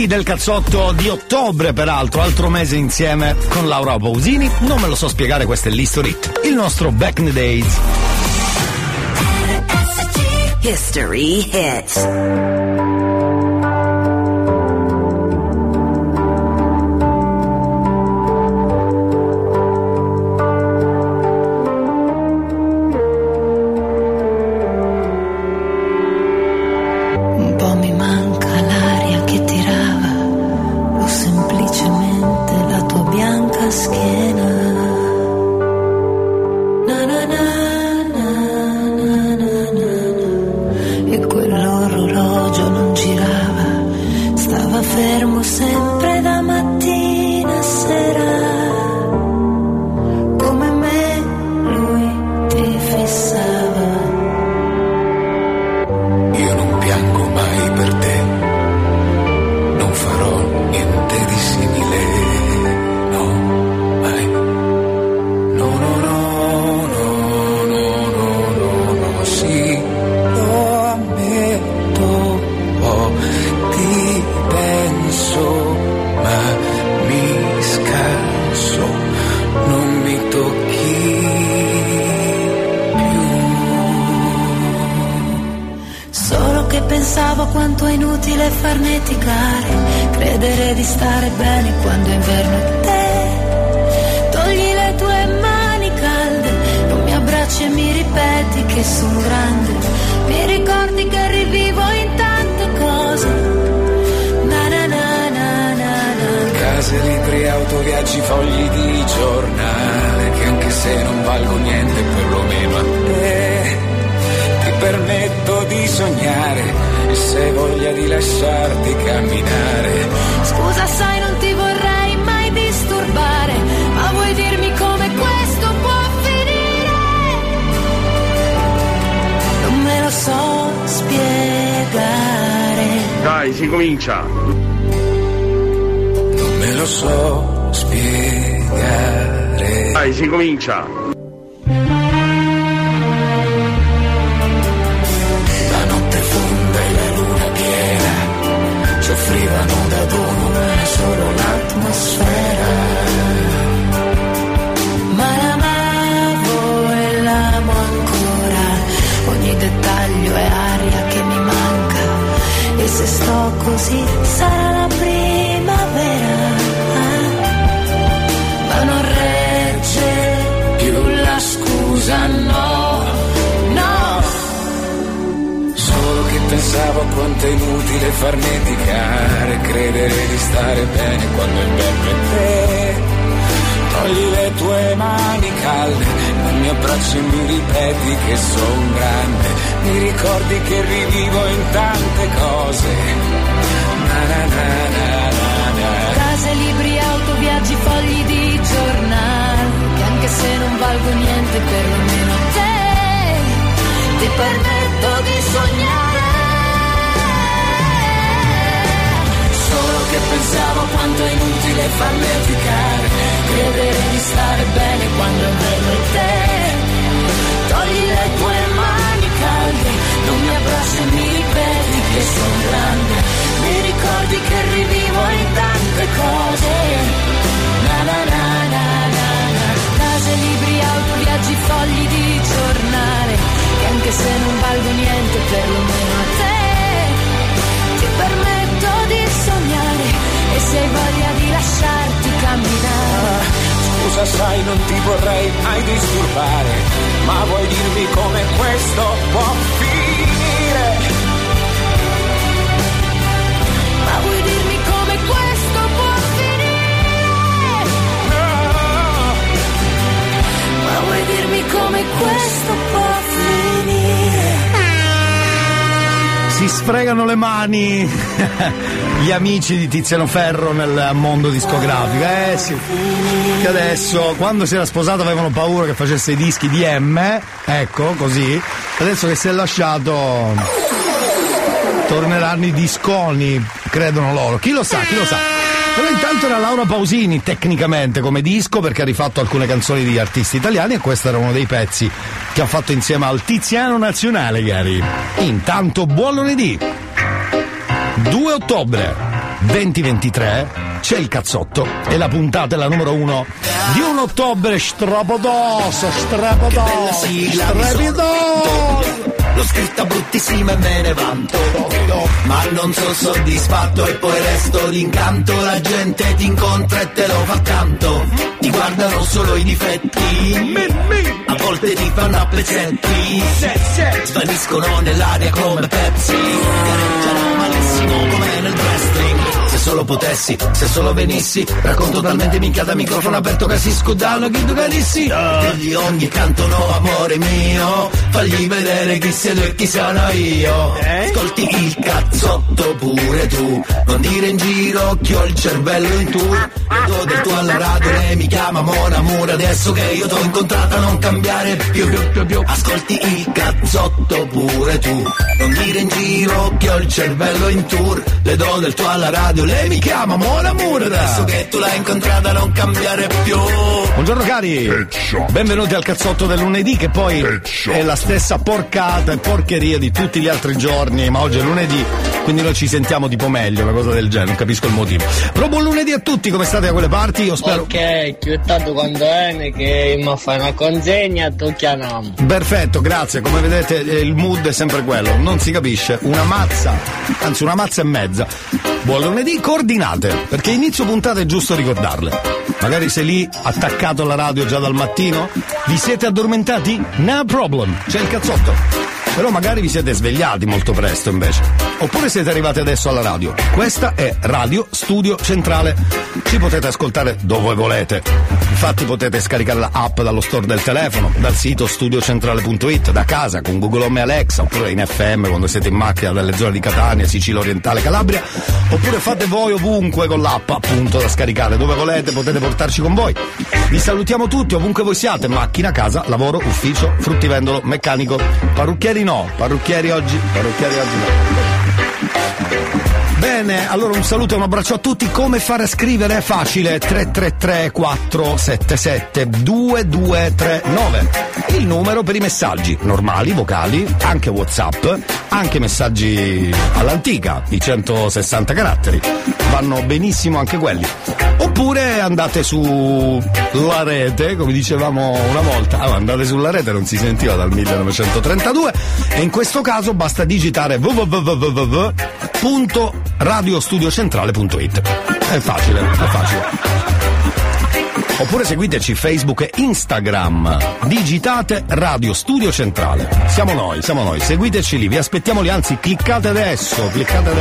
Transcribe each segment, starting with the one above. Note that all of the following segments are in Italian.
del cazzotto di ottobre, peraltro, altro mese insieme con Laura Pausini. Non me lo so spiegare, questo è l'History Hit, il nostro Back in the Days. History Hits. Sfregano le mani gli amici di Tiziano Ferro nel mondo discografico. Sì, che adesso, quando si era sposato, avevano paura che facesse i dischi di M, ecco, così. Adesso che si è lasciato torneranno i disconi, credono loro. Chi lo sa, chi lo sa. Però intanto era Laura Pausini tecnicamente come disco, perché ha rifatto alcune canzoni di artisti italiani, e questo era uno dei pezzi che ha fatto insieme al Tiziano Nazionale, Gary. Intanto buon lunedì 2 ottobre. 2023 c'è il cazzotto e la puntata è la numero 1 di un ottobre strepitoso. L'ho scritta bruttissima e me ne vanto, ma non sono soddisfatto e poi resto d'incanto. La gente ti incontra e te lo fa accanto, ti guardano solo i difetti, a volte ti fanno a pezzetti, svaniscono nell'aria come Pepsi, gareggiano malissimo come nel wrestling. Se solo potessi, se solo venissi, racconto talmente minchia da microfono aperto che si scudano chi tu carissi. Degli ogni cantono amore mio, fagli vedere chi sei tu e chi sono io. Ascolti il cazzotto pure tu, non dire in giro che ho il cervello in tour. Vedo del tuo alla radio, lei mi chiama Mon Amour, adesso che io t'ho incontrata non cambiare più. Ascolti il cazzotto pure tu, non dire in giro che ho il cervello in tour. Le do del tuo alla radio, lei mi chiama Mon Amour, adesso che tu l'hai incontrata non cambiare più. Buongiorno cari, benvenuti al cazzotto del lunedì, che poi è la stessa porcata e porcheria di tutti gli altri giorni, ma oggi è lunedì, quindi noi ci sentiamo tipo meglio, una cosa del genere, non capisco il motivo. Però buon lunedì a tutti, come state da quelle parti? Io spero. Ok, più tanto quando è che mi fai una consegna, tu chiamiamo. Perfetto, grazie, come vedete il mood è sempre quello, non si capisce, una mazza e mezza. Buon lunedì, coordinate, perché inizio puntata è giusto ricordarle. Magari sei lì attaccato alla radio già dal mattino, vi siete addormentati? No problem, c'è il cazzotto. Però magari vi siete svegliati molto presto invece. Oppure siete arrivati adesso alla radio. Questa è Radio Studio Centrale. Ci potete ascoltare dove volete. Infatti potete scaricare la app dallo store del telefono, dal sito studiocentrale.it, da casa con Google Home e Alexa, oppure in FM quando siete in macchina dalle zone di Catania, Sicilia Orientale, Calabria, oppure fate voi ovunque con l'app appunto da scaricare, dove volete, potete portarci con voi. Vi salutiamo tutti ovunque voi siate, macchina, casa, lavoro, ufficio, fruttivendolo, meccanico, parrucchieri no, parrucchieri oggi no. Bene, allora un saluto e un abbraccio a tutti. Come fare a scrivere? È facile, 333 477 2239. Il numero per i messaggi normali, vocali, anche WhatsApp, anche messaggi all'antica, i 160 caratteri. Vanno benissimo anche quelli. Oppure andate sulla rete, come dicevamo una volta. Andate sulla rete, non si sentiva dal 1932, e in questo caso basta digitare www.radiostudiocentrale.it. È facile. Oppure seguiteci Facebook e Instagram, digitate Radio Studio Centrale. Siamo noi, seguiteci lì, vi aspettiamo lì, anzi cliccate adesso.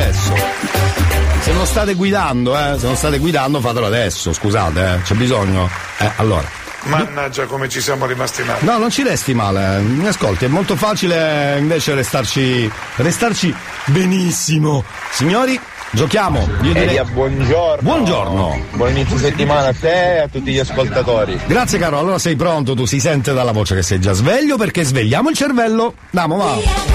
Se non state guidando, fatelo adesso, scusate, c'è bisogno. Allora. Mannaggia come ci siamo rimasti male. No, non ci resti male, mi ascolti, è molto facile invece restarci benissimo. Signori, giochiamo. Io direi... Elia, buongiorno. Buongiorno. Buon inizio settimana a te e a tutti gli ascoltatori. Grazie caro, allora sei pronto, tu si sente dalla voce che sei già sveglio, perché svegliamo il cervello. Andiamo, va.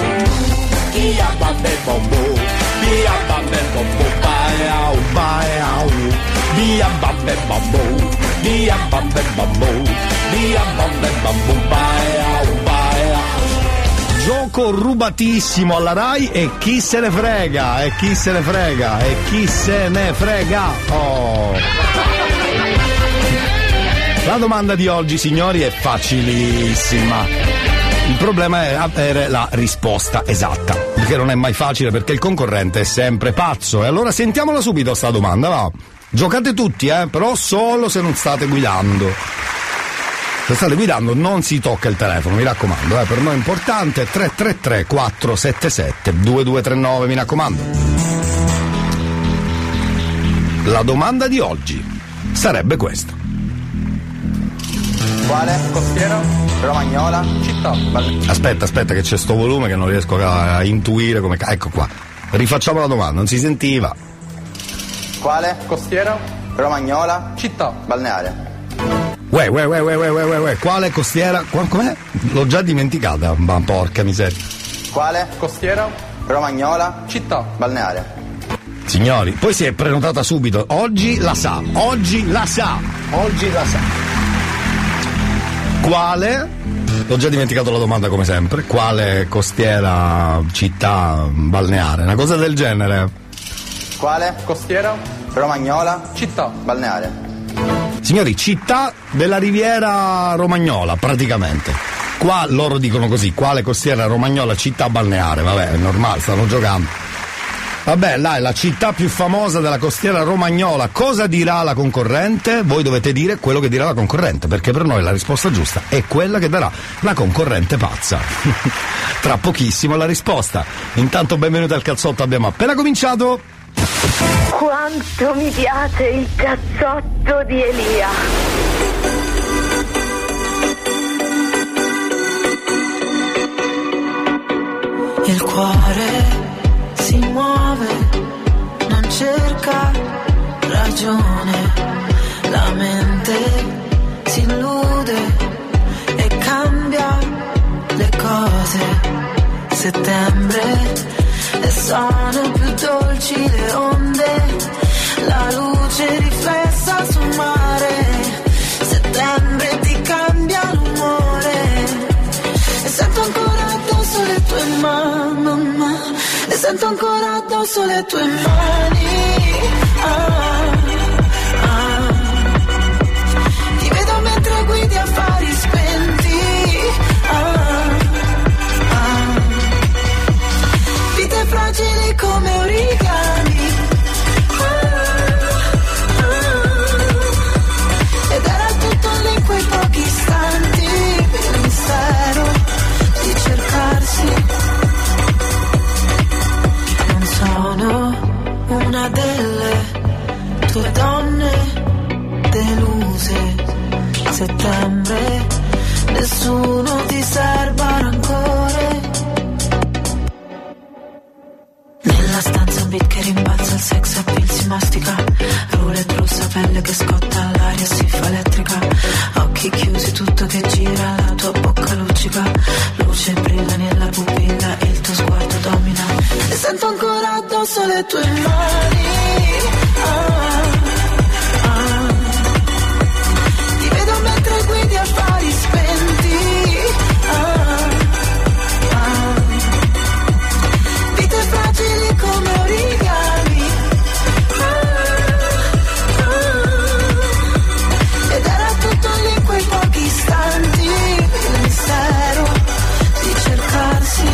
Gioco rubatissimo alla Rai e chi se ne frega. Oh. La domanda di oggi, signori, è facilissima. Il problema è avere la risposta esatta, perché non è mai facile, perché il concorrente è sempre pazzo. E allora sentiamola subito sta domanda, va. Giocate tutti, però solo se non state guidando. Se state guidando non si tocca il telefono, mi raccomando, per noi è importante. 333 477 2239, mi raccomando. La domanda di oggi sarebbe questa. Quale? Costiera? Romagnola? Città? Aspetta che c'è sto volume che non riesco a intuire come... Ecco qua. Rifacciamo la domanda, non si sentiva. Quale? Costiera? Romagnola? Città? Balneare? Quale costiera? Com'è? L'ho già dimenticata, ma porca miseria. Quale? Costiera? Romagnola? Città? Balneare? Signori, poi si è prenotata subito. Oggi la sa. Quale? Ho già dimenticato la domanda come sempre. Quale costiera, città, balneare? Una cosa del genere. Quale? Costiera. Romagnola. Città. Balneare. Signori, città della riviera romagnola, praticamente. Qua loro dicono così, quale costiera romagnola, città balneare, vabbè, è normale, stanno giocando. Vabbè, là è la città più famosa della costiera romagnola. Cosa dirà la concorrente? Voi dovete dire quello che dirà la concorrente, perché per noi la risposta giusta è quella che darà la concorrente pazza. Tra pochissimo la risposta. Intanto benvenuti al cazzotto, abbiamo appena cominciato. Quanto mi piace il cazzotto di Elia. Il cuore si muove, non cerca ragione, la mente si illude e cambia le cose. Settembre e sono più dolci le onde, la luce riflessa sul mare. Settembre ti cambia l'umore e sento ancora addosso le tue mani, e sento ancora addosso le tue mani. Ti vedo mentre guidi affari spenti. Vite fragili come origami. Ed era tutto lì in quei pochi istanti, il mistero di cercarsi. Non sono una delle tue donne deluse. Settembre, nessuno ti serba rancore. Nella stanza un beat che rimbalza, il sex appeal si mastica. Roulette rossa, pelle che scotta, l'aria si fa elettrica. Occhi chiusi, tutto che gira, la tua bocca luccica. Luce brilla nella pupilla e il tuo sguardo domina. E sento ancora addosso le tue mani. Ti vedo mentre guidi affari spenti. Vite fragili come origami. Ed era tutto lì in quei pochi istanti, il mistero di cercarsi.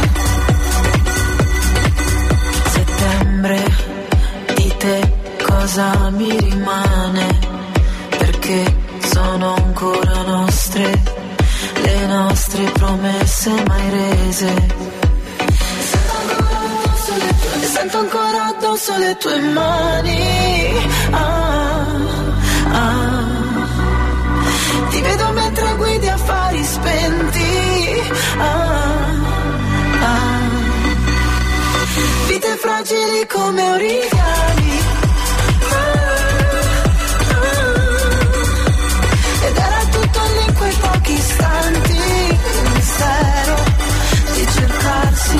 Settembre, di te cosa mi rimane? Perché sono ancora nostre le nostre promesse mai rese. E sento ancora addosso le tue mani. Ti vedo mentre guidi affari spenti. Vite fragili come origami. Ed era tutto lì in quei pochi istanti, il mistero di cercarsi.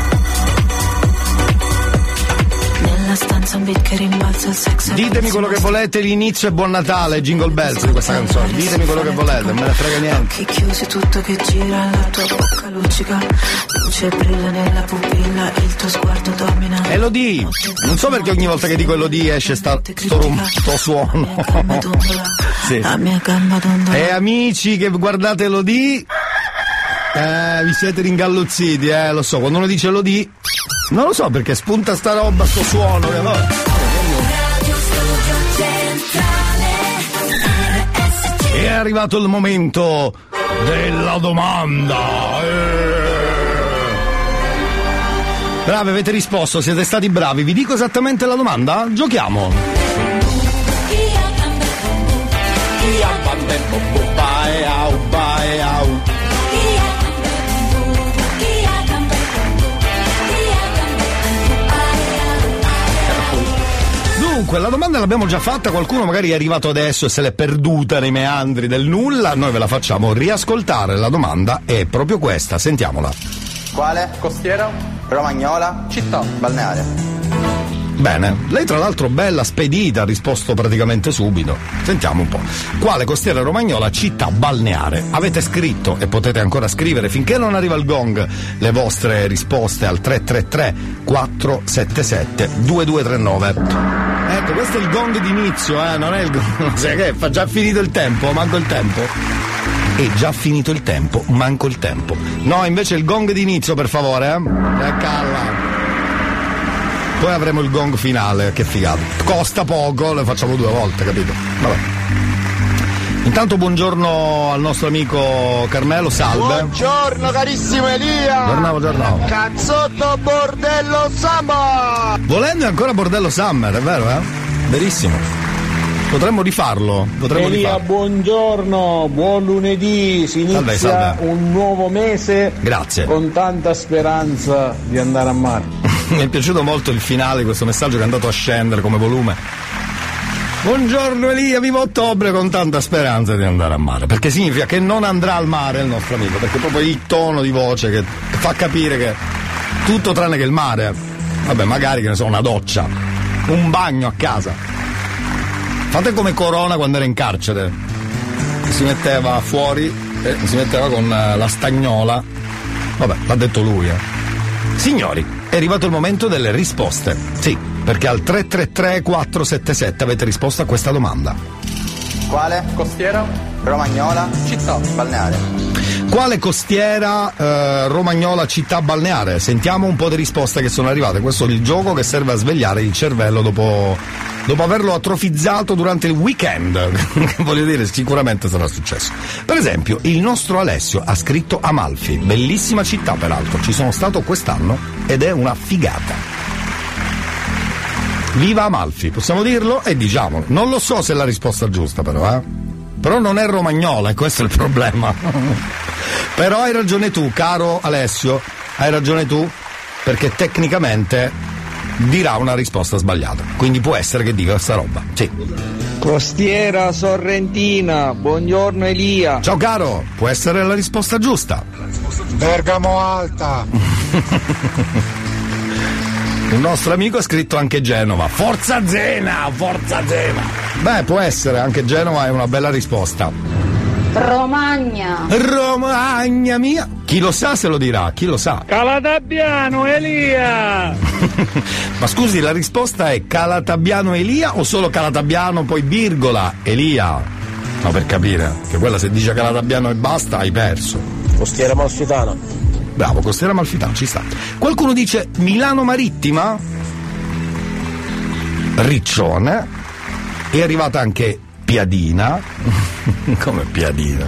Nella stanza un beat che rimbalza, il sex. Ditemi quello che volete, l'inizio e buon Natale, Jingle Bells di questa canzone. Ditemi quello che volete, non me ne frega niente. Occhi chiusi, tutto che gira, la tua bocca luccica. Luce brilla nella pupilla e il tuo sguardo domina. Elodie, non so perché ogni volta che dico Elodie esce sto suono. Sì. La mia gamba dondola. E amici che guardate Elodie, vi siete ringalluzziti, lo so, quando uno dice Elodie, non lo so perché spunta sta roba, sto suono, che va. È arrivato il momento della domanda. Bravi, avete risposto, siete stati bravi. Vi dico esattamente la domanda? Giochiamo. Dunque, la domanda l'abbiamo già fatta, qualcuno magari è arrivato adesso e se l'è perduta nei meandri del nulla, noi ve la facciamo riascoltare, la domanda è proprio questa, sentiamola. Quale? Costiera. Romagnola. Città. Balneare. Bene, lei tra l'altro bella spedita, ha risposto praticamente subito. Sentiamo un po'. Quale costiera romagnola città balneare? Avete scritto e potete ancora scrivere finché non arriva il gong le vostre risposte al 333 477 2239. Ecco, questo è il gong d'inizio, non è il gong. Sai che fa già finito il tempo, manco il tempo. È già finito il tempo, manco il tempo. No, invece il gong d'inizio, per favore, Calla. Poi avremo il gong finale, che figata. Costa poco, le facciamo 2 volte, capito? Vabbè. Intanto buongiorno al nostro amico Carmelo, salve. Buongiorno carissimo Elia. Buongiorno. Cazzotto bordello summer. Volendo è ancora bordello summer, è vero, Verissimo. Potremmo rifarlo. Elia, buongiorno, buon lunedì, si inizia salve. Un nuovo mese. Grazie. Con tanta speranza di andare a mare. Mi è piaciuto molto il finale di questo messaggio che è andato a scendere come volume. Buongiorno Elia, viva ottobre con tanta speranza di andare a mare, perché significa che non andrà al mare il nostro amico, perché proprio il tono di voce che fa capire che tutto tranne che il mare. Vabbè, magari, che ne so, una doccia, un bagno a casa. Fate come Corona quando era in carcere, si metteva fuori e si metteva con la stagnola. Vabbè, l'ha detto lui, Signori, è arrivato il momento delle risposte. Sì, perché al 333 477 avete risposto a questa domanda. Quale? Costiera? Romagnola? Città balneare. Quale costiera romagnola città balneare? Sentiamo un po' di risposte che sono arrivate. Questo è il gioco che serve a svegliare il cervello dopo averlo atrofizzato durante il weekend. Voglio dire, sicuramente sarà successo. Per esempio, il nostro Alessio ha scritto Amalfi, bellissima città peraltro, ci sono stato quest'anno ed è una figata. Viva Amalfi, possiamo dirlo e diciamolo. Non lo so se è la risposta giusta però, Però non è romagnola e questo è il problema. Però hai ragione tu, caro Alessio, hai ragione tu, perché tecnicamente dirà una risposta sbagliata, quindi può essere che dica questa roba. Sì. Costiera sorrentina, buongiorno Elia. Ciao caro, può essere la risposta giusta. Bergamo Alta. Un nostro amico ha scritto anche Genova. Forza Zena, forza Zena. Beh, può essere, anche Genova è una bella risposta. Romagna mia. Chi lo sa se lo dirà, chi lo sa. Calatabbiano Elia. Ma scusi, la risposta è Calatabbiano Elia o solo Calatabbiano poi virgola Elia? No, per capire, che quella se dice Calatabbiano e basta hai perso. Costiera Amalfitana. Bravo, costiera Amalfitana, ci sta. Qualcuno dice Milano Marittima? Riccione. È arrivata anche Piadina. Come Piadina?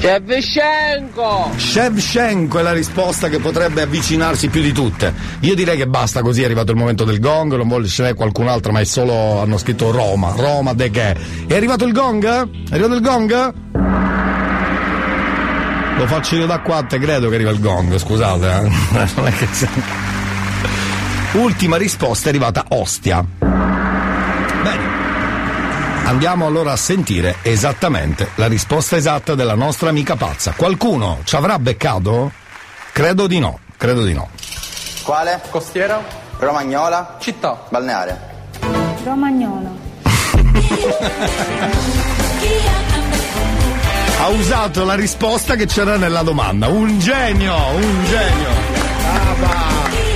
Shevchenko è la risposta che potrebbe avvicinarsi più di tutte. Io direi che basta così, è arrivato il momento del gong, non voglio scegliere qualcun altro, ma è solo, hanno scritto Roma de che. È arrivato il gong? È arrivato il gong? Lo faccio io da qua, te credo che arriva il gong, scusate, non è che Ultima risposta è arrivata Ostia. Bene. Andiamo allora a sentire esattamente la risposta esatta della nostra amica pazza. Qualcuno ci avrà beccato? Credo di no. Quale? Costiera? Romagnola? Città balneare. Romagnola. Ha usato la risposta che c'era nella domanda. Un genio. Brava.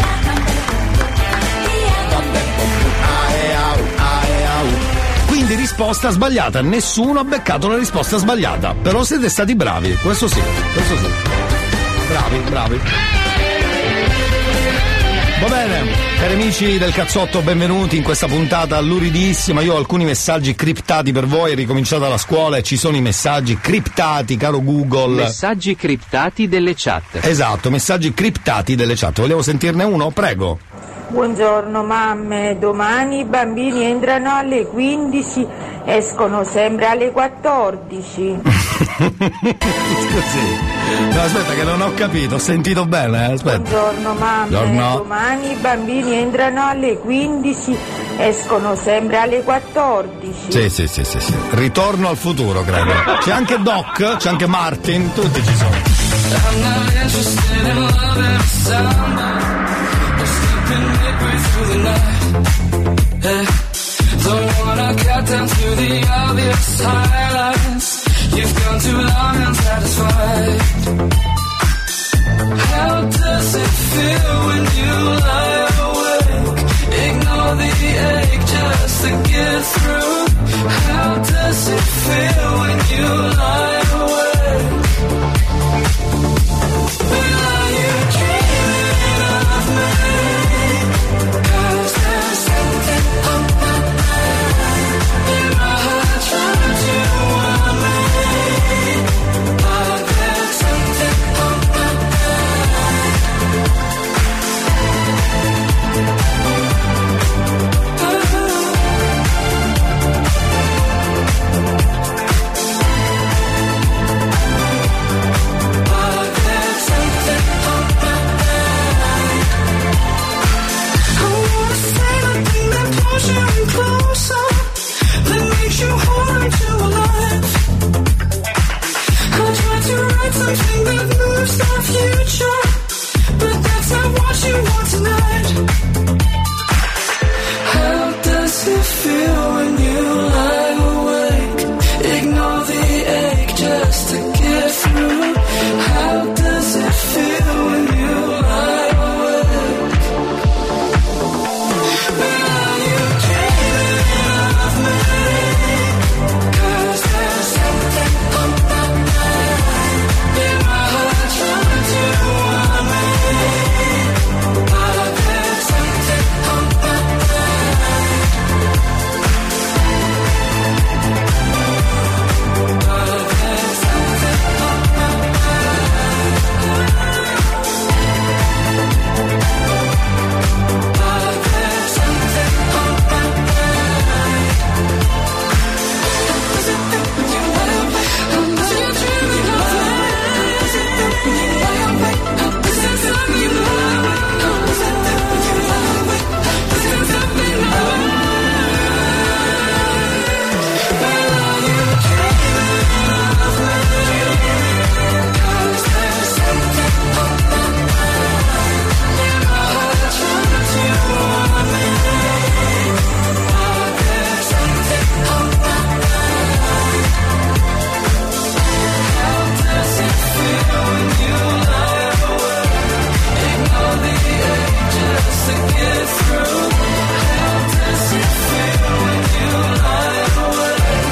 Quindi risposta sbagliata, nessuno ha beccato la risposta sbagliata, però siete stati bravi, questo sì. Bravi. Va bene, cari amici del cazzotto, benvenuti in questa puntata luridissima. Io ho alcuni messaggi criptati per voi, è ricominciata la scuola e ci sono i messaggi criptati, caro Google. Messaggi criptati delle chat. Esatto, messaggi criptati delle chat. Volevo sentirne uno? Prego. Buongiorno mamme, domani i bambini entrano alle 15, escono sempre alle 14. Scusi. No, aspetta che non ho capito, ho sentito bene, aspetta. Buongiorno mamme, domani i bambini entrano alle 15, escono sempre alle 14. Sì. Ritorno al futuro, credo. C'è anche Doc, c'è anche Martin, tutti ci sono. Don't wanna cut down to the obvious highlights. You've gone too long unsatisfied. How does it feel when you lie awake? Ignore the ache just to get through. How does it feel when you lie awake? Are you dreaming of me? 'Cause there's something on my mind. In my heart trying to warn me. But there's something on my mind. Something that moves our future, but that's not what you want tonight. How does it feel when you lie awake? Ignore the ache just to get through. How does it feel when you lie awake? Are you dreaming of me? 'Cause there's something on my mind. In my heart trying to warn me. But there's something on my mind. But there's something on my mind. But there's something on my mind. How does it feel when you lie awake? How does it feel when you lie awake? How does it feel when you lie awake? How does it feel when you lie awake? How does it feel when you lie awake? How does it feel when you lie awake? Well, are you dreaming of me? 'Cause there's something on my mind. In my heart trying to warn me. But there's something on my mind. How does it feel when you lie awake? Ignore the ache just to get through. How does it feel when you lie awake?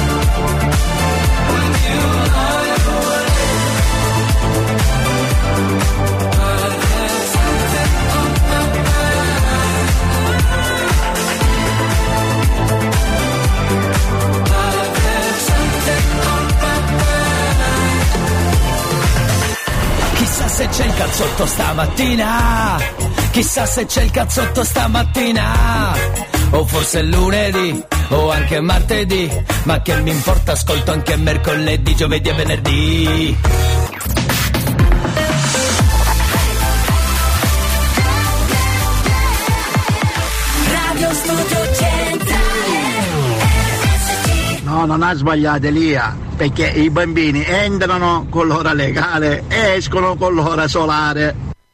When you lie awake. But there's something on my mind. But there's something on my mind. Chissà se c'è il cazzotto stamattina. Chissà se c'è il cazzotto stamattina. O forse è lunedì, o anche martedì. Ma che mi importa, ascolto anche mercoledì, giovedì e venerdì. Radio Studio Centrale. No, non ha sbagliato Elia, perché i bambini entrano con l'ora legale e escono con l'ora solare.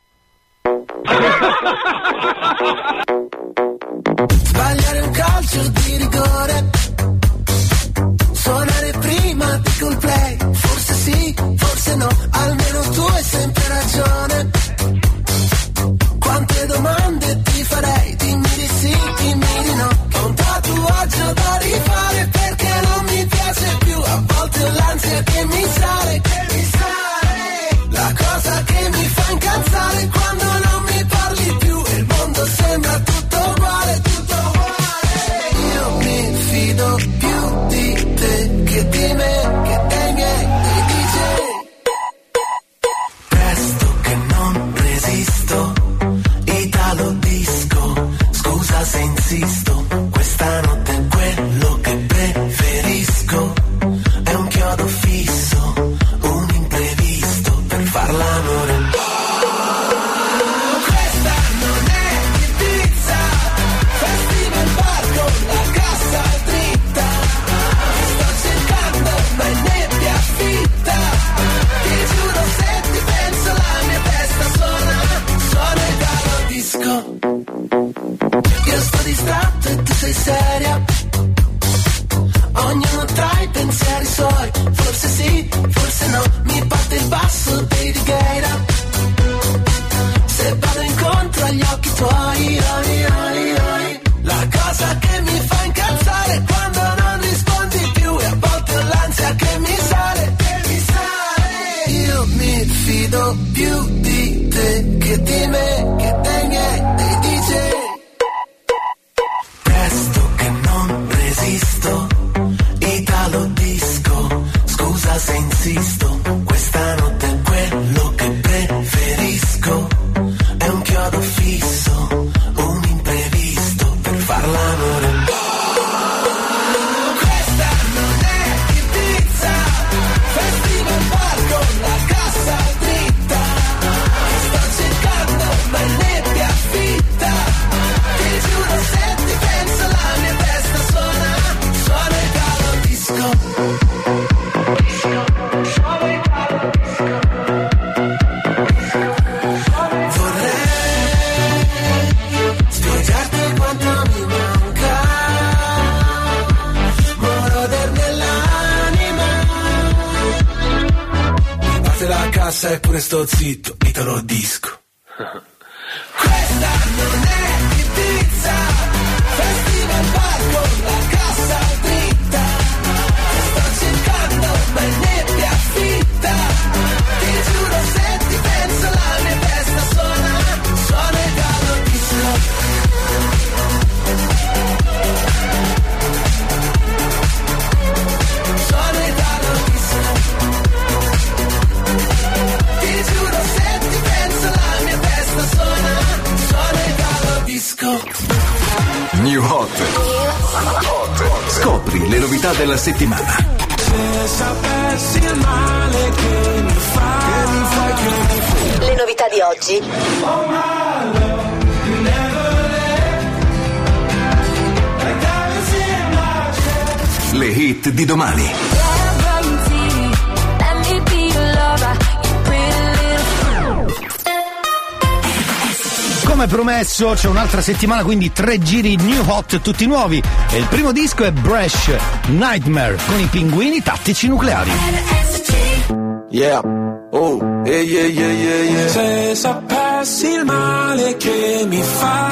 Sbagliare un calcio di rigore, suonare prima di col play, forse sì, forse no, almeno tu hai sempre ragione. Quante domande ti farei, dimmi di sì, dimmi di no. Ho un tatuaggio da rifare perché non mi piace più, a volte ho l'ansia che mi sale, la cosa che mi fa incazzare quando non mi parli più e il mondo sembra tutto uguale, tutto uguale. Io mi fido più di te che di tuoi, forse sì, forse no, mi parte il basso dei Righeira. Se vado incontro agli occhi tuoi, la cosa che mi fa incazzare è quando non rispondi più e a volte ho l'ansia che mi sale. Io mi fido più di te che di me, che dei miei, dei DJ. Presto che non resisto, Italo disco, scusa se insisto, questa notte è quello che preferisco, è un chiodo fisso, un imprevisto per far l'amore. Questa non è Ibiza, festival bar con la cassa dritta, sto cercando ma è nebbia fitta, ti giuro se ti penso la mia testa suona Italo disco. Eppure sto zitto, Italo disco. Questa non è Ibiza, festival bar con la cassa dritta, sto cercando ma è nebbia fitta, ti giuro se ti penso la mia testa suona Italo disco. Suona Italo disco. Ti giuro se ti penso la mia testa suona Italo disco. New Hot. Scopri le novità della settimana. Se sapessi il male che mi fai. Le novità di oggi. Oh my love, you never left. Le hit di domani. Come promesso c'è un'altra settimana, quindi 3 giri New Hot tutti nuovi, e il primo disco è Brash Nightmare con i pinguini tattici nucleari. Yeah, oh, yeah. Se sapessi il male che mi fai,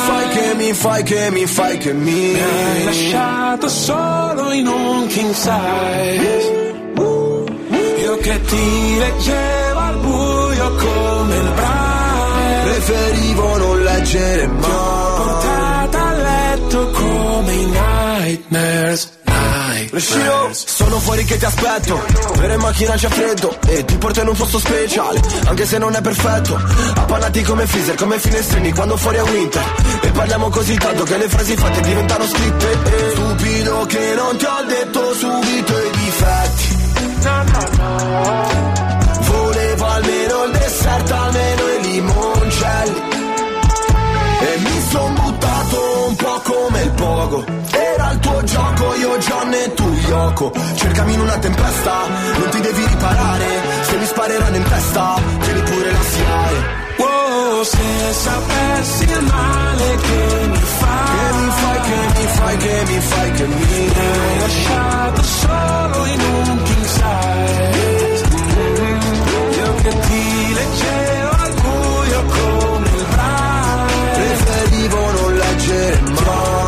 che mi hai lasciato solo in un king size. Io che ti leggevo al buio come il Braille, preferivo non leggere mai. Ti ho portata a letto come i nightmares. Sono fuori che ti aspetto, per in macchina c'è freddo e ti porto in un posto speciale, anche se non è perfetto. Appannati come freezer, come finestrini quando fuori è winter, e parliamo così tanto che le frasi fatte diventano scritte. Stupido che non ti ho detto subito i difetti. No. Volevo almeno il dessert, almeno i limoncelli, e mi son buttato un po' come il pogo. Era il tuo gioco, io John e tu Yoko. Cercami in una tempesta, non ti devi riparare. Se mi spareranno in testa, tieni pure la SIAE. Wow, se sapessi il male che mi fai, che mi hai lasciato solo in un king size. Io che ti leggevo al buio come il Braille, preferivo non leggere mai.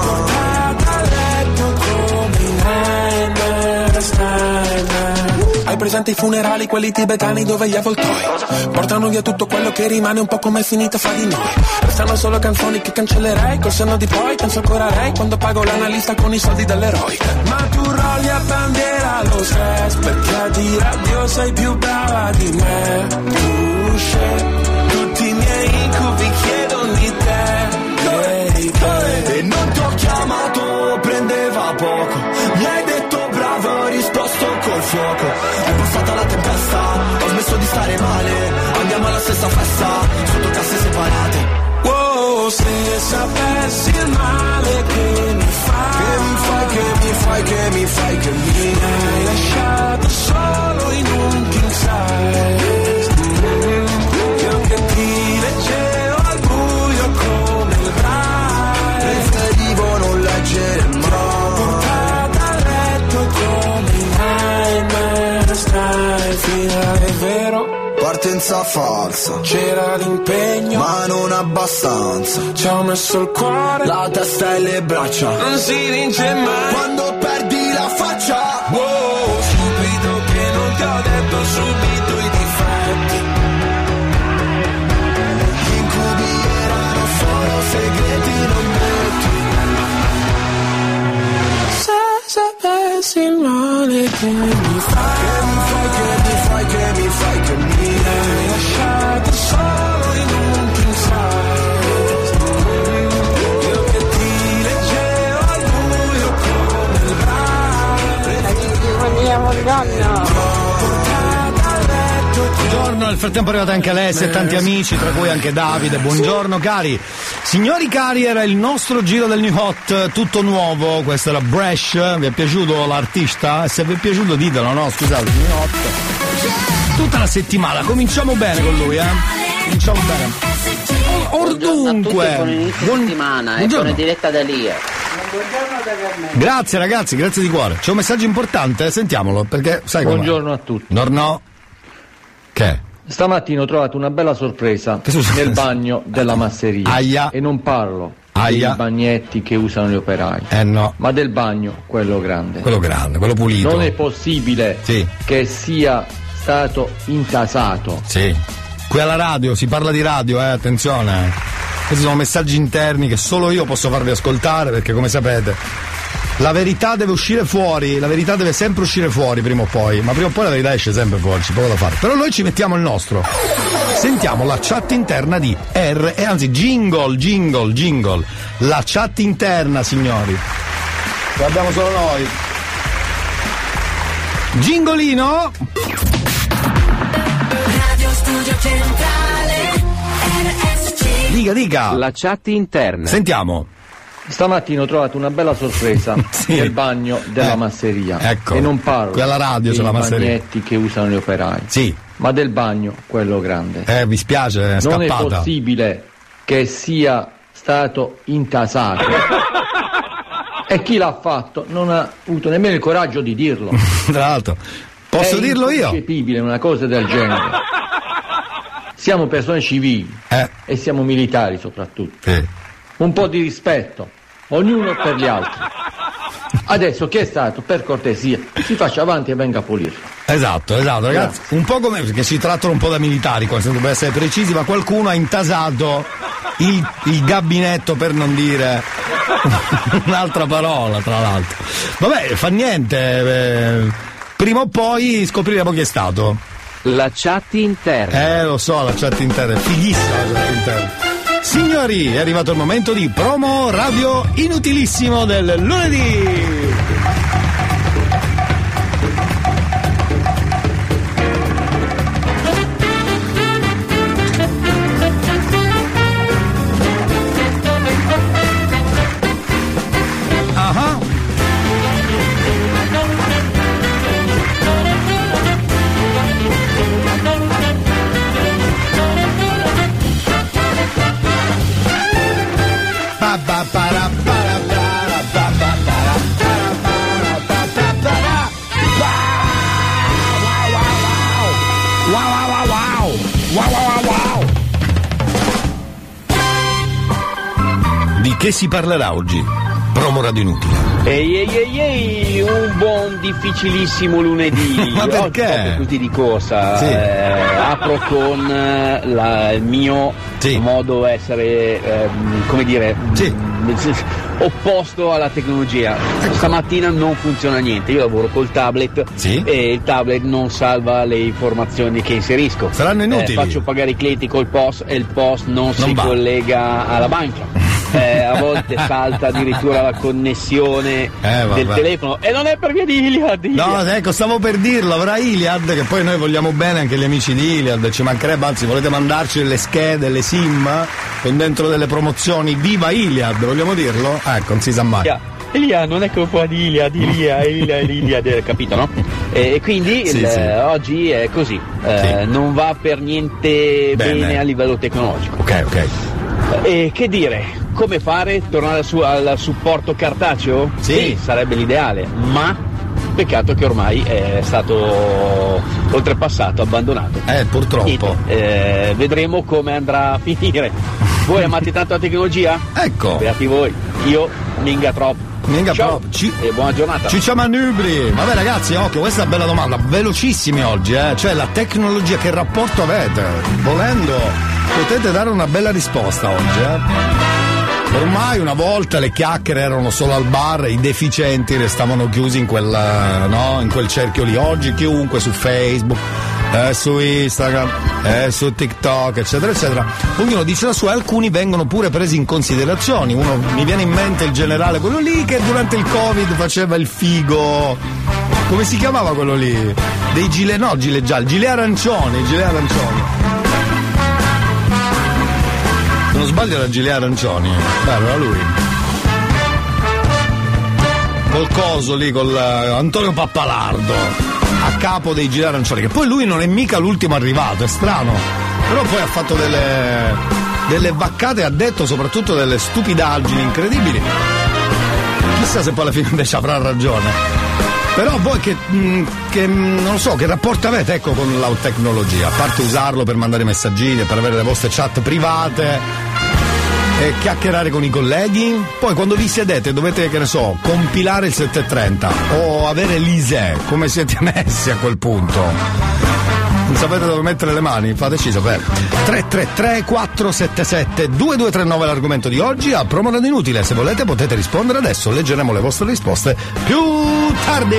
Hai presente i funerali, quelli tibetani dove gli avvoltoi portano via tutto quello che rimane, un po' come è finita fra di noi. Restano solo canzoni che cancellerei, col senno di poi penso ancora a lei quando pago l'analista con i soldi dell'eroe. Ma tu rolli a bandiera lo stress, perché a dire addio sei più brava di me. Tu scegli tutti i miei incubi, chiedono di te. E non ti ho chiamato, prendeva poco, mi hai detto bravo, ho risposto col fuoco. È passata la tempesta, ho smesso di stare male, andiamo alla stessa festa, sotto casse separate. Wow, se sapessi il male che mi fai, che mi hai lasciato solo in un king size. Io che ti leggevo al buio come il Braille, preferivo non leggere mai. Portata a letto come i speranza falsa. C'era l'impegno, ma non abbastanza. ci ho messo il cuore, La testa e le braccia. non si vince mai. Quando perdi la faccia. Wow, stupido che non ti ho detto subito i difetti. Gli incubi erano solo segreti non detti. Se sapessi il male che mi fai, che mi hai lasciato solo in un king size. Io che ti leggevo al buio come il Buongiorno, nel frattempo è arrivata anche Alessia e tanti amici, tra cui anche Davide. Buongiorno cari. Signori cari, era il nostro giro del New Hot, tutto nuovo, questo era Bresh. Vi è piaciuto l'artista? Se vi è piaciuto ditelo, no? Scusate, New Hot. Tutta la settimana, cominciamo bene con lui, cominciamo bene. Ordunque, buon inizio settimana e buona diretta da Lia. Grazie ragazzi, grazie di cuore. C'è un messaggio importante, sentiamolo, perché sai come. Buongiorno a tutti. No. Che? Stamattina ho trovato una bella sorpresa nel bagno della masseria. Aia. E non parlo Aia. dei bagnetti che usano gli operai. No. Ma del bagno, quello grande. Quello grande, quello pulito. Non è possibile che sia stato intasato. Sì. Qui alla radio, si parla di radio, attenzione. Questi sono messaggi interni che solo io posso farvi ascoltare, perché come sapete la verità deve uscire fuori, la verità deve sempre uscire fuori prima o poi, ma prima o poi la verità esce sempre fuori, c'è poco da fare. Però noi ci mettiamo il nostro. Sentiamo la chat interna di R, e anzi jingle. La chat interna, signori. Lo abbiamo solo noi. Gingolino. Radio Studio Centrale RSC. Dica. La chat interna. Sentiamo. Stamattina ho trovato una bella sorpresa nel bagno della masseria. Ecco. E non parlo Qui alla radio dei c'è la masseria. bagnetti che usano gli operai. Sì. Ma del bagno, quello grande. Vi spiace, è scappata. Non è possibile che sia stato intasato. E chi l'ha fatto non ha avuto nemmeno il coraggio di dirlo. Tra l'altro, posso dirlo io? È inconcepibile una cosa del genere. Siamo persone civili e siamo militari soprattutto. Un po' di rispetto, ognuno per gli altri. Adesso chi è stato, per cortesia, si faccia avanti e venga a pulirlo. Esatto, ragazzi. Un po' come, perché si trattano un po' da militari, qua, per essere precisi, ma qualcuno ha intasato il gabinetto, per non dire un'altra parola, tra l'altro. Vabbè, fa niente, prima o poi scopriremo chi è stato. La chat interna. Lo so, la chat interna, è fighissima la chat interna. Signori, è arrivato il momento di promo radio inutilissimo del lunedì. Di che si parlerà oggi? Promo radio inutile. Ehi, un buon difficilissimo lunedì. Ma perché? Oggi proprio tutti di corsa. Sì. Apro con il mio modo essere, come dire, opposto alla tecnologia. Stamattina non funziona niente. Io lavoro col tablet e il tablet non salva le informazioni che inserisco. Saranno inutili. Faccio pagare i clienti col POS e il POS non si collega alla banca. A volte salta addirittura la connessione del telefono e non è per via di Iliad. No, ecco, stavo per dirlo, avrà Iliad, che poi noi vogliamo bene anche gli amici di Iliad, ci mancherebbe, anzi volete mandarci delle schede, le SIM con dentro delle promozioni, viva Iliad, vogliamo dirlo? Ecco, non si sa mai. Iliad non è colpa di Iliad, capito, no? E quindi oggi è così, non va per niente bene a livello tecnologico. Ok. E che dire? Come fare? Tornare al supporto cartaceo? Sì, sarebbe l'ideale, ma Peccato che ormai è stato oltrepassato, abbandonato. Purtroppo. Vedremo come andrà a finire. Voi amate tanto la tecnologia? Ecco. Beati voi, io minga troppo. Ciao e buona giornata. Ciccia Manubri. Vabbè ragazzi, occhio, questa è una bella domanda. Velocissimi oggi, cioè la tecnologia, che rapporto avete? Volendo potete dare una bella risposta oggi, Ormai una volta le chiacchiere erano solo al bar, i deficienti restavano chiusi in quel cerchio lì. Oggi chiunque su Facebook, su Instagram, su TikTok, eccetera eccetera, ognuno dice la sua e alcuni vengono pure presi in considerazione. Mi viene in mente il generale, quello lì che durante il Covid faceva il figo, come si chiamava quello lì? Dei gilet gilet arancioni. Se non sbaglio era gilet arancioni, era lui. Col coso lì, col Antonio Pappalardo a capo dei gilet arancioni, che poi lui non è mica l'ultimo arrivato, è strano, però poi ha fatto delle vaccate, ha detto soprattutto delle stupidaggini incredibili. Chissà se poi alla fine invece avrà ragione. Però voi che non lo so, che rapporto avete con la tecnologia, a parte usarlo per mandare messaggini, per avere le vostre chat private e chiacchierare con i colleghi? Poi quando vi sedete dovete, che ne so, compilare il 730 o avere l'ISE, come siete messi a quel punto? Non sapete dove mettere le mani? Fateci sapere. 333 477 2239 l'argomento di oggi. A promo Radio Inutile, se volete potete rispondere adesso, leggeremo le vostre risposte più tardi.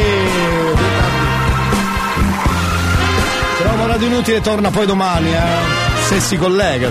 Promo Radio Inutile torna poi domani, se si collega.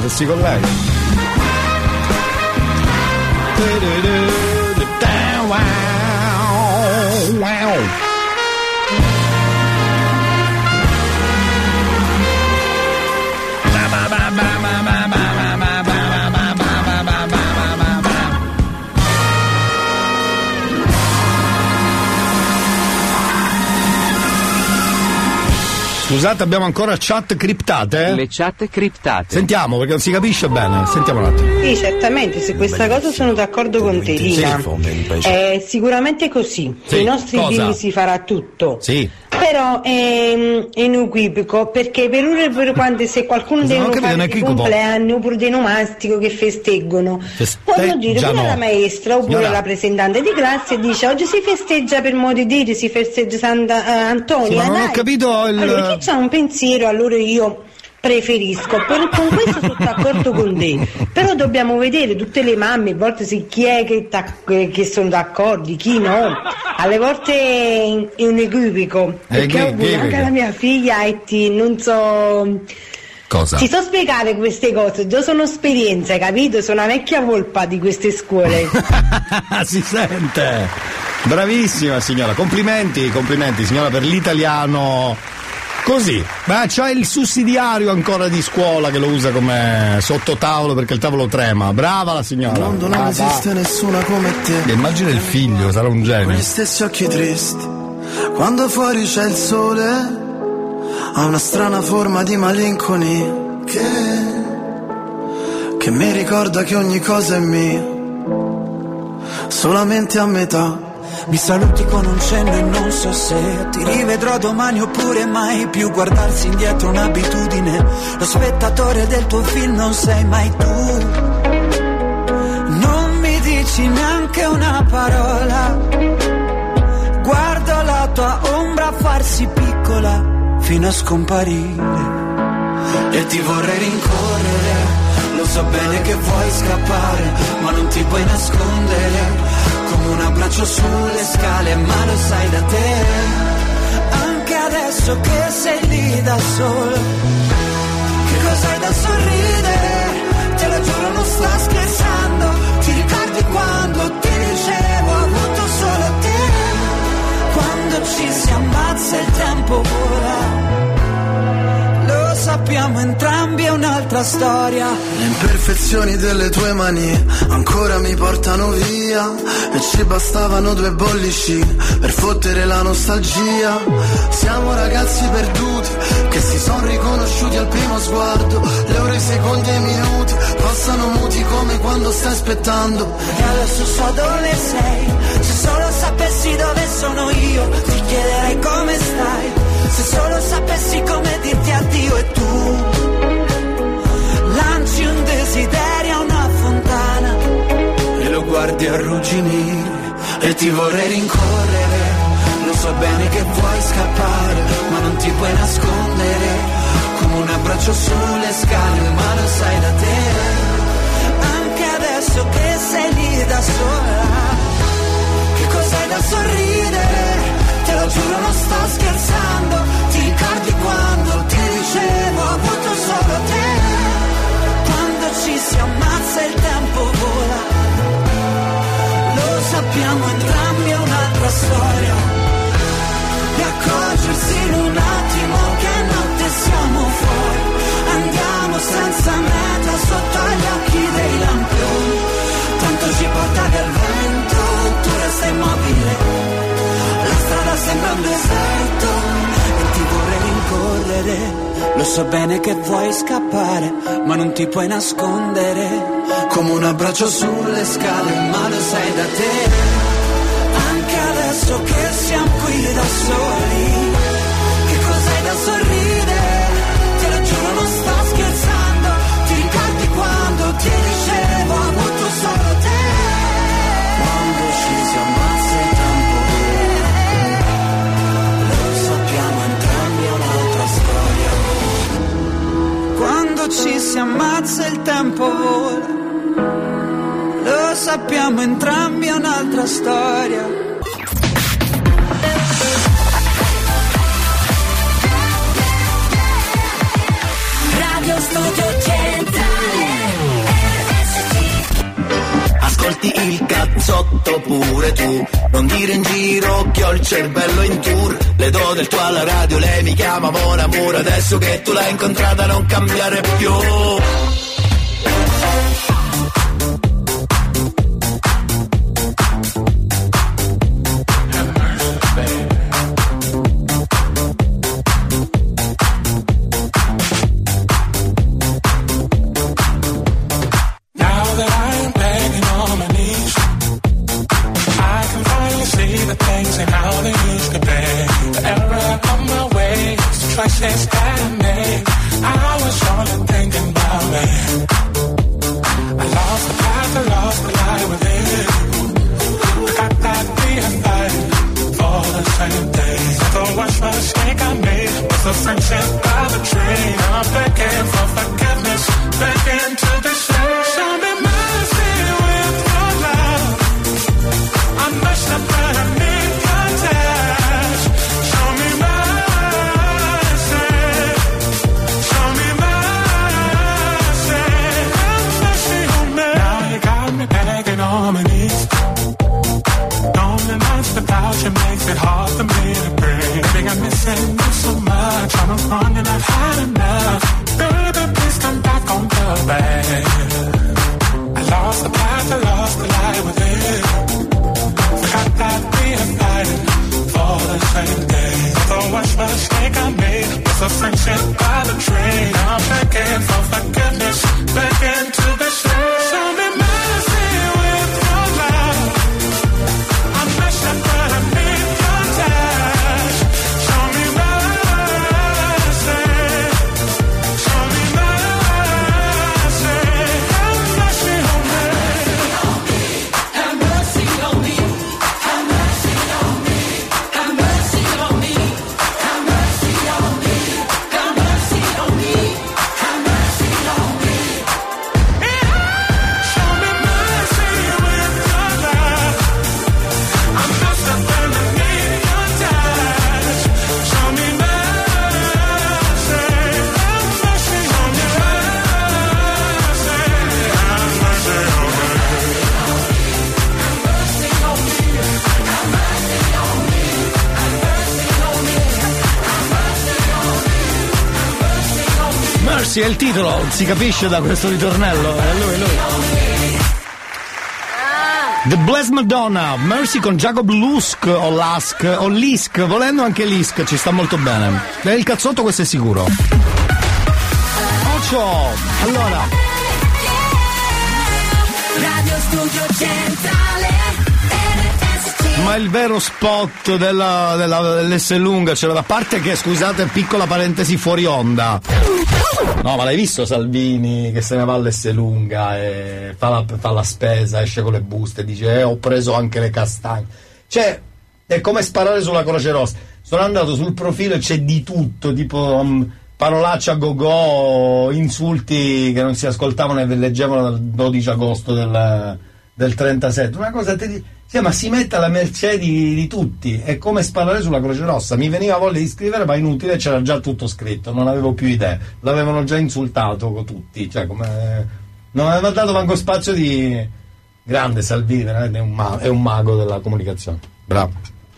Scusate, abbiamo ancora chat criptate? Le chat criptate. Sentiamo, perché non si capisce bene. Sentiamo un attimo. Sì, certamente, su questa cosa sono d'accordo con te, Lina. È sicuramente così. Sì, Ai nostri cosa? figli si farà tutto. Sì. Però è inequivoco, perché per quando se qualcuno deve fare il compleanno oppure dei nomastico che festeggono, voglio dire, pure la maestra oppure la rappresentante di classe dice oggi si festeggia, per modo di dire, si festeggia Sant'Antonio. Sì, ma non ho capito il... Allora chi c'ha un pensiero, allora io preferisco, con questo sono d'accordo con te, però dobbiamo vedere tutte le mamme, a volte chi è che sono d'accordo, chi no, alle volte è un equivoco, perché anche la mia figlia non so cosa. Ti so spiegare queste cose, io sono esperienza, capito? Sono una vecchia volpa di queste scuole. Si sente, bravissima signora, complimenti signora per l'italiano. Così, ma c'ha il sussidiario ancora di scuola che lo usa come sottotavolo perché il tavolo trema. Brava la signora. Nel mondo non esiste nessuna come te. Immagina il figlio, sarà un genio. Con gli stessi occhi tristi, quando fuori c'è il sole, ha una strana forma di malinconia che mi ricorda che ogni cosa è mia, solamente a metà. Mi saluti con un cenno e non so se ti rivedrò domani oppure mai più. Guardarsi indietro un'abitudine, lo spettatore del tuo film non sei mai tu. Non mi dici neanche una parola, guardo la tua ombra farsi piccola fino a scomparire. E ti vorrei rincorrere, lo so bene che vuoi scappare, ma non ti puoi nascondere. Come un abbraccio sulle scale, ma lo sai da te. Anche adesso che sei lì da solo, che cos'hai da sorridere? Te lo giuro non sto scherzando. Ti ricordi quando ti dicevo ho avuto solo te? Quando ci si ammazza il tempo vola, lo sappiamo entrambi, è un'altra storia. Le imperfezioni delle tue mani ancora mi portano via, e ci bastavano 2 bollicine per fottere la nostalgia. Siamo ragazzi perduti che si sono riconosciuti al primo sguardo. Le ore, i secondi e i minuti passano muti come quando stai aspettando. E adesso so dove sei, se solo sapessi dove sono io. Ti chiederei come stai, se solo sapessi come dirti addio e tu lanci un desiderio a una fontana e lo guardi arrugginire e ti vorrei rincorrere. Lo so bene che vuoi scappare, ma non ti puoi nascondere, come un abbraccio sulle scale, ma lo sai da te. Anche adesso che sei lì da sola, che cos'hai da sorridere? Te lo giuro non sto scherzando, ti ricordi quando ti dicevo ho avuto solo te? Quando ci si ammazza il tempo vola, lo sappiamo entrambi è un'altra storia. E accorgersi in un attimo che notte siamo fuori, andiamo senza meta sotto gli occhi dei lampioni, tanto ci porta del vento, tu resta immobile, la strada sembra un deserto e ti vorrei rincorrere. Lo so bene che vuoi scappare, ma non ti puoi nascondere, come un abbraccio sulle scale, ma lo sai da te. Anche adesso che siamo qui da soli, che cos'hai da sorridere? Te lo giuro non sto scherzando, ti ricordi quando ti dicevo ho avuto solo te? Quando ci si ammazza il tempo vola, lo sappiamo entrambi è un'altra storia. Quando ci si ammazza il tempo vola, lo sappiamo entrambi è un'altra storia. Radio Studio Centrale Ascolti il cazzotto pure tu, non dire in giro che ho il cervello in tour. Le do del tuo alla radio, lei mi chiama Mon Amour, adesso che tu l'hai incontrata non cambiare più. Choices that I made, I was only thinking about me. I lost the path, I lost the light within. I got that being fighting for the same things. The worst mistake I made was the friendship by the train. I'm begging for forgiveness, begging to be saved. Show me mercy with your love. I messed up but I need your touch. Show me mercy. Begging on my knees. Lonely nights without you makes it hard for me to breathe. Baby, I'm missing you so much. I'm running, I've had enough. Baby, please come back on the bed. I lost the path, I lost the light within. Forgot that we are fighting for the same thing. The worst mistake I made was a friendship by the train. I'm begging for forgiveness, begging to be saved. Show me mercy with your love. I'm messed up but I need your touch. Show me mercy. Show me mercy. Have mercy on me. Have mercy on me. Have mercy on me. Have mercy on me. Have mercy on me. Have mercy on me. Have mercy on me. Show me mercy with your love. I'm messed up and I need your touch. Show me mercy. Have mercy on me. Have mercy on me. Mercy è il titolo, si capisce da questo ritornello, è lui. The Blessed Madonna, Mercy con Jacob Lusk o Lask o Lisk, volendo anche Lisk, ci sta molto bene. È il cazzotto, questo è sicuro. Occhio, allora. Radio Studio Centrale Ma il vero spot dell'Esselunga c'era, da parte che, scusate, piccola parentesi fuori onda. No, ma l'hai visto Salvini che se ne va all'Esselunga e fa la spesa, esce con le buste e dice ho preso anche le castagne. Cioè, è come sparare sulla Croce Rossa. Sono andato sul profilo e c'è di tutto, tipo parolacce a go-go, insulti che non si ascoltavano e leggevano dal 12 agosto del 37. Una cosa sì, ma si mette alla mercé di tutti, è come sparare sulla Croce Rossa. Mi veniva voglia di scrivere, ma inutile, c'era già tutto scritto, non avevo più idee, l'avevano già insultato tutti, cioè come non aveva dato manco spazio di grande Salvini, veramente è un mago della comunicazione, bravo.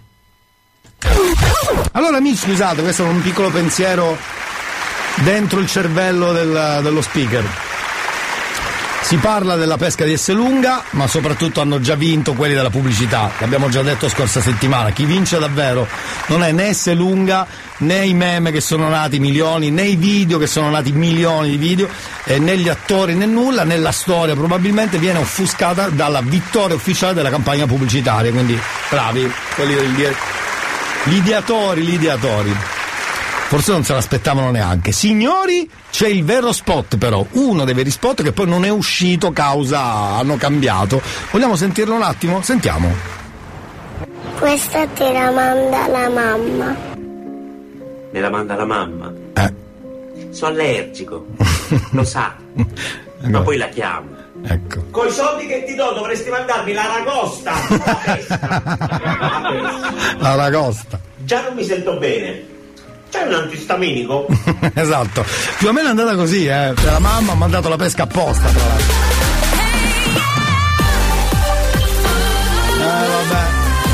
Allora amici, scusate, questo è un piccolo pensiero dentro il cervello dello speaker. Si parla della pesca di Esselunga, ma soprattutto hanno già vinto quelli della pubblicità, l'abbiamo già detto scorsa settimana. Chi vince davvero non è né Esselunga, né i meme che sono nati milioni, né i video che sono nati milioni di video, né gli attori, né nulla, né la storia probabilmente viene offuscata dalla vittoria ufficiale della campagna pubblicitaria. Quindi bravi, quelli gli ideatori. Forse non se l'aspettavano neanche. Signori, c'è il vero spot però, uno dei veri spot che poi non è uscito causa hanno cambiato. Vogliamo sentirlo un attimo? Sentiamo. Questa te la manda la mamma. Me la manda la mamma? Sono allergico, lo sa. Ma poi la chiamo. Ecco. Coi soldi che ti do dovresti mandarmi l'aragosta. L'aragosta. Già non mi sento bene. C'è un antistaminico? Esatto, più o meno è andata così, la mamma ha mandato la pesca apposta, tra l'altro. Vabbè.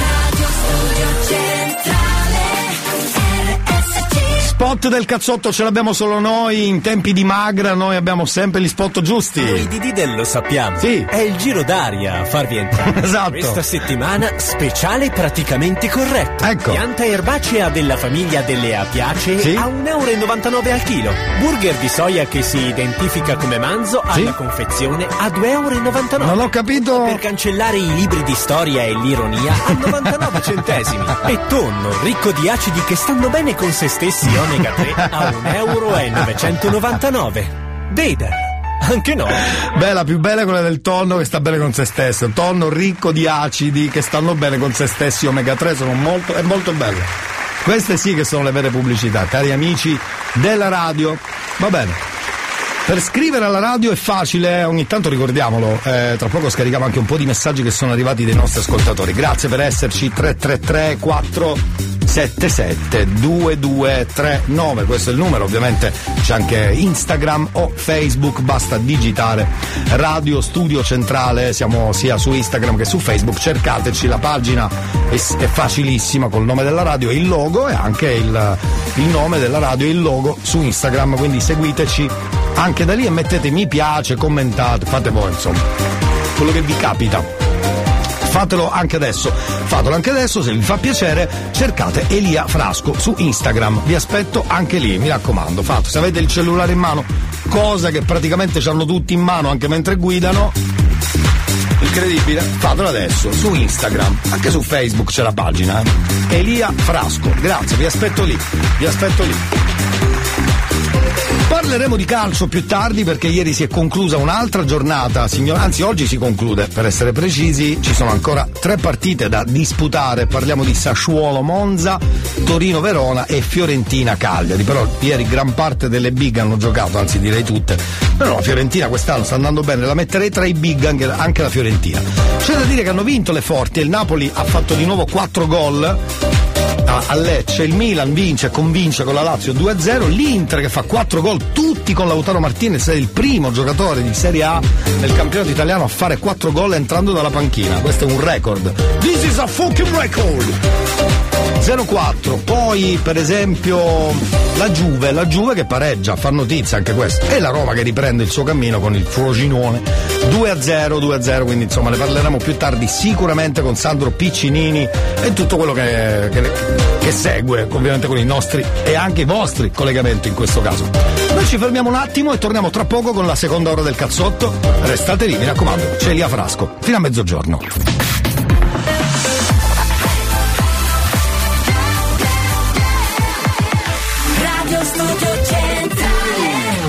Spot del cazzotto ce l'abbiamo solo noi, in tempi di magra noi abbiamo sempre gli spot giusti. Noi di Didel lo sappiamo. Sì. È il giro d'aria a farvi entrare. Esatto. Questa settimana speciale praticamente corretto. Ecco. Pianta erbacea della famiglia delle apiacee sì? a 1,99 € al chilo. Burger di soia che si identifica come manzo alla confezione a 2,99 €. Non ho capito. Per cancellare i libri di storia e l'ironia a 99 centesimi. E tonno ricco di acidi che stanno bene con se stessi omega 3 a 1,999 €. Deder, anche no. Beh, la più bella è quella del tonno che sta bene con se stesso. Tonno ricco di acidi che stanno bene con se stessi, omega 3, è molto bello. Queste sì che sono le vere pubblicità, cari amici della radio. Va bene. Per scrivere alla radio è facile, ogni tanto ricordiamolo, tra poco scarichiamo anche un po' di messaggi che sono arrivati dai nostri ascoltatori. Grazie per esserci. 333 477 2239, questo è il numero. Ovviamente c'è anche Instagram o Facebook, basta digitare Radio Studio Centrale, siamo sia su Instagram che su Facebook, cercateci, la pagina è facilissima col nome della radio e il logo, e anche il nome della radio e il logo su Instagram, quindi seguiteci anche da lì e mettete mi piace, commentate, fate voi insomma quello che vi capita. Fatelo anche adesso, se vi fa piacere cercate Elia Frasco su Instagram, vi aspetto anche lì, mi raccomando, fatto. Se avete il cellulare in mano, cosa che praticamente ci hanno tutti in mano anche mentre guidano, incredibile, fatelo adesso su Instagram, anche su Facebook c'è la pagina Elia Frasco. Grazie, vi aspetto lì. Parleremo di calcio più tardi perché ieri si è conclusa un'altra giornata, anzi oggi si conclude, per essere precisi, ci sono ancora 3 partite da disputare, parliamo di Sassuolo Monza, Torino Verona e Fiorentina Cagliari, però ieri gran parte delle big hanno giocato, anzi direi tutte, però la Fiorentina quest'anno sta andando bene, la metterei tra i big anche la Fiorentina. C'è da dire che hanno vinto le forti e il Napoli ha fatto di nuovo 4 gol a Lecce, il Milan vince e convince con la Lazio 2-0, l'Inter che fa 4 gol tutti con Lautaro Martinez, è il primo giocatore di Serie A nel campionato italiano a fare 4 gol entrando dalla panchina, questo è un record, this is a fucking record. 0-4, poi per esempio la Juve che pareggia, fa notizia anche questo, e la Roma che riprende il suo cammino con il Frosinone 2-0, quindi insomma ne parleremo più tardi sicuramente con Sandro Piccinini e tutto quello che segue, ovviamente con i nostri e anche i vostri collegamenti in questo caso. Noi ci fermiamo un attimo e torniamo tra poco con la seconda ora del cazzotto, restate lì, mi raccomando, c'è Elia Frasco fino a mezzogiorno. Radio Studio Centrale.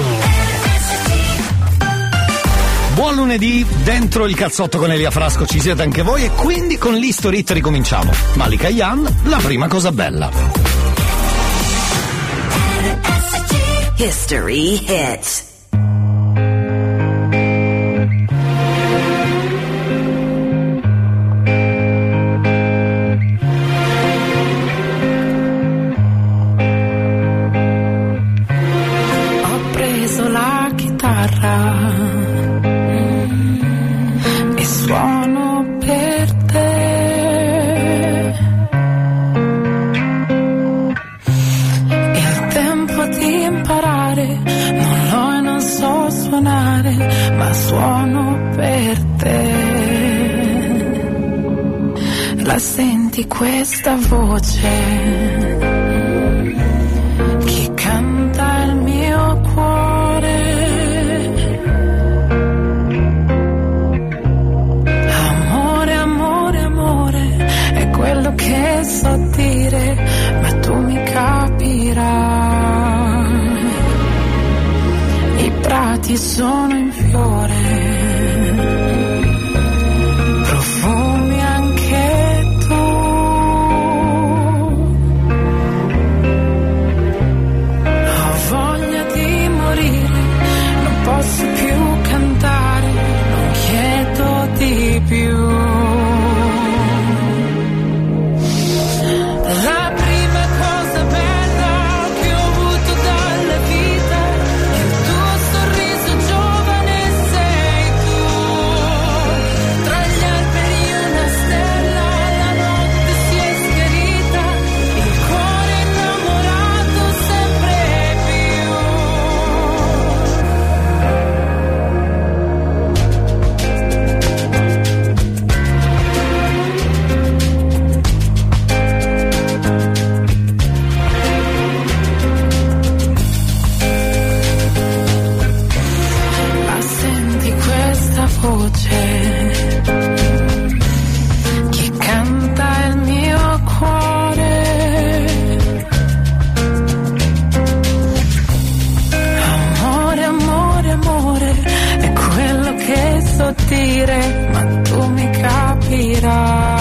Buon lunedì, dentro il cazzotto con Elia Frasco ci siete anche voi e quindi con l'History Hit ricominciamo. Malika Yan, la prima cosa bella. History Hit. Ho preso la chitarra e suono per te. Il tempo di imparare non l'ho e non so suonare, ma suono per te. La senti questa voce? Chi canta il mio cuore? Amore, amore, amore, è quello che so dire, ma tu mi capirai. I prati sono in fiore, profumi anche tu. Ho voglia di morire, non posso più cantare, non chiedo di più. La prima cosa bella che ho avuto dalla vita è il tuo sorriso giovane, sei tu. Tra gli alberi una stella, la notte si è schiarita, il cuore innamorato sempre più. La senti questa voce? Chi canta il mio cuore? Amore, amore, amore, è quello che so dire, ma tu mi capirai.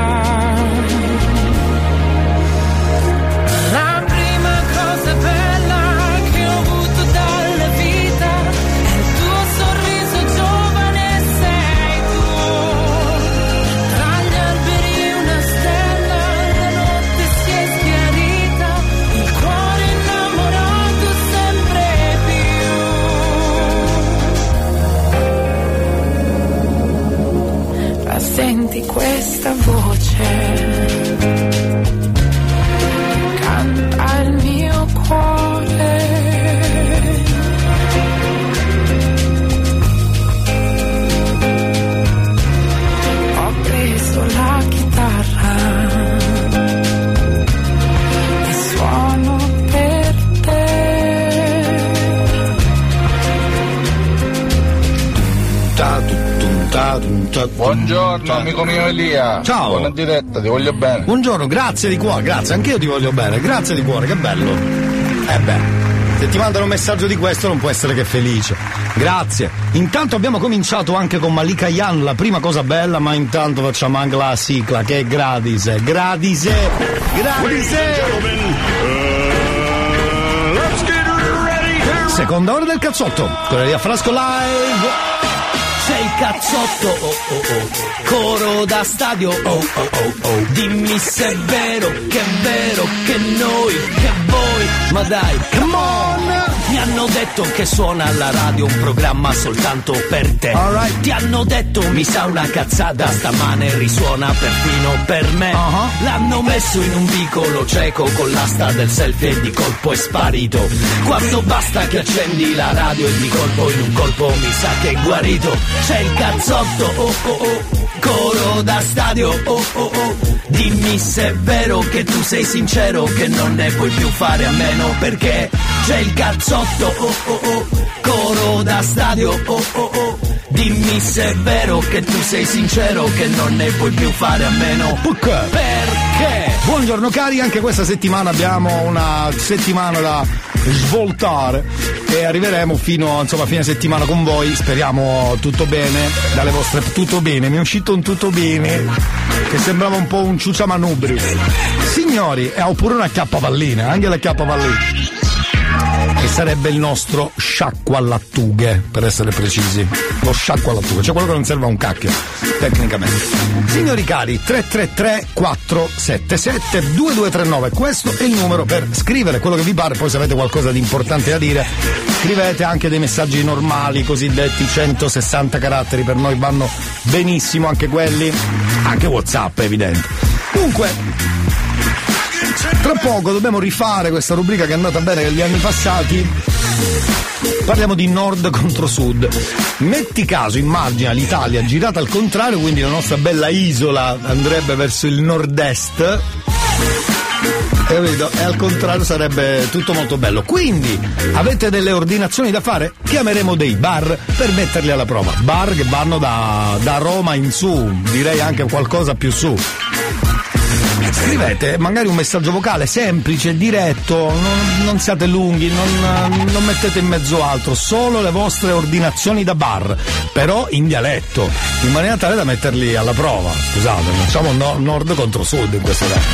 La prima cosa bella che ho avuto dalla vita è il tuo sorriso giovane, sei tu. Tra gli alberi una stella, la notte si è schiarita, il cuore innamorato sempre più. La senti questa voce? Canta il mio cuore. Ho preso la chitarra e suono per te. Buongiorno amico mio Elia. Ciao. Buona diretta, ti voglio bene. Buongiorno, grazie di cuore, grazie, anch'io ti voglio bene, grazie di cuore, che bello. Se ti mandano un messaggio di questo non può essere che felice. Grazie. Intanto abbiamo cominciato anche con Malika Yan, la prima cosa bella, ma intanto facciamo anche la sigla che è Gradise. Gradise! Seconda ora del cazzotto, con Elia Frasco live. C'è il cazzotto, oh oh oh, coro da stadio, oh oh oh oh. Dimmi se è vero che noi, che voi, ma dai, come on! Mi hanno detto che suona alla radio un programma soltanto per te. Alright. Ti hanno detto mi sa una cazzata, stamane risuona perfino per me. L'hanno messo in un vicolo cieco con l'asta del selfie e di colpo è sparito. Quando basta che accendi la radio e di colpo in un colpo mi sa che è guarito. C'è il cazzotto, oh oh oh, coro da stadio, oh oh oh. Dimmi se è vero che tu sei sincero, che non ne puoi più fare a meno, perché c'è il cazzotto, oh oh oh, coro da stadio, oh oh oh. Dimmi se è vero che tu sei sincero, che non ne puoi più fare a meno. Perché? Buongiorno cari, anche questa settimana abbiamo una settimana da svoltare e arriveremo fino insomma a fine settimana con voi, speriamo tutto bene, dalle vostre tutto bene, mi è uscito un tutto bene che sembrava un po' un ciuciamanubrio. Signori, oppure una chiappapalline, anche la chiappapalline, che sarebbe il nostro sciacqua lattughe, per essere precisi, lo sciacqua lattughe, cioè quello che non serve a un cacchio tecnicamente. Signori cari, 333 477 2239, questo è il numero per scrivere quello che vi pare. Poi se avete qualcosa di importante da dire scrivete anche dei messaggi normali, cosiddetti 160 caratteri, per noi vanno benissimo anche quelli, anche WhatsApp è evidente. Dunque tra poco dobbiamo rifare questa rubrica che è andata bene negli anni passati. Parliamo di nord contro sud. Metti caso, immagina l'Italia girata al contrario, quindi la nostra bella isola andrebbe verso il nord-est, capito? E al contrario sarebbe tutto molto bello. Quindi avete delle ordinazioni da fare? Chiameremo dei bar per metterli alla prova. Bar che vanno da Roma in su, direi anche qualcosa più su. Scrivete magari un messaggio vocale semplice, diretto, non siate lunghi, non mettete in mezzo altro, solo le vostre ordinazioni da bar, però in dialetto, in maniera tale da metterli alla prova. Scusate, facciamo nord contro sud in questo caso.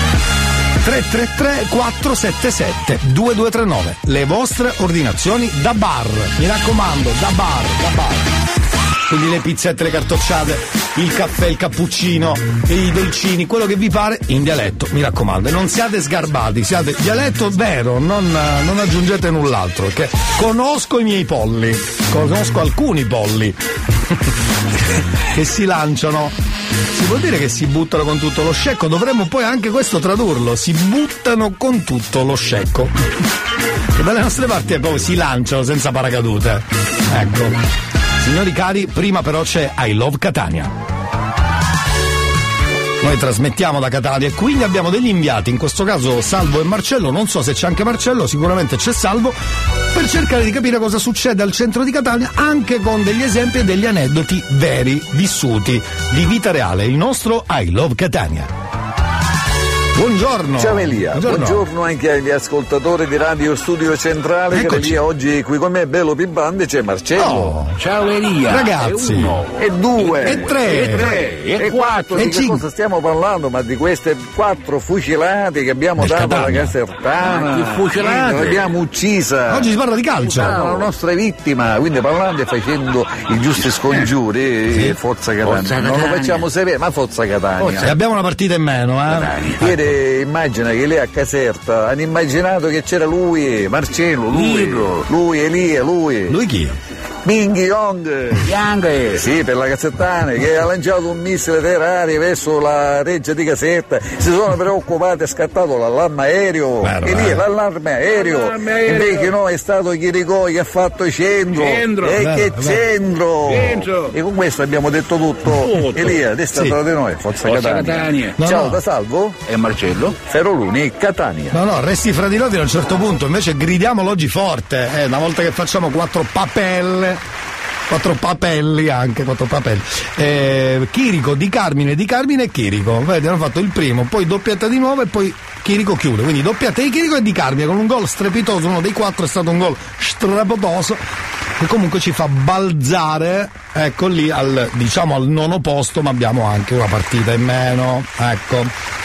333 477 2239, le vostre ordinazioni da bar, mi raccomando, da bar. Quindi le pizzette, le cartocciate, il caffè, il cappuccino, i dolcini, quello che vi pare, in dialetto, mi raccomando. E non siate sgarbati, siate dialetto vero, non aggiungete null'altro, perché conosco i miei polli, conosco alcuni polli che si lanciano, si può dire che si buttano con tutto lo scecco, dovremmo poi anche questo tradurlo, si buttano con tutto lo scecco. Che dalle nostre parti poi si lanciano senza paracadute, ecco. Signori cari, prima però c'è I Love Catania. Noi trasmettiamo da Catania e quindi abbiamo degli inviati, in questo caso Salvo e Marcello, non so se c'è anche Marcello, sicuramente c'è Salvo, per cercare di capire cosa succede al centro di Catania, anche con degli esempi e degli aneddoti veri, vissuti, di vita reale. Il nostro I Love Catania. Buongiorno. Ciao Elia, buongiorno anche agli ascoltatori di Radio Studio Centrale. Eccoci. Che Elia oggi qui con me, bello pimpante, c'è Marcello. Oh, ciao Elia. Ragazzi. E 1, e 2, e 3, e 4. Di che cosa stiamo parlando? Ma di queste 4 fucilate che abbiamo dato alla Casertana. Che fucilate? L'abbiamo uccisa. Oggi si parla di calcio. La nostra vittima, quindi parlando e facendo i giusti scongiuri. Sì. Forza Catania. Non lo facciamo sapere, ma Forza Catania. E abbiamo una partita in meno, Ieri immagina che lì a Caserta hanno immaginato che c'era lui, Marcello, lui Elia, lui. Lui chi? Minghi Young. Sì, per la Casertana, che ha lanciato un missile terrario verso la reggia di Caserta. Si sono preoccupati, è scattato l'allarme aereo. E lì l'allarme aereo. Invece no, è stato Chiricò che ha fatto centro. Che centro! E con questo abbiamo detto tutto. Elia, adesso tra di noi, Forza Catania. Ciao da Salvo e Marcello. Feroluni, Catania. No, resti fra di noi a un certo punto, invece gridiamolo oggi forte. Una volta che facciamo 4 papelle. 4 papelli anche, 4 papelli. Chirico di Carmine e Chirico. Vedi, hanno fatto il primo, poi doppietta di nuovo e poi Chirico chiude. Quindi doppietta di Chirico e di Carmine con un gol strepitoso. Uno dei 4 è stato un gol strepitoso che comunque ci fa balzare, ecco lì al nono posto, ma abbiamo anche una partita in meno, ecco.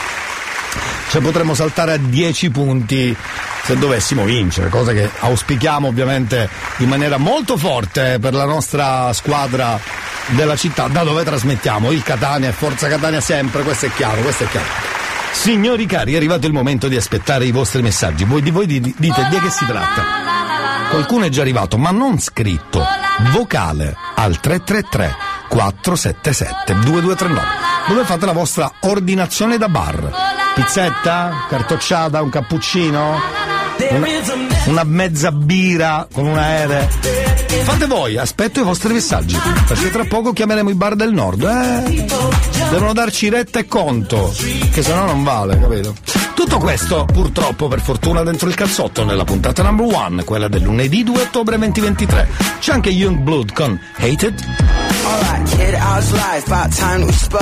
Cioè potremmo saltare a 10 punti se dovessimo vincere, cosa che auspichiamo ovviamente in maniera molto forte per la nostra squadra della città da dove trasmettiamo, il Catania e Forza Catania sempre, questo è chiaro. Signori cari, è arrivato il momento di aspettare i vostri messaggi. Voi dite di che si tratta. Qualcuno è già arrivato, ma non scritto, vocale al 333 477 2239, dove fate la vostra ordinazione da bar. Pizzetta, cartocciata, un cappuccino, una mezza birra con un aereo. Fate voi, aspetto i vostri messaggi, perché tra poco chiameremo i bar del nord. Devono darci retta e conto, che sennò non vale, capito? Tutto questo, purtroppo, per fortuna, dentro il cazzotto, nella puntata number 1, quella del lunedì 2 ottobre 2023. C'è anche Youngblood con Hated. Alright, kid, I was live, about time we spoke.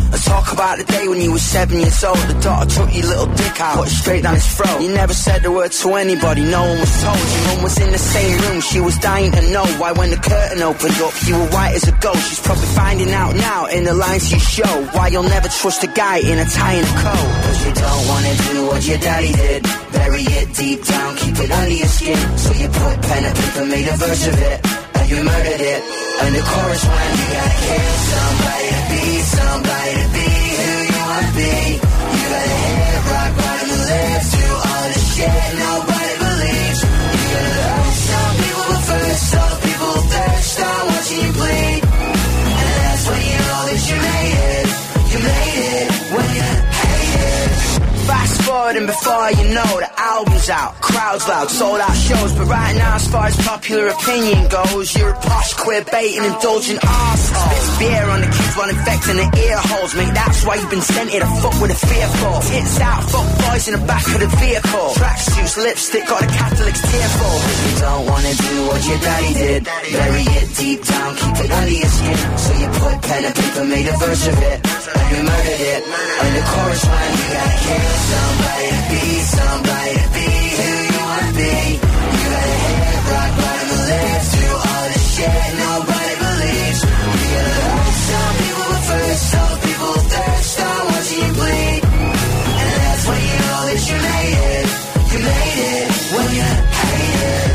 And talk about the day when you were 7 years old. The daughter took your little dick out, put it straight down his throat. You never said a word to anybody, no one was told. Your mum was in the same room, she was dying to know why when the curtain opened up, you were white as a ghost. She's probably finding out now in the lines you show why you'll never trust a guy in a tie and a coat. Cause you don't wanna do what your daddy did. Bury it deep down, keep it under your skin. So you put pen and paper, made a verse of it, and you murdered it. And the chorus went, you gotta kill somebody to be somebody to be who you wanna be. You gotta hit rock bottom and live through all the shit nobody believes. You gotta love some people but first other people thirst on watching you bleed. And that's when you know that you made it. You made it when you hate it. Fast forward and before you know the album's out, crowds loud, sold out shows. But right now as far as popular opinion goes, you're a posh, queer baiting, indulgent arsehole. Spits beer on the kids while infecting the ear holes. Mate, that's why you've been sent here to fuck with a fearful. Tits out, fuck boys in the back of the vehicle. Tracksuits, lipstick, got the Catholics tearful. You don't wanna do what your daddy did. Bury it deep down, keep it under your skin. So you put pen and paper, made a verse of it, and you murdered it. And the chorus line, you gotta kill somebody to be somebody to be who you wanna be. You gotta hit rock bottom and live through all the shit nobody believes. You gotta love some people but first other people thirst on watching you bleed. And that's when you know that you made it. You made it when you hate it.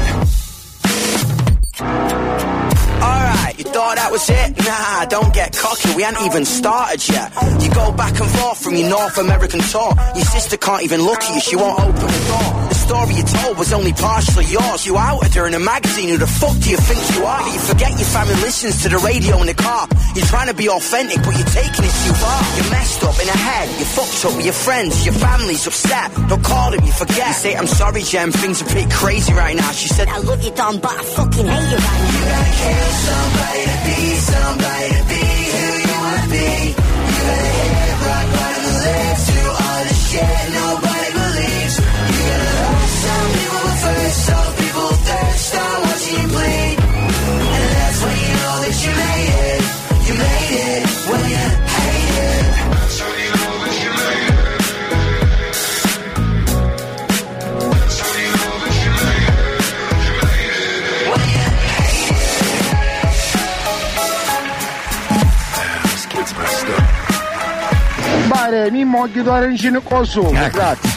Alright, you thought that was it? Nah, don't get cocky, we ain't even started yet. You go back and forth from your North American tour. Your sister can't even look at you, she won't open the door. The story you told was only partially yours. You outed her in a magazine, who the fuck do you think you are? You forget your family listens to the radio in the car. You're trying to be authentic, but you're taking it too far. You're messed up in the head, you're fucked up with your friends. Your family's upset, don't call them, you forget. You say, I'm sorry Jem, things are pretty crazy right now. She said, I love you Don, but I fucking hate you right now. You gotta kill somebody to be somebody to be who you wanna be. You gotta hit rock bottom and live through all the shit nobody believes. You gotta love some people but first other people thirst on watching you bleed. And that's when you know that you made it. You made it when you hate it. That's when you know that you made it. That's when you know that you made it. You made it when you hate it. This kid's messed up. Bare, mi voglio dare in giro coso. Grazie.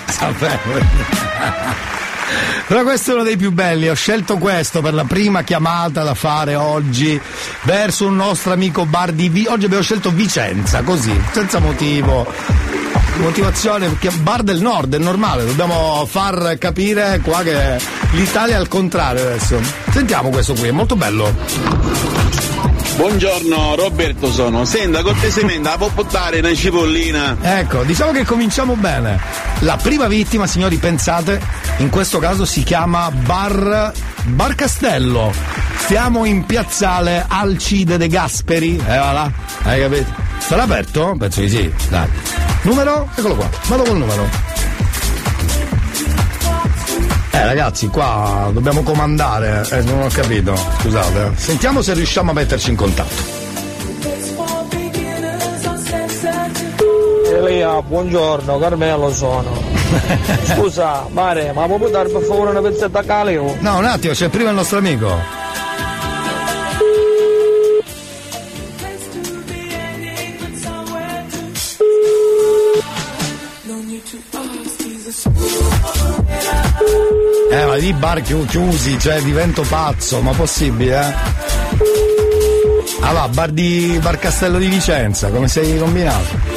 Però questo è uno dei più belli, ho scelto questo per la prima chiamata da fare oggi verso un nostro amico bar di oggi abbiamo scelto Vicenza, così, senza motivo. Motivazione, perché bar del nord è normale, dobbiamo far capire qua che l'Italia è al contrario adesso. Sentiamo questo qui, è molto bello. Buongiorno, Roberto sono. Senta, cortesemente, la può portare una cipollina? Ecco, diciamo che cominciamo bene. La prima vittima, signori, pensate, in questo caso si chiama Bar Castello. Stiamo in piazzale Alcide De Gasperi. Voilà, hai capito? Sarà aperto? Penso di sì, dai. Numero? Eccolo qua, vado col numero. Ragazzi, qua dobbiamo comandare, non ho capito, scusate. Sentiamo se riusciamo a metterci in contatto. Elia, buongiorno, Carmelo sono. Scusa, Mare, ma può dare per favore una pezzetta a Caleo? No, un attimo, c'è prima il nostro amico. Ma lì bar chiusi, cioè divento pazzo, ma possibile, eh? Allora, bar Castello di Vicenza, come sei combinato?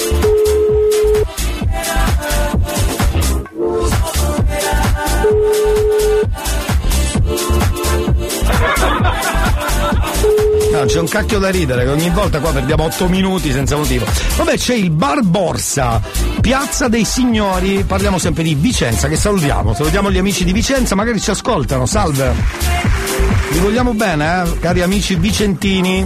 No, c'è un cacchio da ridere, che ogni volta qua perdiamo 8 minuti senza motivo. Vabbè, c'è il Bar Borsa, Piazza dei Signori, parliamo sempre di Vicenza, che salutiamo gli amici di Vicenza, magari ci ascoltano, salve. Vi vogliamo bene, cari amici vicentini.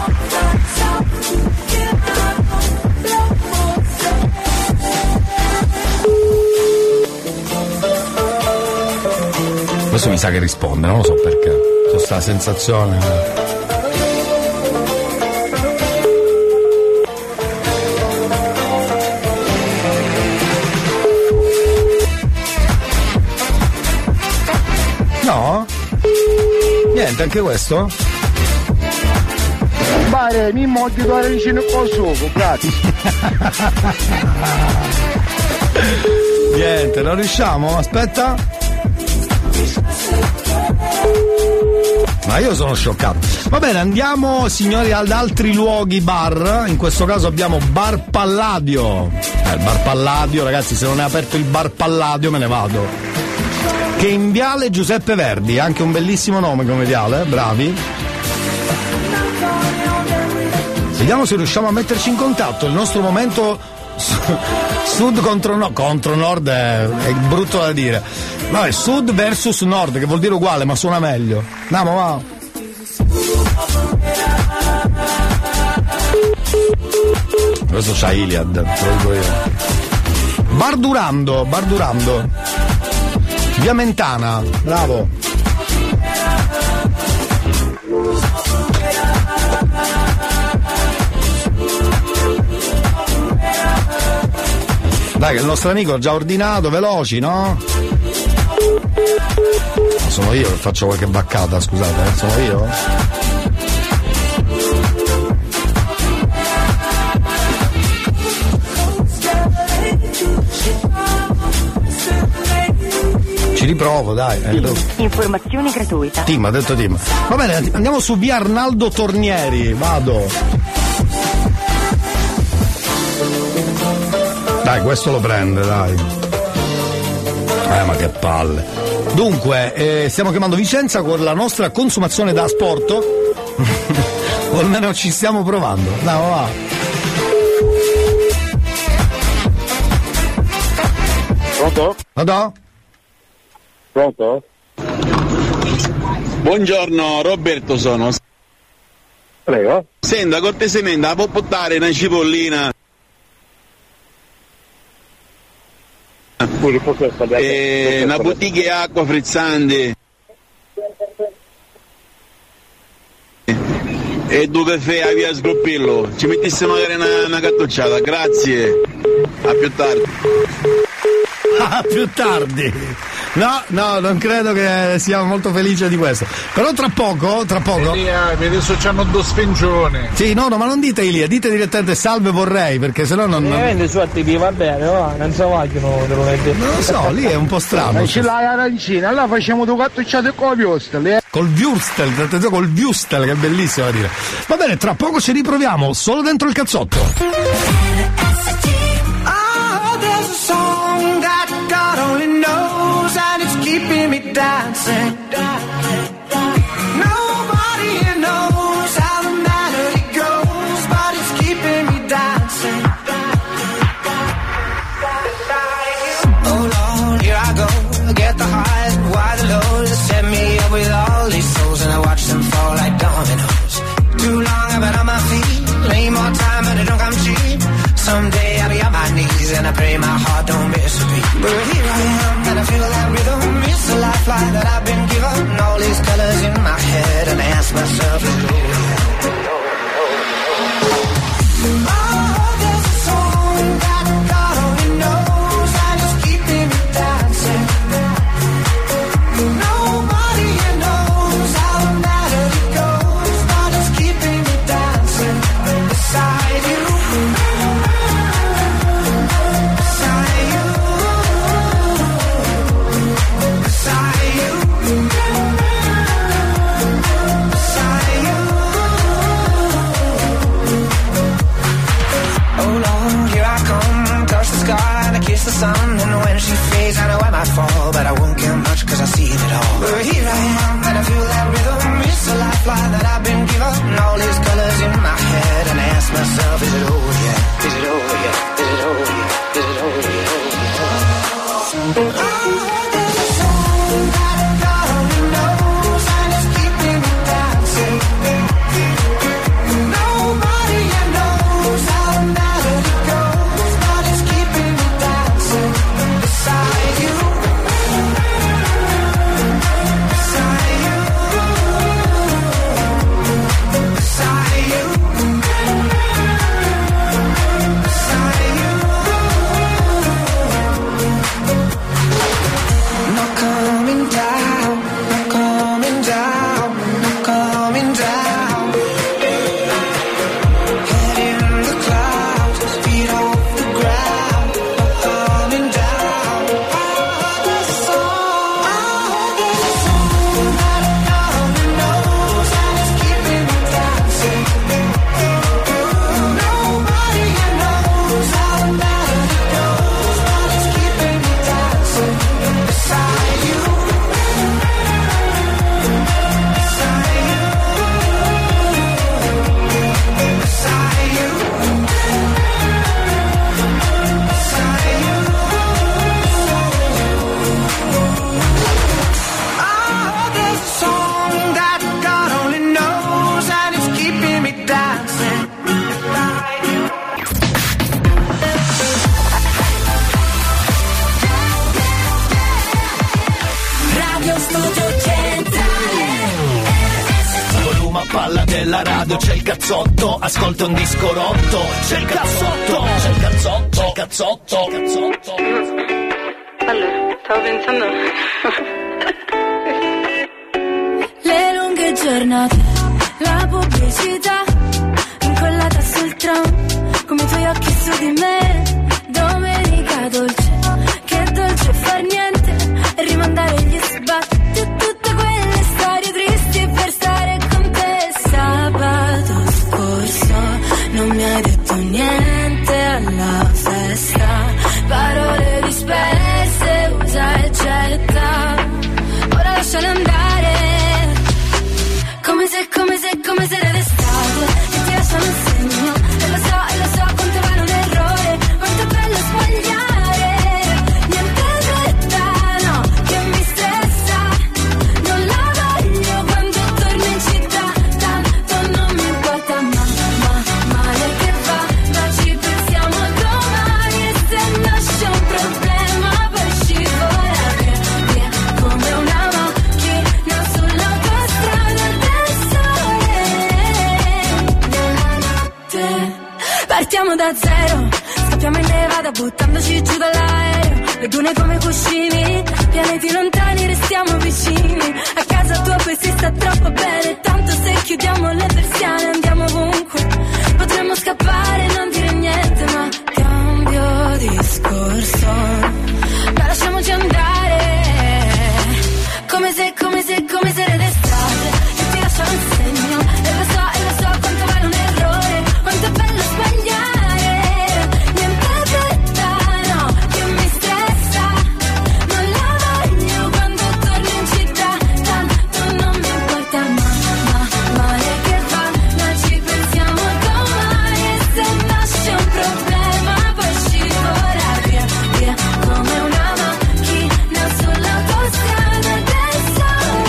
Questo mi sa che risponde, non lo so perché, c'è sta sensazione. Niente, anche questo? Bare, mi moglie dare vicino al suoco, grazie. Niente, non riusciamo? Aspetta. Ma io sono scioccato. Va bene, andiamo signori ad altri luoghi bar. In questo caso abbiamo Bar Palladio. Il Bar Palladio, ragazzi, se non è aperto il Bar Palladio me ne vado. Che è in Viale Giuseppe Verdi, anche un bellissimo nome come viale, bravi. Vediamo se riusciamo a metterci in contatto. Il nostro momento sud contro nord è brutto da dire. Vabbè, sud versus nord, che vuol dire uguale, ma suona meglio. Andiamo, va. Questo c'ha Iliad, te lo dico io. Bar Durando. Via Mentana, bravo. Dai, che il nostro amico ha già ordinato, veloci, no? Sono io che faccio qualche baccata, scusate, sono io? Ci riprovo, dai. Informazioni gratuita. Tim, ha detto Tim. Va bene, andiamo su via Arnaldo Tornieri, vado. Dai, questo lo prende, dai. Ma che palle. Dunque, stiamo chiamando Vicenza con la nostra consumazione da asporto. O almeno ci stiamo provando. Andiamo, va. Pronto? Pronto? Pronto? Buongiorno, Roberto sono. Prego. Senta, cortesemente, la può portare una cipollina? Una bottiglia di acqua frizzante e due caffè a via Sgroppillo. Ci mettesse magari una cartocciata, grazie. A più tardi. A più tardi. No, non credo che sia molto felice di questo. Però tra poco. Adesso c'hanno due spengioni. Sì, no, ma non dite Ilia, dite direttamente salve vorrei, perché sennò non. Ovviamente su ATP va bene, va, non so macchino dello lunedì. Non lo so, lì è un po' strano. Ce l'hai arancina, allora facciamo due cartocciate con la Wurstel. Col Wurstel, che è bellissimo da dire. Va bene, tra poco ci riproviamo, solo dentro il cazzotto. Keeping me dancing. Nobody here knows how the melody goes, but it's keeping me dancing. Oh Lord, here I go. I get the highs, why the lows? Set me up with all these souls, and I watch them fall like dominoes. Too long I've been on my feet, need more time, but it don't come cheap. Someday I'll be on my knees, and I pray my heart don't miss a beat. palla della radio, c'è il cazzotto, ascolta un disco rotto, c'è il cazzotto, c'è il cazzotto, c'è il cazzotto, c'è il cazzotto. Allora, stavo pensando. Le lunghe giornate, la pubblicità, incollata sul tram, come i tuoi occhi su di me. Domenica dolce, che dolce far niente e rimandare gli sbatti. Tutte quelle storie tristi per stare con te. Sabato scorso non mi hai detto niente alla festa, parole disperse, usa e getta. Ora lasciale andare, come se era d'estate, e ti lasciano un segno. E lo so quanto vale un errore, quanto è bello sbagliare. Niente fretta, no, che mi stressa. Non la voglio quando torno in città, tanto non mi importa, male che va, ma ci pensiamo domani. E se nasce un problema poi scivola via, come una macchina sull'autostrada del sole. Nella notte partiamo da zero, scappiamo in Nevada buttandoci giù dall'aereo. Le dune come cuscini, pianeti lontani restiamo vicini. A casa tua poi si sta troppo bene, tanto se chiudiamo le persiane andiamo ovunque. Potremmo scappare e non dire niente, ma cambio discorso, ma lasciamoci andare, come se era d'estate, e ti lasciano un segno. E lo so quanto vale un errore, quanto è bello sbagliare. Niente fretta, no, che mi stressa. Non la voglio quando torno in città, tanto non mi importa, male che va, ma ci pensiamo domani. E se nasce un problema poi scivola via, come una macchina sull'autostrada del sole.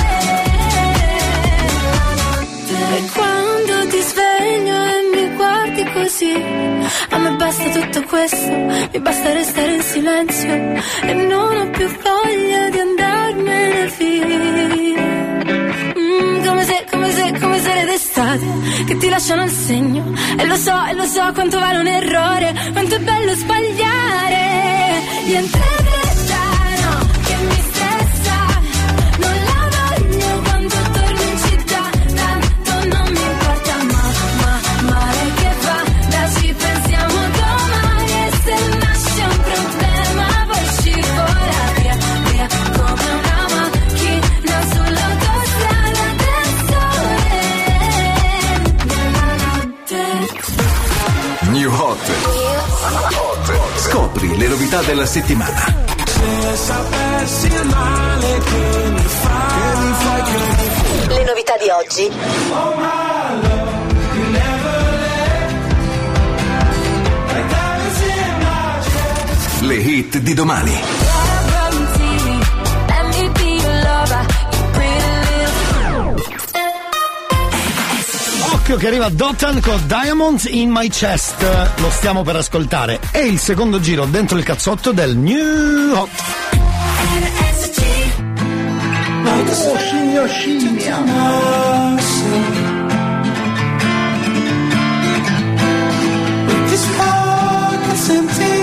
E quando ti sveglio e mi guardi così, a me basta tutto questo, mi basta restare in silenzio e non ho più voglia di andarmene via. Come se era d'estate, che ti lasciano il segno. E lo so quanto vale un errore, quanto è bello sbagliare. Niente fretta, no, che mi stressa. Non la voglio quando torno in città, tanto non mi importa, male che va, da ci pensiamo domani. E se nasce un problema poi scivola via, come una macchina sull'autostrada del sole. Nella notte. New Hot. Scopri le novità della settimana. Se sapessi il male che mi fai, Le novità di oggi. oh my love, you never let, like diamonds in my chest. Le hit di domani. Occhio che arriva Dotan con Diamonds in My Chest. Lo stiamo per ascoltare. È il secondo giro dentro il cazzotto del New Hot. Oh, scimmia. With this pockets empty,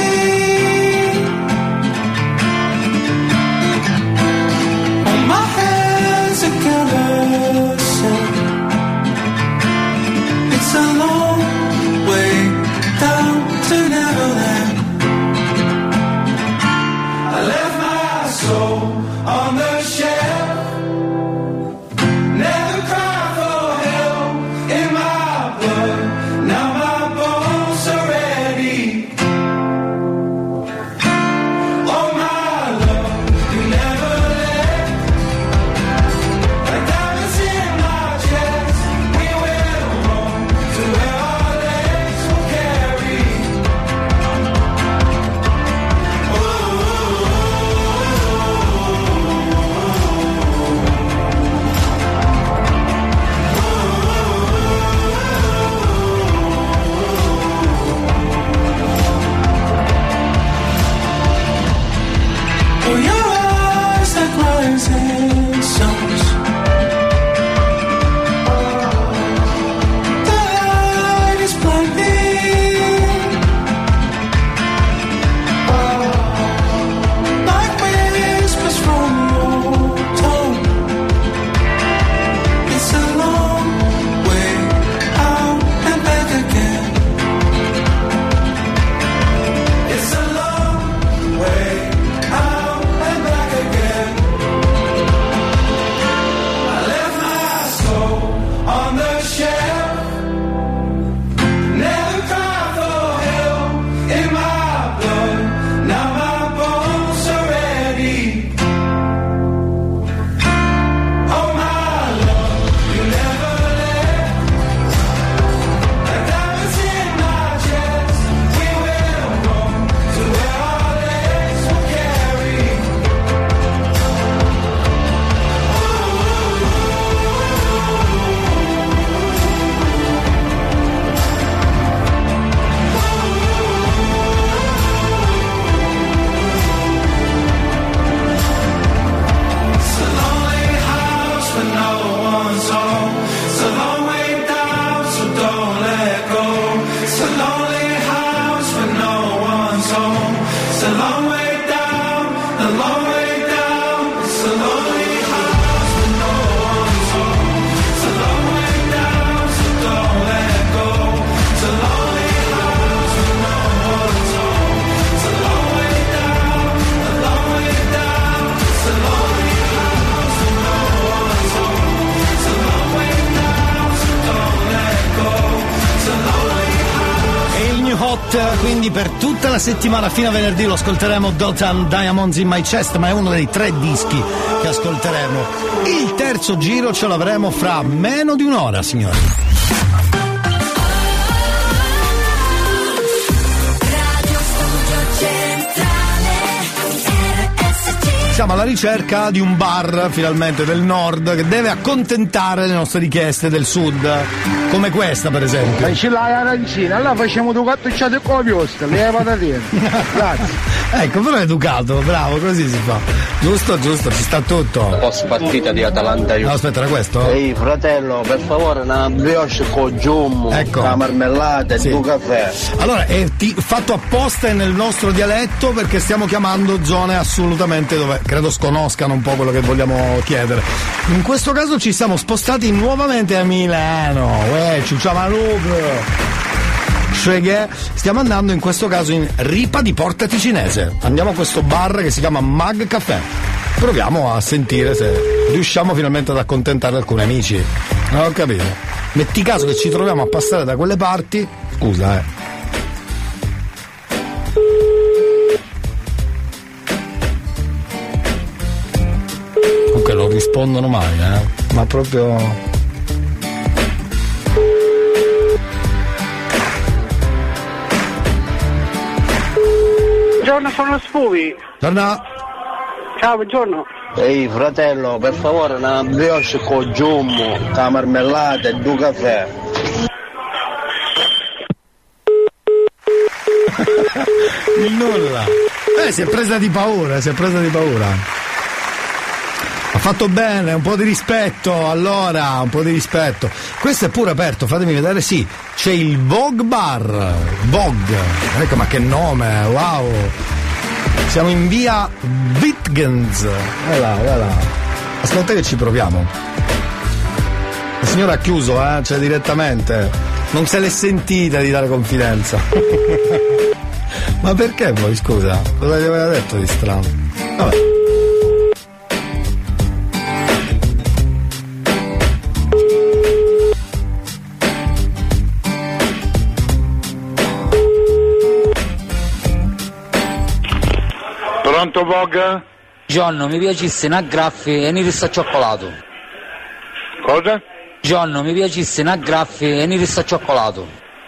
all my hands are caressing. It's a long way down to Neverland. I left my soul on the shelf. Never cried for help in my blood. Now my bones are ready. Oh my love, you never left. Like diamonds in my chest, we will run to one's home. It's a long way down, so don't let go. It's a lonely house when no one's home. It's a long way down, a long way down. It's a lonely house when no one's home. It's a long way down, so don't let go. It's a lonely house when no one's home. It's a long way down, a long way down. It's a lonely house when no one's home. It's a long way down, so don't let go. It's a lonely house. E il New Hot, quindi per tutta la settimana fino a venerdì lo ascolteremo, Dotan Diamonds in My Chest, ma è uno dei 3 dischi che ascolteremo. Il terzo giro ce l'avremo fra meno di un'ora, signori. Siamo alla ricerca di un bar, finalmente, del nord, che deve accontentare le nostre richieste del sud, come questa per esempio. Ma ce l'hai arancina, allora facciamo due cattucciate con la piosta, le patatine. Grazie. Ecco, però è educato, bravo, così si fa. Giusto, ci sta tutto. Post partita di Atalanta Juve. No, aspetta, era questo? Ehi fratello, per favore una brioche con giummo, ecco, una marmellata e sì, 2 caffè. Allora, è fatto apposta nel nostro dialetto perché stiamo chiamando zone assolutamente dove credo sconoscano un po' quello che vogliamo chiedere. In questo caso ci siamo spostati nuovamente a Milano. Cioè che stiamo andando in questo caso in Ripa di Porta Ticinese. Andiamo a questo bar che si chiama Mag Café. Proviamo a sentire se riusciamo finalmente ad accontentare alcuni amici. Non ho capito. Metti caso che ci troviamo a passare da quelle parti. Scusa, Comunque non rispondono mai, ma proprio. Buongiorno, sono Spuvi. Torna. Ciao, buongiorno. Ehi fratello, per favore una brioche con giummo, una marmellata e 2 caffè. Nulla. Si è presa di paura, Ha fatto bene, un po' di rispetto, allora, un po' di rispetto. Questo è pure aperto, fatemi vedere, sì, c'è il Vogue Bar. Vogue, ecco, ma che nome, wow. Siamo in via Wittgens. Voilà. Aspetta che ci proviamo. La signora ha chiuso, cioè direttamente. Non se l'è sentita di dare confidenza. Ma perché voi, scusa? Cosa gli aveva detto di strano? Vabbè. Pronto Vogue? Giorno, mi piacesse una graffi e ne resta cioccolato. Cosa? Giorno, mi piacesse una graffi e ne resta cioccolato.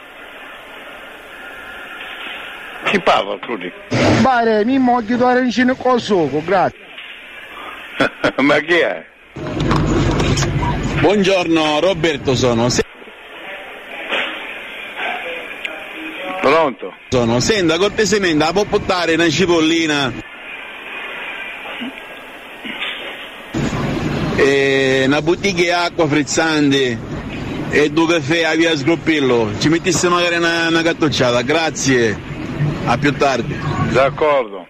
Chi parla, Crudi? Bare, mi moglie due arancine con succo, grazie. Ma chi è? Buongiorno, Roberto sono. Pronto? Senta, cortesemente, la può portare una cipollina? Una bottiglia di acqua frizzante e 2 caffè a via Sgroppillo. Ci mettesse magari una cattucciata, grazie. A più tardi. D'accordo.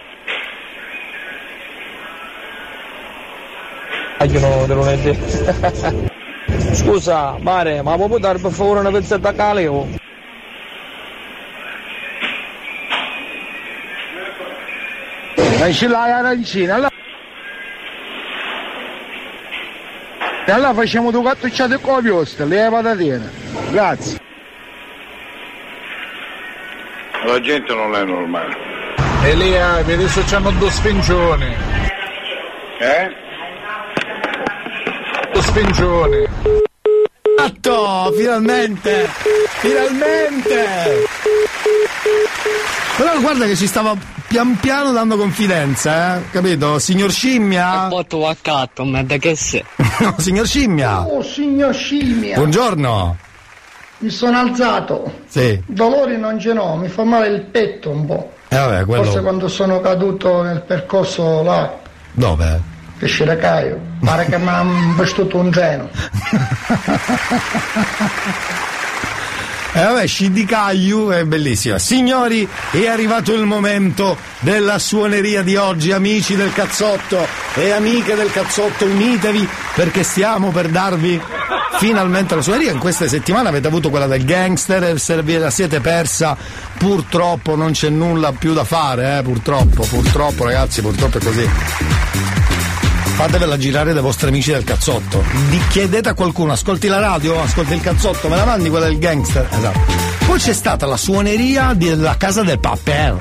Del lunedì. Scusa, Mare, ma può dare per favore una pezzetta a caleo? Ma ce l'hai arancina, allora. E allora facciamo due cattucciate con la piosta, le patatine. Grazie. La gente non è normale. Elia, adesso c'hanno 2 spingioni. 2 spingioni. Finalmente! Però guarda che ci stava pian piano dando confidenza, capito? Signor Scimmia? Botto accatto, ma da che sei? No, signor Scimmia! Oh, signor Scimmia! Buongiorno! Mi sono alzato. Sì. Dolori non ce n'ho, mi fa male il petto un po'. Vabbè, quello. Forse quando sono caduto nel percorso là. Dove? pesce da caio, pare che mi ha vestuto un treno. Vabbè, Scidicagliu è bellissima. Signori, è arrivato il momento della suoneria di oggi. Amici del cazzotto e amiche del cazzotto, unitevi perché stiamo per darvi finalmente la suoneria. In queste settimane avete avuto quella del gangster, se ve la siete persa purtroppo non c'è nulla più da fare, purtroppo ragazzi, purtroppo è così. Fatevela girare dai vostri amici del cazzotto. Chiedete a qualcuno, ascolti la radio, ascolti il cazzotto, me la mandi quella del gangster. Esatto. Poi c'è stata la suoneria della Casa del Papel.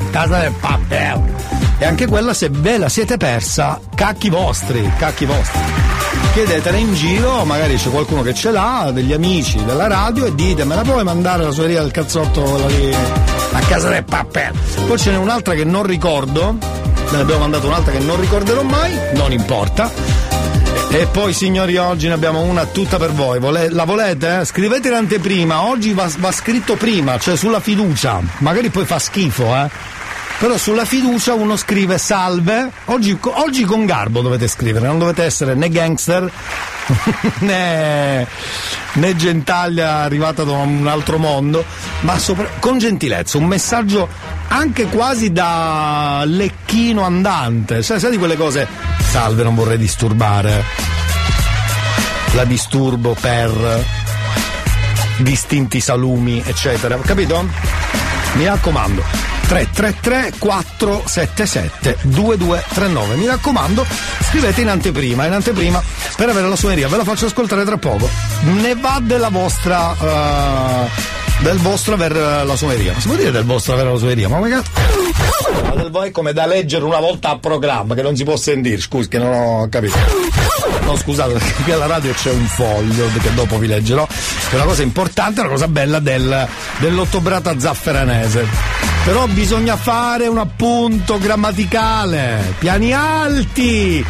E anche quella, se ve la siete persa, cacchi vostri. Chiedetela in giro, magari c'è qualcuno che ce l'ha, degli amici della radio, e dite: me la puoi mandare la suoneria del cazzotto, quella lì, a Casa del Papel? Poi ce n'è un'altra che non ricordo. Ne abbiamo mandato un'altra che non ricorderò mai, non importa. E poi, signori, oggi ne abbiamo una tutta per voi. La volete? Scrivete in anteprima. Oggi va scritto prima, cioè sulla fiducia. Magari poi fa schifo, però sulla fiducia uno scrive salve. Oggi con garbo dovete scrivere, non dovete essere né gangster né gentaglia arrivata da un altro mondo, ma con gentilezza, un messaggio anche quasi da lecchino andante, sai di quelle cose: salve, non vorrei disturbare, la disturbo per distinti salumi, eccetera, capito? Mi raccomando, 333 477 2239, mi raccomando, scrivete in anteprima per avere la suoneria. Ve la faccio ascoltare tra poco. Ne va della vostra del vostro avere la suoneria. Ma si può dire del vostro avere la suoneria? Ma del voi è come da leggere una volta a programma, che non si può sentire, scusi, che non ho capito. No, scusate, perché qui alla radio c'è un foglio che dopo vi leggerò, che è una cosa importante, una cosa bella dell'ottobrata zafferanese. Però bisogna fare un appunto grammaticale. Piani alti!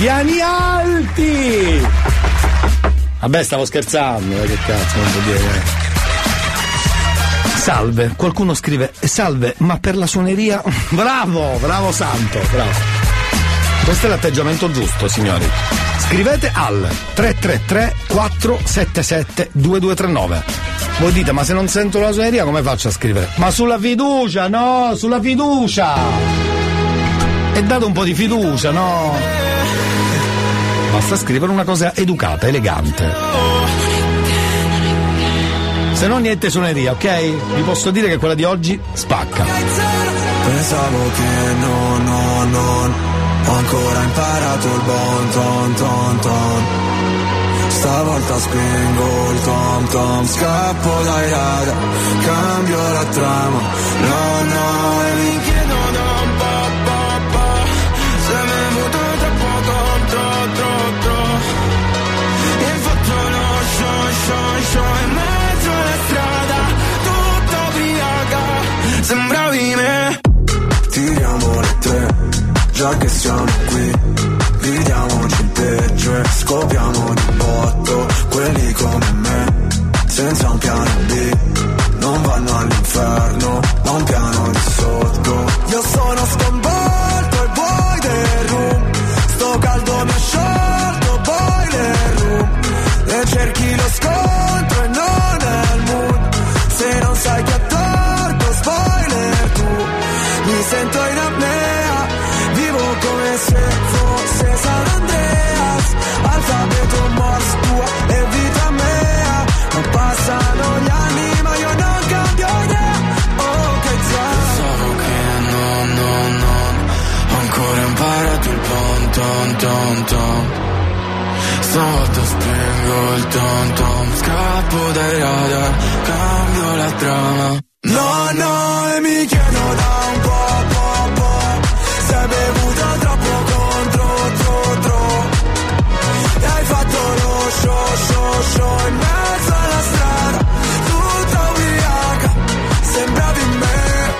Vabbè, stavo scherzando, che cazzo, non può dire. Salve, qualcuno scrive: salve, ma per la suoneria. Bravo santo, bravo. Questo è l'atteggiamento giusto, signori. Scrivete al 333 477 2239. Voi dite: ma se non sento la suoneria come faccio a scrivere? Ma sulla fiducia, no, sulla fiducia! E date un po' di fiducia, no? Basta scrivere una cosa educata, elegante. Se no niente suoneria, ok? Vi posso dire che quella di oggi spacca. Pensavo che non ho ancora imparato il bon ton. Stavolta spingo il tom, scappo dai radar, cambio la trama. No, e mi chiedo da un po', se mi è venuto troppo. E faccio lo show in mezzo alla strada, tutta ubriaca, sembravi me. Tiriamo le 3, già che siamo qui, vediamoci il peggio e scopriamo di botto. Quelli come me, senza un piano B, non vanno all'inferno, ma un piano di sotto. Io sono sconvolto e vuoi del room, sto caldo mi ha sciolto, boiler room. E cerchi lo scontro e non è il mood, se non sai che attorno, spoiler tu. Mi sento in apnea, vivo come se fosse San Andreas, alfabeto Morse tua e vita mea. Non passano gli anni ma io non cambio idea. Oh che pensavo che non ho ancora imparato il ton. Stavolta spengo il tom, scappo dai radar, cambio la trama. No, e mi chiedo da un po', se hai bevuto troppo e hai fatto lo show in mezzo alla strada, tutta ubriaca, sembravi me.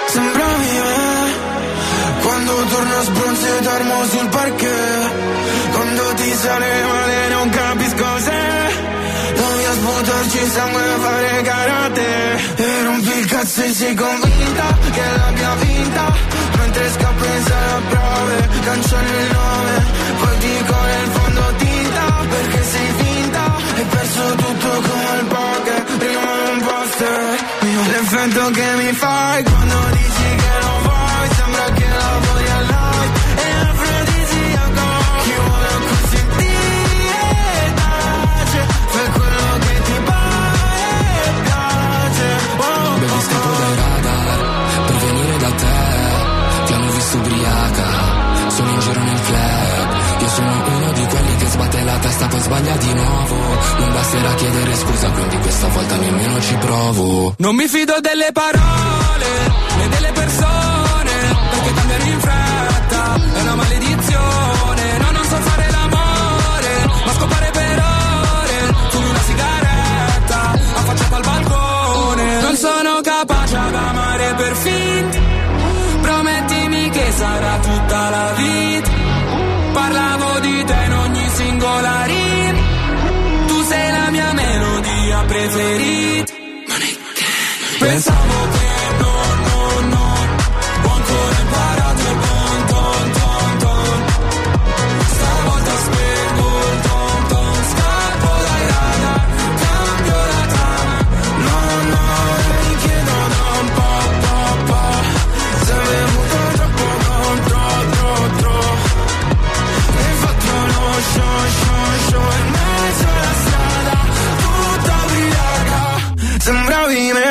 Quando torno a sbronzetarmo sul parquet, quando ti sale male non capisco se provi a sputarci sangue a fare karate e rompi il cazzo sei convinta che l'abbia vinta? Mentre scappo in sala prove, cancello il nome, poi dico nel fondo tinta, perché sei finta, hai perso tutto come il poker, rimane un poster. L'effetto che mi fai quando dici che non vuoi, sembra che lavori al night, è afrodisiaco, chi vuole consentire tace, fai quello che ti pare e piace. Bevi scappo dai radar per venire da te, ti hanno visto ubriaca, sono in giro nel club, io sono uno di quelli che sbatte la testa poi sbaglia di nuovo, non basterà chiedere scusa quindi questa volta nemmeno ci provo. Non mi fido delle parole né delle persone, perché cambiano in fretta è una maledizione. No, non so fare l'amore, ma scopare per ore, fumi una sigaretta affacciata al balcone. Non sono capace ad amare per finta, promettimi che sarà tutta la vita. Parlavo di te in ogni singola rima, tu sei la mia melodia preferita. Pensavo che no, ho ancora imparato il bon ton. Stavolta spengo il ton, scappo dai radar, cambio la trama. No, mi chiedo da un po', se bevuto troppo, hai fatto lo show in mezzo alla strada, tutta ubriaca, sembravi me.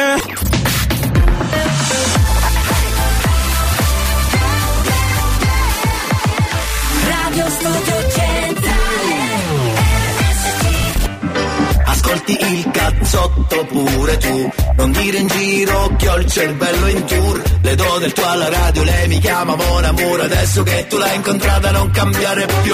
Ascolti il cazzotto pure tu, non dire in giro che ho il cervello in tour. Le do del tuo alla radio, lei mi chiama mon amour, adesso che tu l'hai incontrata non cambiare più.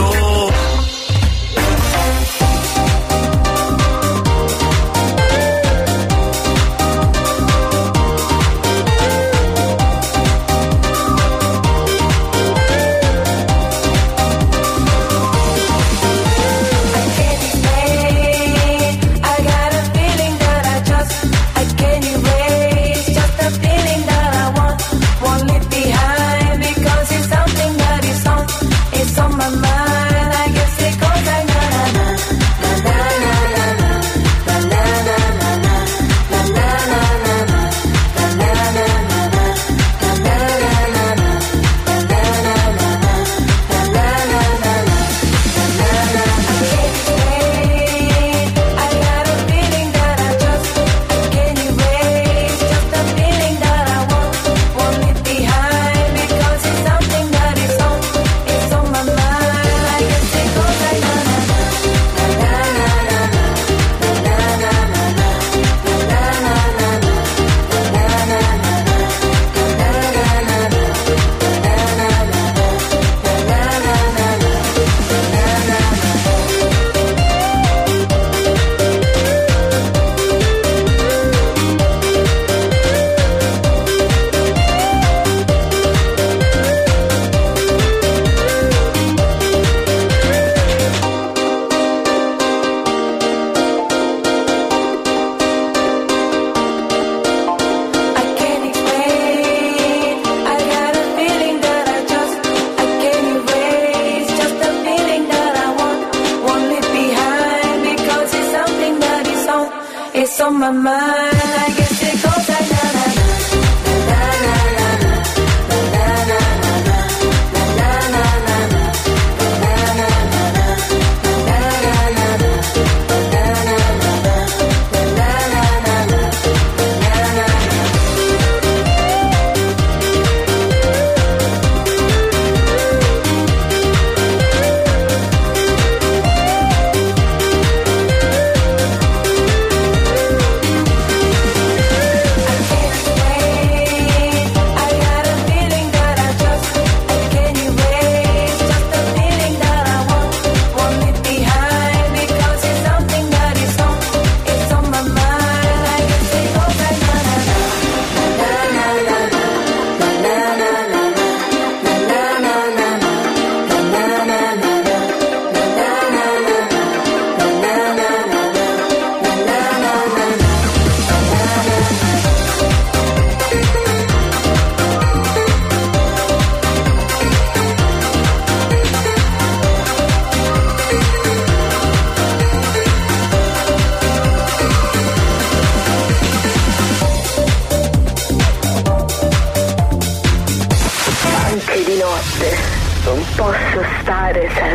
on my mind. I guess it goes like na na na na na na na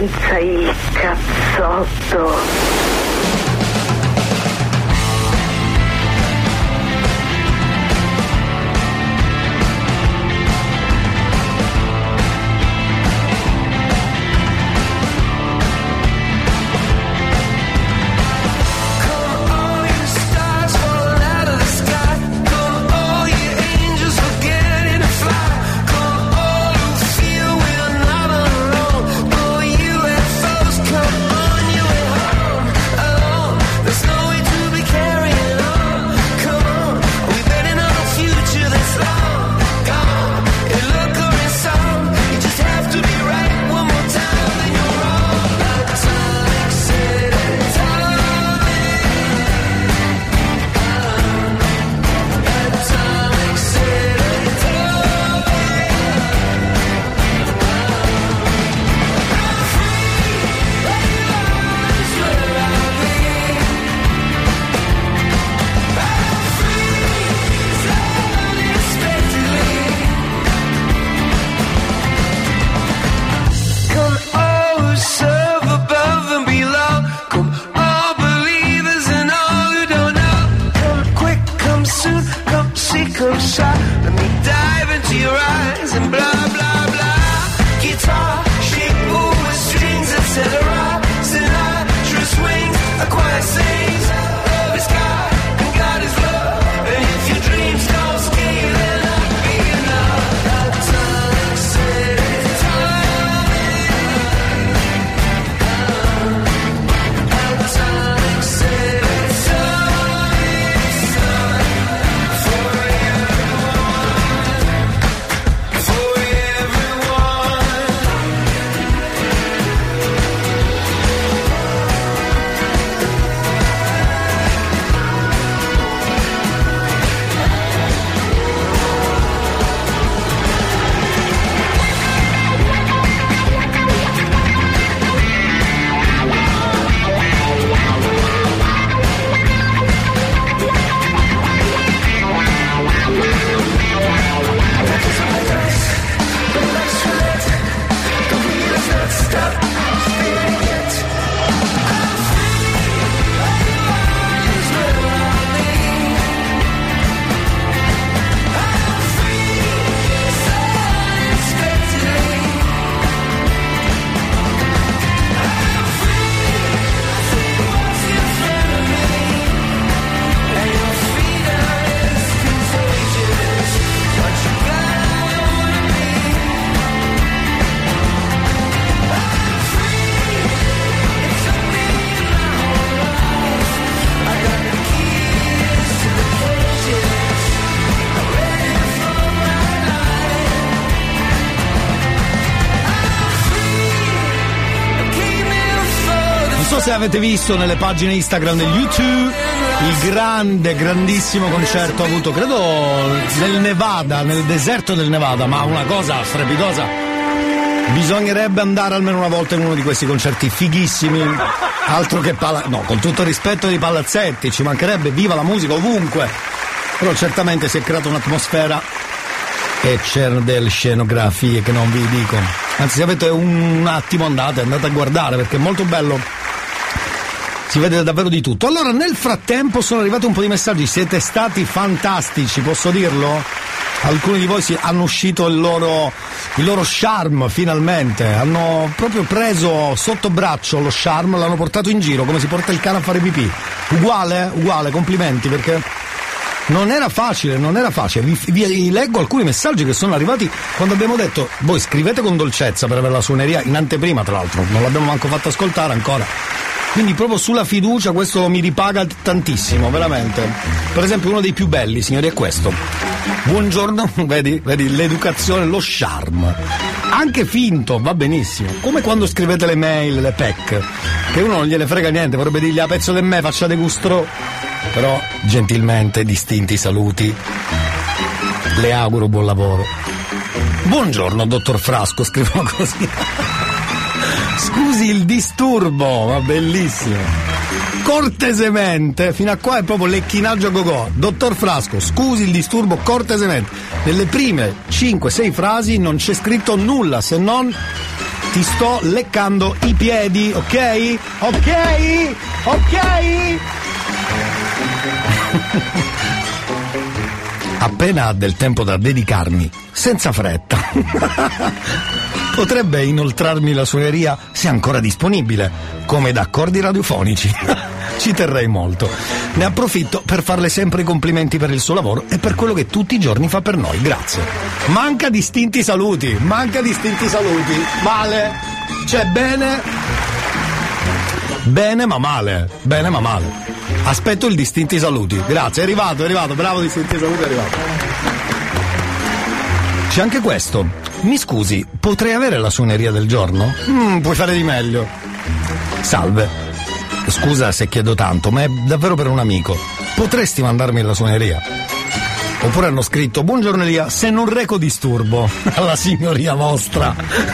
senza il cazzotto. Se avete visto nelle pagine Instagram del YouTube il grandissimo concerto avuto, credo nel Nevada, nel deserto del Nevada, ma una cosa strepitosa. Bisognerebbe andare almeno una volta in uno di questi concerti fighissimi. Altro che no, con tutto il rispetto dei palazzetti, ci mancherebbe, viva la musica ovunque. Però certamente si è creata un'atmosfera e c'erano delle scenografie che non vi dico. Anzi, se avete un attimo andate a guardare, perché è molto bello. Si vede davvero di tutto. Allora, nel frattempo sono arrivati un po' di messaggi, siete stati fantastici, posso dirlo? Alcuni di voi hanno uscito il loro charme finalmente, hanno proprio preso sotto braccio lo charme, l'hanno portato in giro come si porta il cane a fare pipì. Uguale, complimenti, perché non era facile. Vi leggo alcuni messaggi che sono arrivati quando abbiamo detto voi scrivete con dolcezza per avere la suoneria in anteprima, tra l'altro non l'abbiamo manco fatto ascoltare ancora. Quindi proprio sulla fiducia questo mi ripaga tantissimo, veramente. Per esempio uno dei più belli, signori, è questo. Buongiorno, vedi l'educazione, lo charme. Anche finto, va benissimo. Come quando scrivete le mail, le PEC, che uno non gliene frega niente, vorrebbe dirgli a pezzo di me, facciate gusto. Però gentilmente, distinti saluti. Le auguro buon lavoro. Buongiorno, dottor Frasco, scrivono così. Scusi il disturbo, ma bellissimo. Cortesemente, fino a qua è proprio lecchinaggio a go-go. Dottor Frasco, scusi il disturbo cortesemente. Nelle prime 5-6 frasi non c'è scritto nulla se non ti sto leccando i piedi, ok? Ok? Ok? Appena ha del tempo da dedicarmi, senza fretta, potrebbe inoltrarmi la suoneria se ancora disponibile, come da accordi radiofonici. Ci terrei molto. Ne approfitto per farle sempre i complimenti per il suo lavoro e per quello che tutti i giorni fa per noi. Grazie. Manca distinti saluti. Male. Cioè bene ma male. Aspetto il distinti saluti. Grazie, è arrivato. Bravo, distinti saluti, è arrivato. C'è anche questo. Mi scusi, potrei avere la suoneria del giorno? Puoi fare di meglio. Salve. Scusa se chiedo tanto, ma è davvero per un amico. Potresti mandarmi la suoneria? Oppure hanno scritto: buongiorno Elia, se non reco disturbo alla signoria vostra.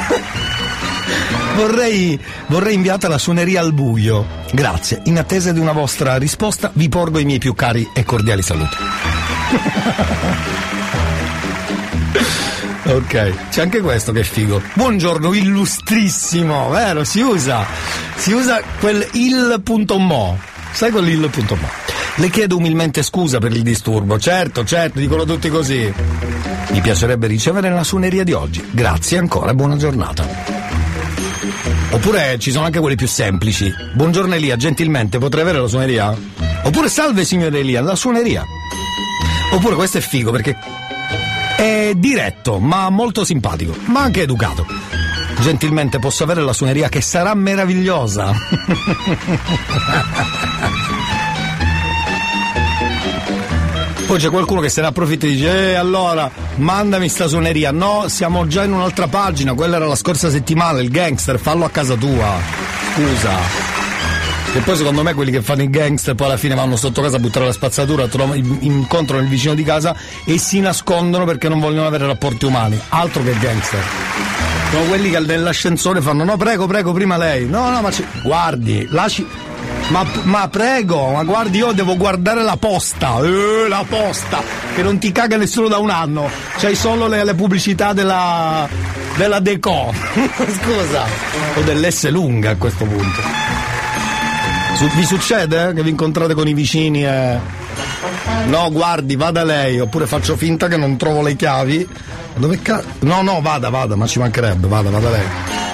Vorrei inviata la suoneria al buio. Grazie, in attesa di una vostra risposta vi porgo i miei più cari e cordiali saluti. Ok, c'è anche questo che è figo. Buongiorno illustrissimo, vero? Si usa quel il.mo. Sai quell'il.mo? Le chiedo umilmente scusa per il disturbo. Certo, dicono tutti così. Mi piacerebbe ricevere la suoneria di oggi. Grazie ancora e buona giornata. Oppure ci sono anche quelli più semplici. Buongiorno Elia, gentilmente potrei avere la suoneria? Oppure salve signor Elia, la suoneria. Oppure questo è figo perché è diretto, ma molto simpatico, ma anche educato. Gentilmente posso avere la suoneria che sarà meravigliosa. Poi c'è qualcuno che se ne approfitta e dice allora mandami sta suoneria. No, siamo già in un'altra pagina, quella era la scorsa settimana, il gangster, fallo a casa tua. Scusa. E poi secondo me quelli che fanno i gangster poi alla fine vanno sotto casa a buttare la spazzatura, incontrano il vicino di casa e si nascondono perché non vogliono avere rapporti umani. Altro che gangster. Sono quelli che nell'ascensore fanno no prego prima lei. No ma guardi, lasci. Ma prego, ma guardi, io devo guardare la posta, che non ti caga nessuno da un anno, c'hai solo le pubblicità della Deco. Scusa, o dell'S lunga a questo punto. Vi succede che vi incontrate con i vicini e no guardi vada lei, oppure faccio finta che non trovo le chiavi? Dove no vada, ma ci mancherebbe, vada lei.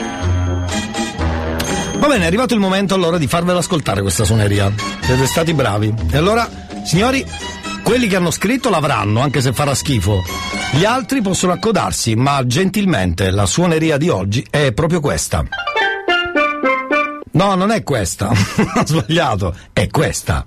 Va bene, è arrivato il momento allora di farvela ascoltare questa suoneria. Siete stati bravi. E allora, signori, quelli che hanno scritto l'avranno, anche se farà schifo. Gli altri possono accodarsi, ma gentilmente la suoneria di oggi è proprio questa. No, non è questa. Ho sbagliato. È questa.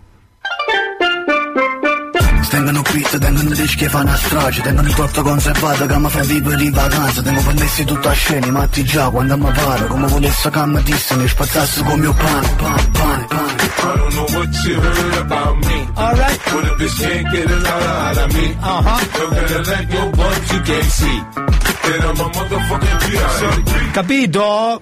Tengono qui, tengono dischi che fanno a strage, tengono il torto conservato che mi fa vivere di vacanza, tengo permessi tutto a scena, matti già quando mi pare, come volesse che mi disse, mi spazzasse con mio pane. I don't know what you heard about me. Alright. But if this can't get a lot out of me, don't gotta let your butt you can't see. Then I'm a motherfucking B.I.G. Capito?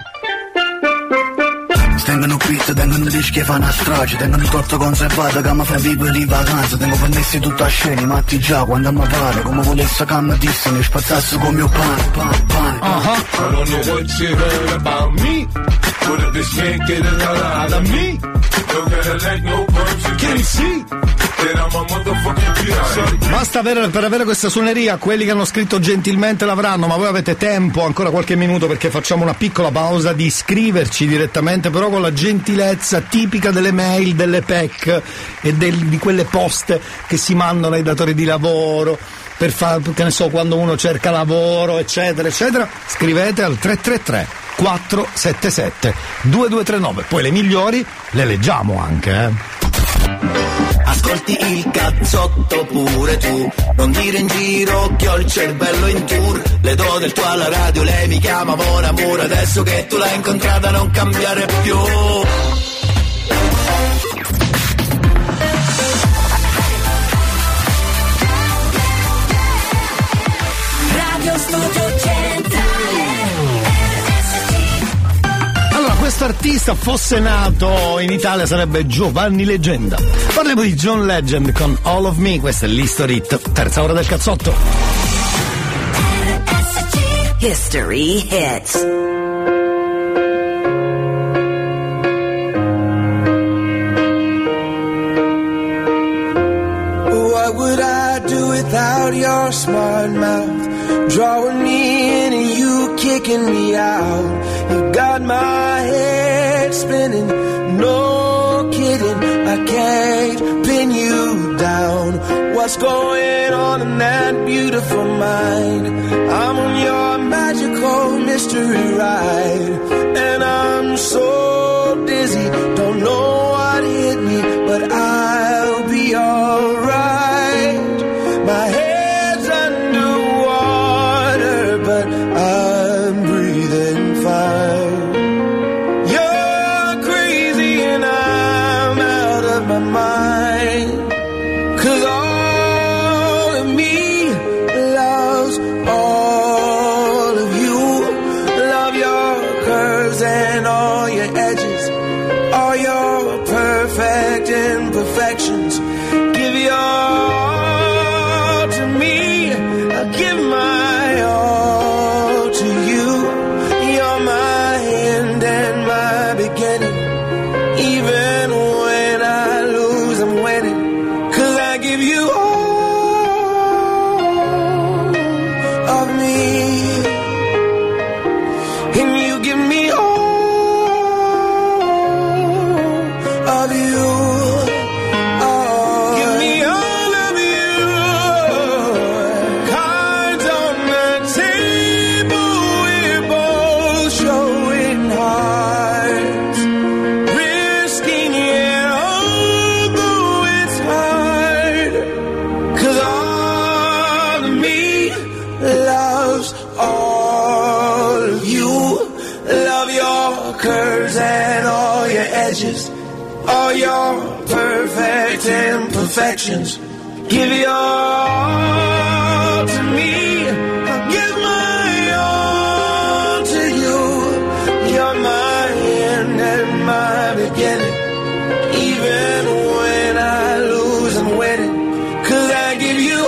Tengono qui, tengono dischi che fanno a strage, tengono il torto conservato che mi fa vivere di vacanza, tengo permessi tutto a scena, matti già quando mi pare, come volesse che mi disse, mi spazzasse con mio pane. I don't know what you heard about me, but if this can't get a lot out of me, don't gotta let no butt you can't see. Then I'm a motherfucking B.I.G. Basta per avere questa suoneria, quelli che hanno scritto gentilmente l'avranno, ma voi avete tempo, ancora qualche minuto, perché facciamo una piccola pausa di iscriverci direttamente, però con la gentilezza tipica delle mail, delle PEC e di quelle poste che si mandano ai datori di lavoro per fare, che ne so, quando uno cerca lavoro, eccetera. Scrivete al 333 477 2239, poi le migliori le leggiamo anche, Ascolti il cazzotto pure tu, non dire in giro che ho il cervello in tour. Le do del tuo alla radio, lei mi chiama Mon Amour, adesso che tu l'hai incontrata non cambiare più. Radio Studio Centrale. Allora, questo artista fosse nato in Italia sarebbe Giovanni Leggenda. Parliamo di John Legend con All of Me, questo è l'History Hit, terza ora del cazzotto. History Hits. about your smart mouth, drawing me in and you kicking me out. You got my head spinning, no kidding, I can't pin you down. What's going on in that beautiful mind? I'm on your magical mystery ride, and I'm so dizzy, don't know what hit me, but I'll be alright. My head's underwater, but I'm breathing fine. You're crazy and I'm out of my mind, 'cause all of me loves all of you. Love your curves and all your edges, all your perfect imperfections. Give your all to me, I'll give my all to you. You're my end and my beginning. Even when I lose, I'm winning, 'cause I give you all of me, and you give me all of you. Give me all of you. Cards on the table, we're both showing hearts, risking it, although it's hard, 'cause all of me loves all of you. Love your curves and all your edges, all your perfect imperfections. Give your all to me, I'll give my all to you. You're my end and my beginning. Even when I lose, I'm winning, 'cause I give you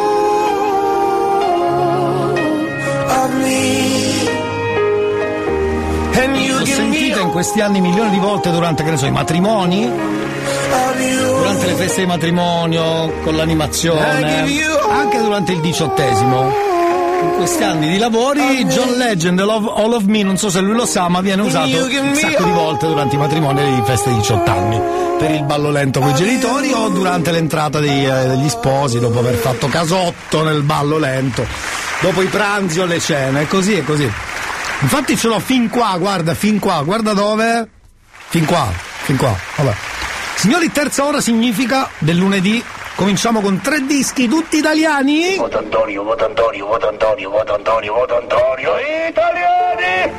all of me, and you L'ho give me sentita in questi anni milioni di volte durante, che ne so, i matrimoni, of you. durante le feste di matrimonio, con l'animazione, anche durante il 18esimo. In questi anni di lavori, John Legend, All of Me, non so se lui lo sa, ma viene usato un sacco di volte durante i matrimoni e le feste di 18 anni, per il ballo lento con i genitori o durante l'entrata degli sposi, dopo aver fatto casotto nel ballo lento, dopo i pranzi o le cene, è così, è così. Infatti ce l'ho fin qua, guarda dove? Fin qua, vabbè. Signori, terza ora significa del lunedì. Cominciamo con 3 dischi, tutti italiani. Voto Antonio, voto Antonio, voto Antonio, voto Antonio, voto Antonio, italiani!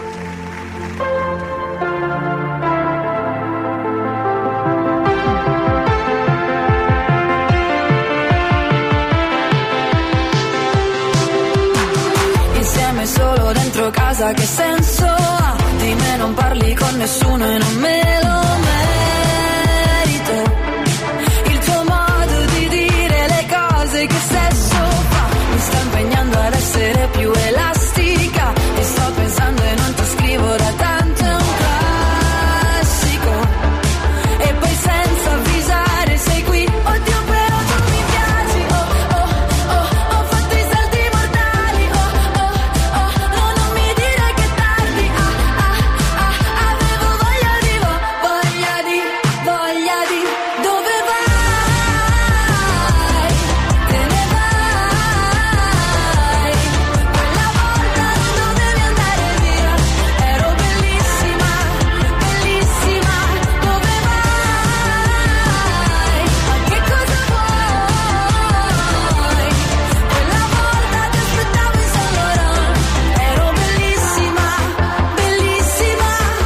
Insieme solo dentro casa, che senso ha? Di me non parli con nessuno e non me lo merito. Il tuo modo di dire le cose, che sesso fa? Mi sta impegnando ad essere più elastica. Ti sto pensando e non ti scrivo da tanto, è un classico. E poi senza avvisare sei qui. Oddio, però tu mi piaci. Oh, oh, oh, ho fatto i salti mortali. Oh, oh, oh, no, non mi dire che è tardi. Ah, ah, ah, avevo voglia di dove vai? Te ne vai. Quella volta non dovevi andare via. Ero bellissima, bellissima. Dove vai? Ma che cosa vuoi? Quella volta ti aspettavo in Saint Laurent. Ero bellissima, bellissima.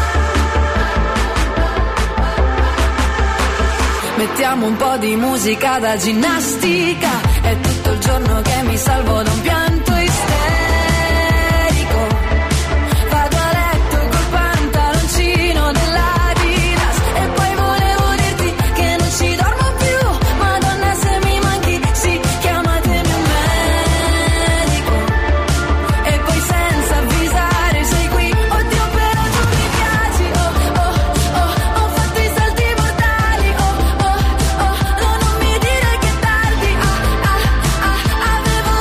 Mettiamo un po' di musica da ginnastica. È tutto il giorno che mi salvo da un pianto isterico. Vado a letto col pantaloncino dell'Adidas. E poi volevo dirti che non ci dormo più. Madonna, se mi manchi, sì, chiamatemi un medico. E poi senza avvisare sei qui. Oddio, però tu mi piaci. Oh, oh, oh, ho fatto i salti mortali. Oh, oh, oh, no, non mi dire che è tardi. Ah, ah, ah, avevo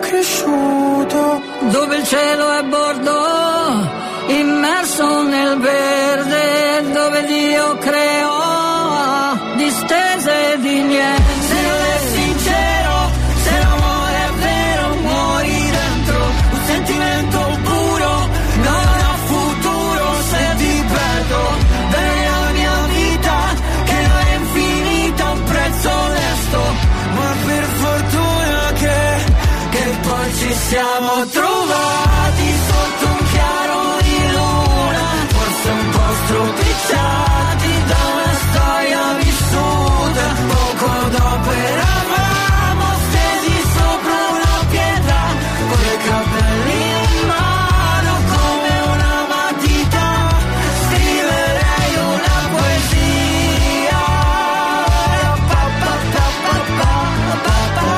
cresciuto, dove il cielo è bordo, immerso nel verde, dove Dio creò distese di niente. Se non è sincero, se l'amore è vero, muori dentro un sentimento puro, non ha futuro se ti perdo. Bene la mia vita, che non è infinita, un prezzo onesto, ma per fortuna che poi ci siamo trovati sotto un chiaro di luna, forse un po' stropicciati da una storia vissuta. Poco dopo eravamo stesi sopra una pietra, con i capelli in mano come una matita. Scriverei una poesia pa, pa, pa, pa, pa, pa, pa,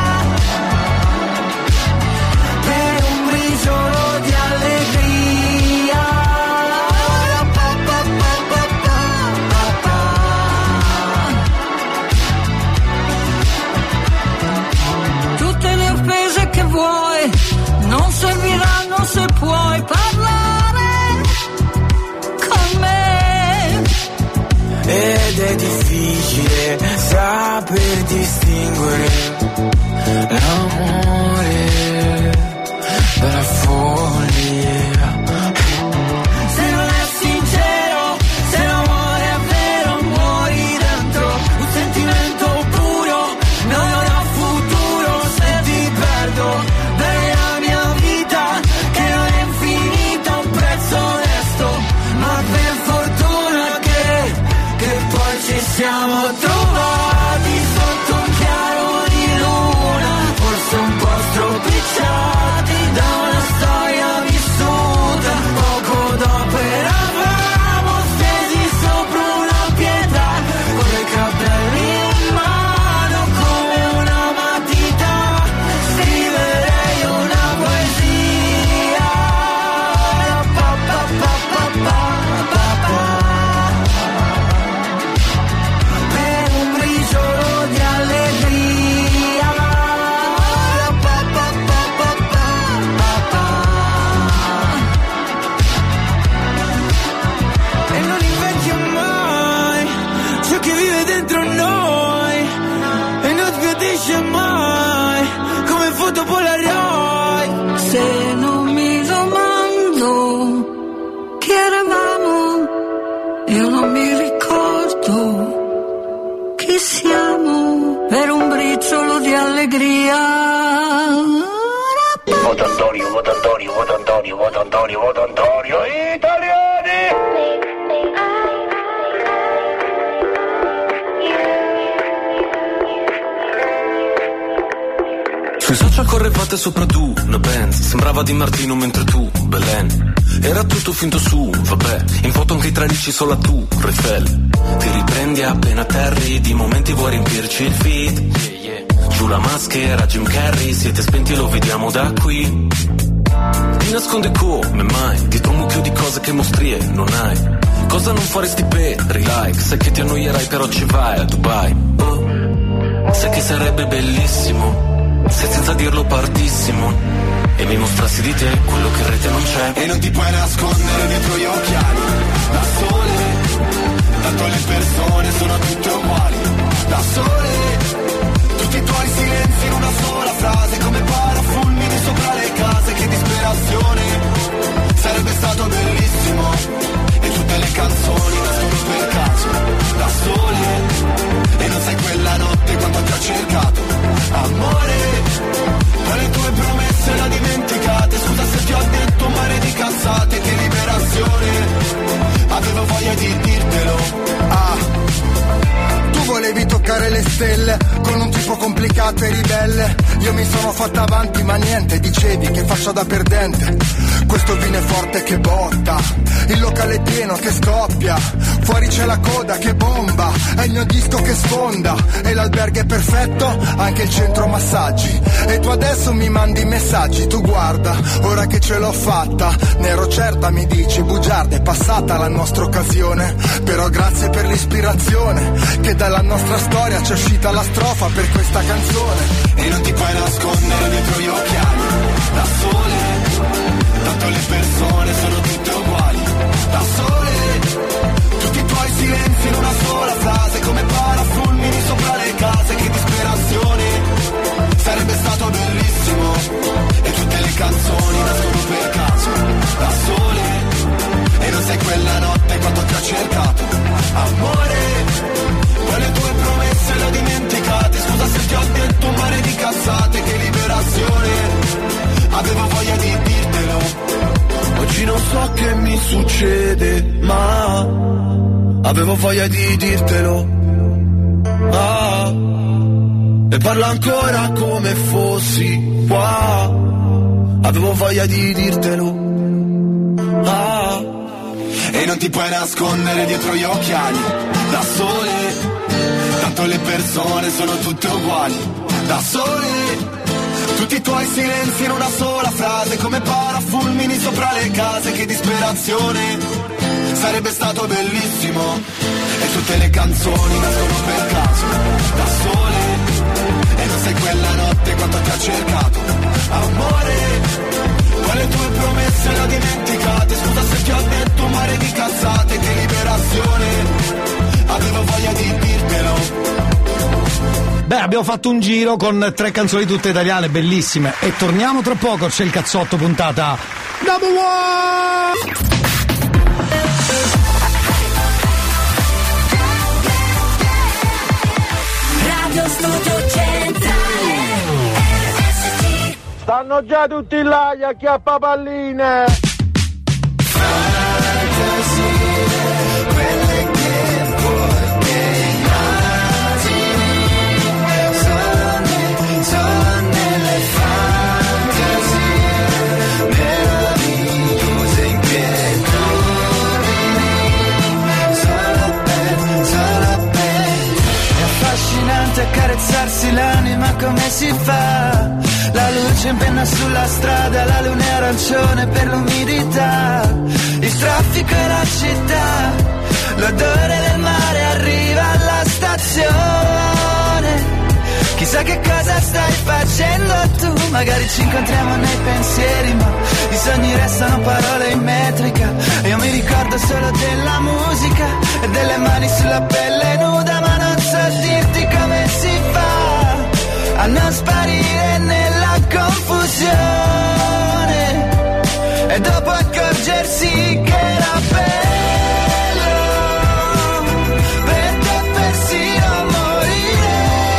per un briciolo di allegria. Pa, pa, pa, pa, pa, pa, pa. Tutte le offese che vuoi non serviranno se puoi parlare con me. Ed è difficile saper distinguere l'amore dalla follia. Se non è sincero, se l'amore è vero, muori dentro un sentimento puro, non ha futuro se ti perdo. Bene la mia vita, che non è infinita, un prezzo onesto, ma per fortuna che poi ci siamo trovati sotto un chiaro di luna, forse un po' stropicciati da una storia vissuta. Poco dopo eravamo stesi sopra una pietra, con i capelli in mano come una matita. Scriverei una poesia pa, pa, pa, pa, pa, pa, pa, per un briciolo di allegria. Pa, pa, pa, pa, pa, pa, pa. E non invecchia mai ciò che vive dentro noi, e non sbiadisce mai come foto Polaroid. Se non mi domando chi eravamo, io non mi ricordo chi siamo, per un briciolo di allegria. Voto Antonio, voto Antonio, voto Antonio, voto Antonio, voto Antonio, italiani! Sui social correvate sopra tu, una Benz, sembrava Di Martino mentre tu, Belen. Era tutto finto su, vabbè, in foto anche i tralicci solo a tu, Eiffel. Ti riprendi appena terri, di momenti vuoi riempirci il feed. Giù la maschera, Jim Carrey, siete spenti lo vediamo da qui. Ti nasconde come mai, dietro un mucchio di cose che mostrie non hai. Cosa non faresti per like, sai che ti annoierai però ci vai a Dubai. Oh, sai che sarebbe bellissimo se senza dirlo partissimo e mi mostrassi di te quello che in rete non c'è. E non ti puoi nascondere dietro gli occhiali da sole, tanto le persone sono tutte uguali. Da sole, tutti i tuoi silenzi in una sola frase, come parafulmini sopra le case. Che disperazione, sarebbe stato bellissimo. E tutte le canzoni nascono per caso, da sole. E non sai quella notte quanto ti ho cercato, amore. Poi le tue promesse la dimenticate. Scusa se ti ho detto mare di cazzate. Che liberazione, avevo voglia di dirtelo. Tu volevi toccare le stelle con un tipo complicato e ribelle. Io mi sono fatta avanti ma niente, dicevi che faccio da perdente. Questo vino è forte che botta, il locale è pieno che scoppia, fuori c'è la coda che bomba, è il mio disco che sfonda. E l'albergo è perfetto, anche il centro massaggi. E tu adesso mi mandi messaggi, tu guarda, ora che ce l'ho fatta. Ne ero certa, mi dici, bugiarda, è passata la nostra occasione. Però grazie per l'ispirazione, che dalla nostra storia c'è uscita la strofa per questa canzone. E non ti puoi nascondere dietro gli occhiali di dirtelo. Oggi non so che mi succede, ma avevo voglia di dirtelo. E parlo ancora come fossi qua. Avevo voglia di dirtelo. E non ti puoi nascondere dietro gli occhiali da sole, tanto le persone sono tutte uguali. Da sole, tutti i tuoi silenzi in una sola frase, come parafulmini sopra le case. Che disperazione, sarebbe stato bellissimo. E tutte le canzoni nascono per caso, da sole. E non sai quella notte quanto ti ha cercato, amore. Poi le tue promesse le ho dimenticate. Scusa se ti ho detto un mare di cazzate. Che liberazione, avevo voglia di dirtelo. Beh, abbiamo fatto un giro con 3 canzoni tutte italiane, bellissime. E torniamo tra poco, c'è il cazzotto puntata Number One! Radio Studio Centrale. Stanno già tutti là gli acchiappapalline. Quelle che vuoi che immagini, sono nelle fantasie meravigliose inquietudini, solo per. È affascinante accarezzarsi l'anima come si fa. La luce in penna sulla strada, la luna è arancione per l'umidità. Il traffico e la città, l'odore del mare arriva alla stazione. Chissà che cosa stai facendo tu, magari ci incontriamo nei pensieri, ma i sogni restano parole in metrica. Io mi ricordo solo della musica e delle mani sulla pelle nuda, ma non so dirti come si fa a non sparire nella confusione e dopo accorgersi che era bello per te persino morire,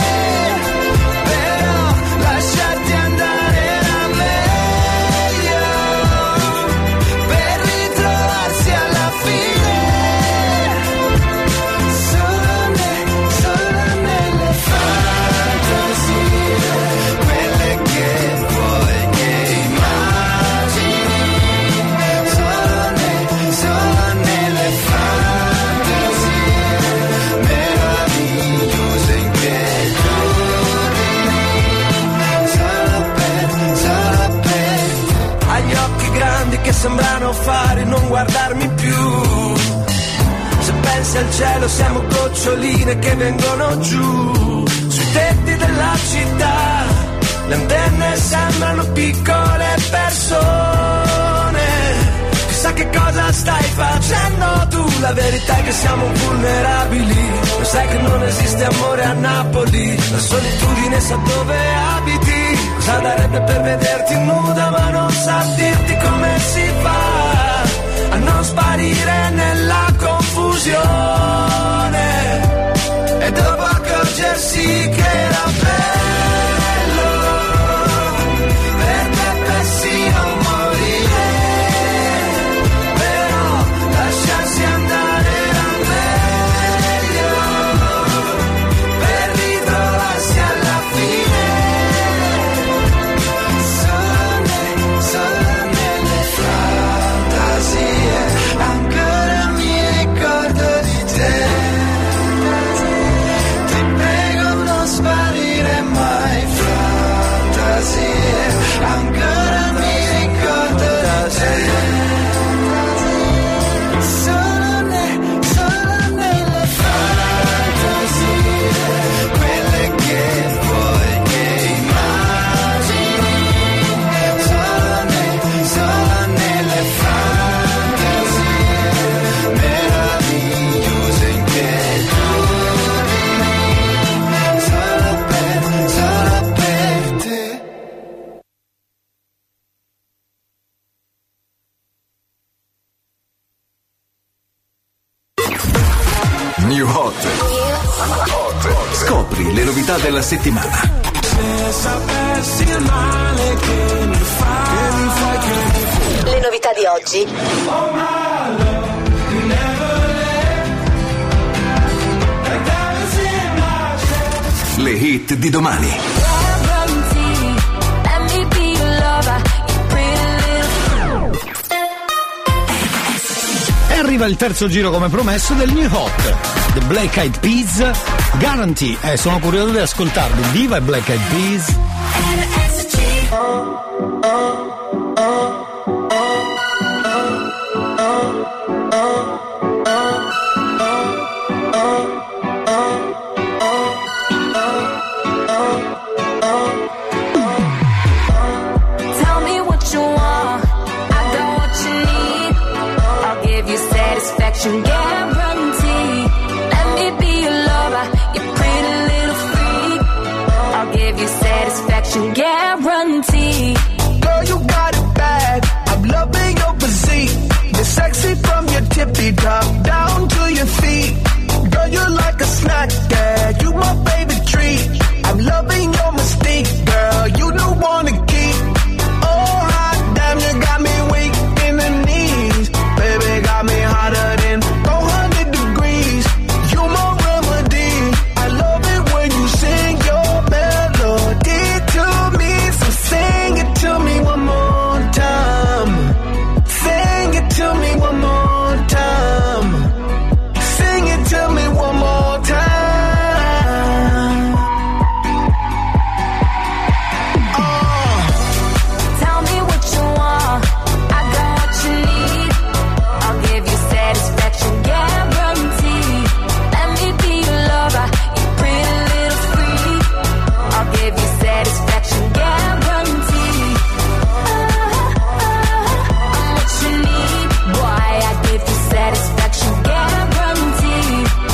però lasciarti andare era meglio per ritrovarsi alla fine solo nelle fantasie, quelle che vuoi che immagini, solo nelle fantasie meravigliose inquietudini, solo per. Agli occhi grandi che sembrano fari non guardarmi più. Se pensi al cielo siamo goccioline che vengono giù. Sui tetti della città le antenne sembrano piccole persone. Chissà che cosa stai facendo tu. La verità è che siamo vulnerabili. Lo sai che non esiste amore a Napoli. La solitudine sa dove abiti. Cosa darebbe per vederti nuda, ma non sa dirti come si fa a non sparire nella confusione e dopo accorgersi che era bello per te persino morire, però lasciarsi andare era meglio per ritrovarsi alla fine solo nelle fantasie. Ancora mi ricordo di te, ti prego non sparire mai, fantasie. Ancora mi ricordo di te, solo nelle fantasie, quelle che vuoi che immagini, solo nelle fantasie meravigliose inquietudini, solo per te. New Hot. Scopri le novità della settimana. Se sapessi il male che mi fai novità di oggi. Le hit di domani. E arriva il terzo giro come promesso del New Hot, The Black Eyed Peas, Guarantee. Sono curioso di ascoltarli. Viva i Black Eyed Peas. Guarantee, let me be your lover, you pretty little freak. I'll give you satisfaction guarantee. Girl, you got it bad. I'm loving your physique. You're sexy from your tippy top down to your feet. Girl, you're like a snack, yeah. You my favorite treat. I'm loving your mystique, girl. You the one to keep. Oh, hot damn, you got me weak in the knees. Baby, got me hotter than 400 degrees. You my remedy. I love it when you sing your melody to me. So sing it to me one more time. Sing it to me one more time. Sing it to me one more time. Tell me what you want, I got what you need. I'll give you satisfaction guarantee. Let me be your lover, you pretty little freak. I'll give you satisfaction guarantee. I'm what you need, boy. I give you satisfaction guarantee.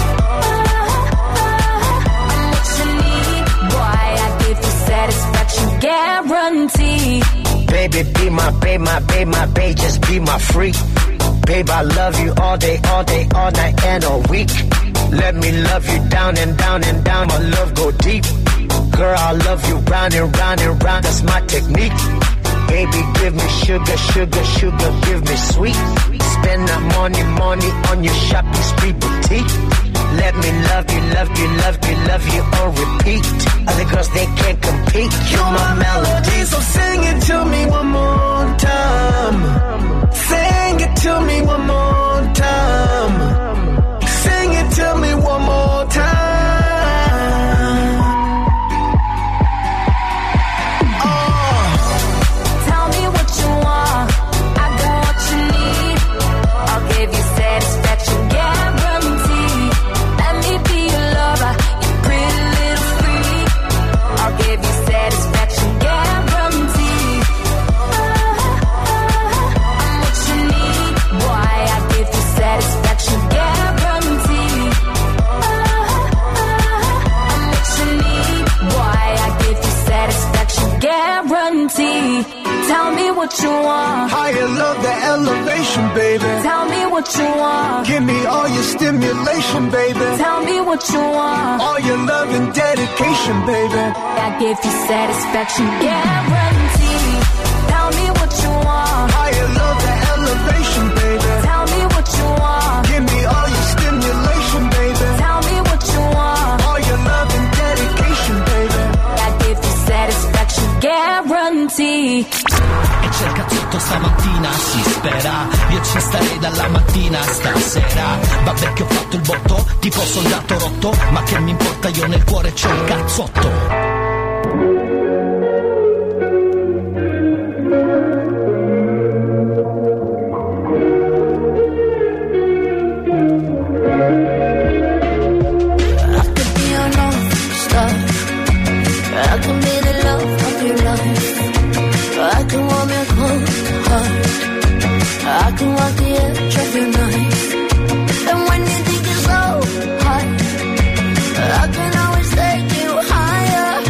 I'm what you need, boy. I give you satisfaction guarantee. Baby, be my babe, my babe, my babe, just be my freak. Babe, I love you all day, all day, all night and all week. Let me love you down and down and down, my love go deep. Girl, I love you round and round and round, that's my technique. Baby, give me sugar, sugar, sugar, give me sweet. Spend that money, money on your shopping spree boutique. Let me love you, love you, love you, love you on repeat. Other girls, they can't compete. You're my melody, so sing it to me one more time. Sing it to me one more time. Sing it to me one more time. Tell me what you want, I got what you need. I'll give you satisfaction guarantee. Let me be your lover, you pretty little freak. I'll give you satisfaction guarantee. I'm what you need, boy. I give you satisfaction guarantee. I'm what you need, boy. I give you satisfaction guarantee. Tell me what you want. Higher love, the elevation, baby. Tell me what you want. Give me all your stimulation, baby. Tell me what you want. All your love and dedication, baby. I give you satisfaction guarantee. Tell me what you want. Higher love, the elevation, baby. Tell me what you want. Give me all your stimulation, baby. Tell me what you want. All your love and dedication, baby. I give you satisfaction guarantee. E c'è il cazzotto stamattina, si spera. Io ci starei dalla mattina stasera. Vabbè che ho fatto il botto, tipo soldato rotto. Ma che mi importa, io nel cuore c'ho il cazzotto. I can be the love of your life. I can warm your cold heart. I can walk the edge of your knife. And when you think you're so high, I can always take you higher.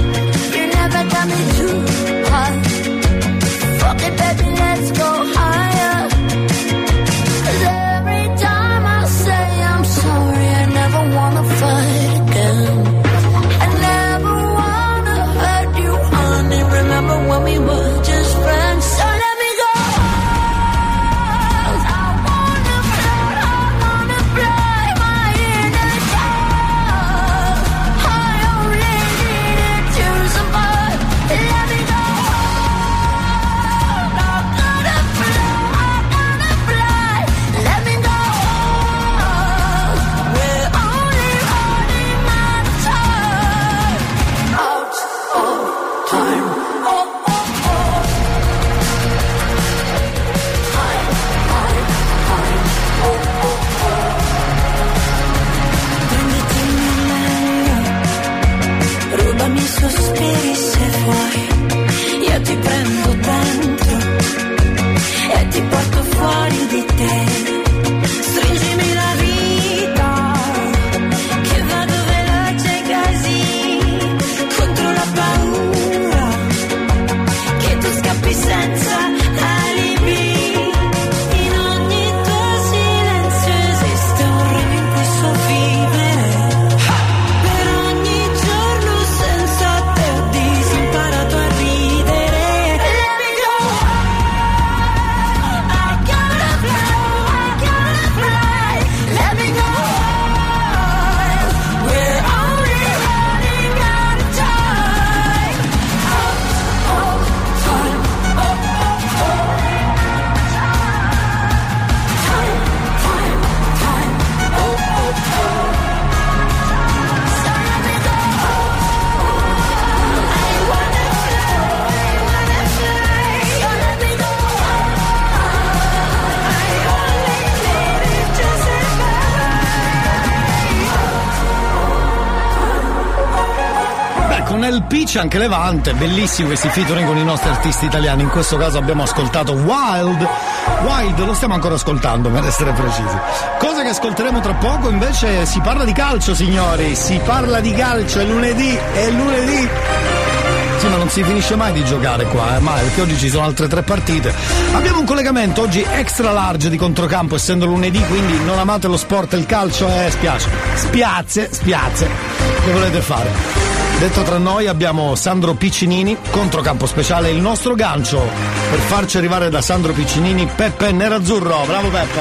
LP c'è anche Levante, bellissimi questi featuring con i nostri artisti italiani. In questo caso abbiamo ascoltato Wild, lo stiamo ancora ascoltando per essere precisi. Cosa che ascolteremo tra poco invece, si parla di calcio, signori, si parla di calcio, è lunedì. Sì, ma non si finisce mai di giocare qua, mai, perché oggi ci sono altre 3 partite. Abbiamo un collegamento oggi extra large di controcampo, essendo lunedì, quindi non amate lo sport e il calcio, spiace. Che volete fare? Detto tra noi, abbiamo Sandro Piccinini, controcampo speciale, il nostro gancio per farci arrivare da Sandro Piccinini Peppe Nerazzurro. Bravo Peppe!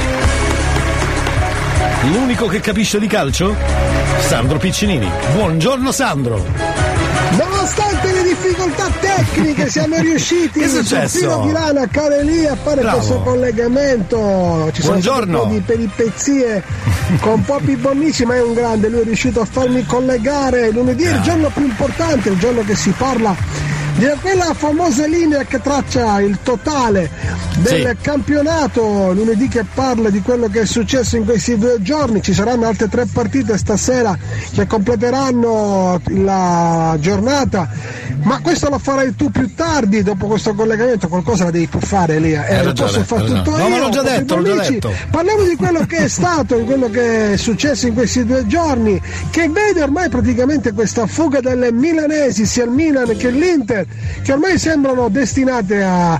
L'unico che capisce di calcio? Sandro Piccinini. Buongiorno Sandro! Nonostante le difficoltà tecniche siamo riusciti Che è successo? Di Milano a cadere lì a fare questo collegamento. Ci sono un po' di peripezie con Poppy Bonnici, ma è un grande, lui è riuscito a farmi collegare. Lunedì è il giorno più importante, il giorno che si parla di quella famosa linea che traccia il totale del campionato, lunedì che parla di quello che è successo in questi 2 giorni. Ci saranno altre 3 partite stasera che completeranno la giornata, ma questo lo farai tu più tardi, dopo questo collegamento. Qualcosa la devi fare lì, lo posso fare tutto io. No, ma l'ho già detto. Parliamo di quello che è stato, di quello che è successo in questi 2 giorni, che vede ormai praticamente questa fuga delle milanesi, sia il Milan che l'Inter, che ormai sembrano destinate a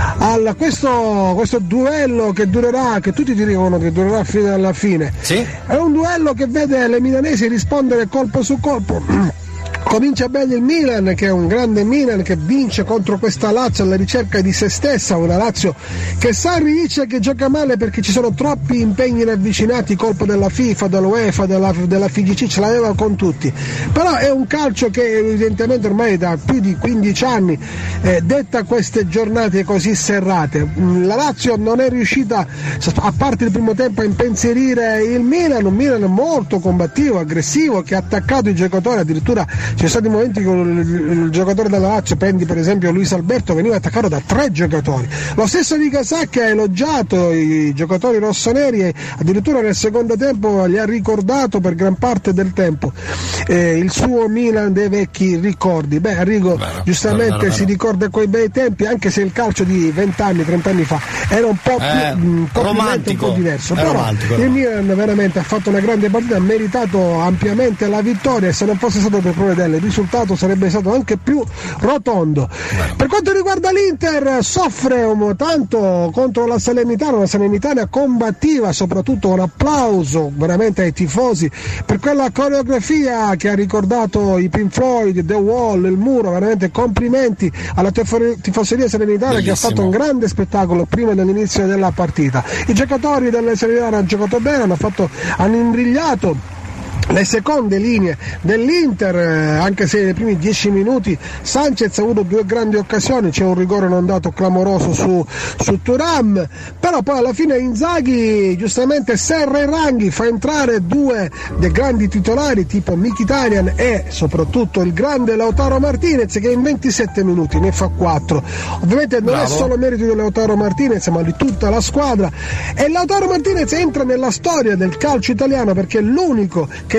questo duello che durerà, che tutti dicono che durerà fino alla fine. Sì? È un duello che vede le milanesi rispondere colpo su colpo. Comincia bene il Milan, che è un grande Milan che vince contro questa Lazio alla ricerca di se stessa, una Lazio che Sarri dice che gioca male perché ci sono troppi impegni ravvicinati, colpo della FIFA, dell'UEFA, della FIGC, ce l'aveva con tutti. Però è un calcio che evidentemente ormai da più di 15 anni detta queste giornate così serrate. La Lazio non è riuscita, a parte il primo tempo, a impensierire il Milan, un Milan molto combattivo, aggressivo, che ha attaccato i giocatori, addirittura ci sono stati momenti con il giocatore della Lazio, prendi per esempio Luis Alberto, veniva attaccato da 3 giocatori. Lo stesso di Casacchi ha elogiato i giocatori rossoneri e addirittura nel secondo tempo li ha ricordato per gran parte del tempo il suo Milan dei vecchi ricordi. Arrigo giustamente si ricorda quei bei tempi, anche se il calcio di 20 anni, 30 anni fa era un po' più romantico, un po' diverso. Però il Milan veramente ha fatto una grande partita, ha meritato ampiamente la vittoria, e se non fosse stato per problemi il risultato sarebbe stato anche più rotondo. Per quanto riguarda l'Inter, soffre tanto contro la Salernitana, una Salernitana combattiva, soprattutto un applauso veramente ai tifosi per quella coreografia che ha ricordato i Pink Floyd, The Wall, il muro. Veramente complimenti alla tifoseria salernitana, che ha fatto un grande spettacolo prima dell'inizio della partita. I giocatori della Salernitana hanno giocato bene, hanno imbrigliato le seconde linee dell'Inter, anche se nei primi 10 minuti Sanchez ha avuto 2 grandi occasioni, c'è un rigore non dato clamoroso su Thuram, però poi alla fine Inzaghi giustamente serra i ranghi, fa entrare 2 dei grandi titolari tipo Mkhitaryan e soprattutto il grande Lautaro Martinez, che in 27 minuti ne fa 4. Ovviamente non è solo merito di Lautaro Martinez, ma di tutta la squadra, e Lautaro Martinez entra nella storia del calcio italiano perché è l'unico che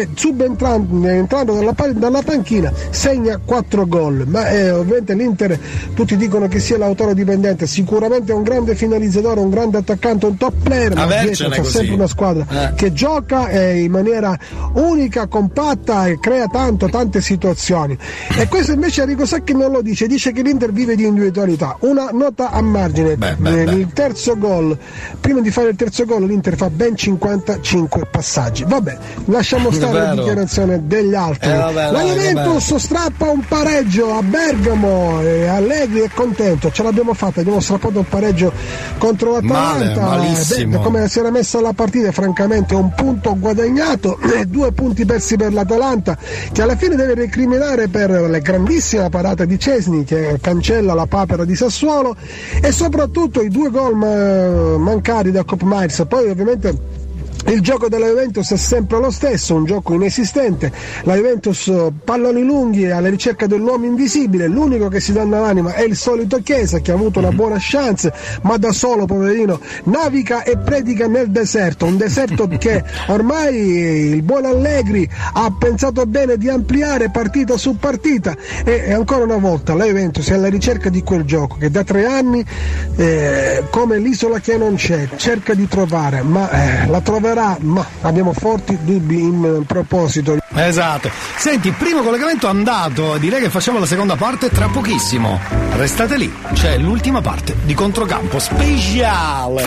entrando dalla panchina segna 4 gol. Ma ovviamente l'Inter tutti dicono che sia Lautaro dipendente, sicuramente è un grande finalizzatore, un grande attaccante, un top player, ma dietro c'è sempre una squadra che gioca in maniera unica, compatta e crea tante situazioni. E questo invece Arrigo Sacchi non lo dice che l'Inter vive di individualità. Una nota a margine: il terzo gol, prima di fare il terzo gol l'Inter fa ben 55 passaggi. Vabbè, lasciamo stare la dichiarazione degli altri. La Juventus strappa un pareggio a Bergamo e Allegri è contento, ce l'abbiamo fatta, abbiamo strappato un pareggio contro l'Atalanta. Come si era messa la partita, francamente 1 punto guadagnato e 2 punti persi per l'Atalanta, che alla fine deve recriminare per la grandissima parata di Cesni che cancella la papera di Sassuolo, e soprattutto i 2 gol mancati da Koopmeiners. Poi ovviamente Il gioco della Juventus è sempre lo stesso, un gioco inesistente. La Juventus palloni lunghi alla ricerca dell'uomo invisibile, l'unico che si danna l'anima è il solito Chiesa, che ha avuto una buona chance, ma da solo, poverino, naviga e predica nel deserto, un deserto che ormai il buon Allegri ha pensato bene di ampliare partita su partita, e ancora una volta la Juventus è alla ricerca di quel gioco che da 3 anni, come l'isola che non c'è, cerca di trovare, ma la troverà, ma abbiamo forti dubbi in proposito. Esatto. Senti, il primo collegamento è andato, direi che facciamo la seconda parte tra pochissimo. Restate lì, c'è l'ultima parte di Controcampo Speciale.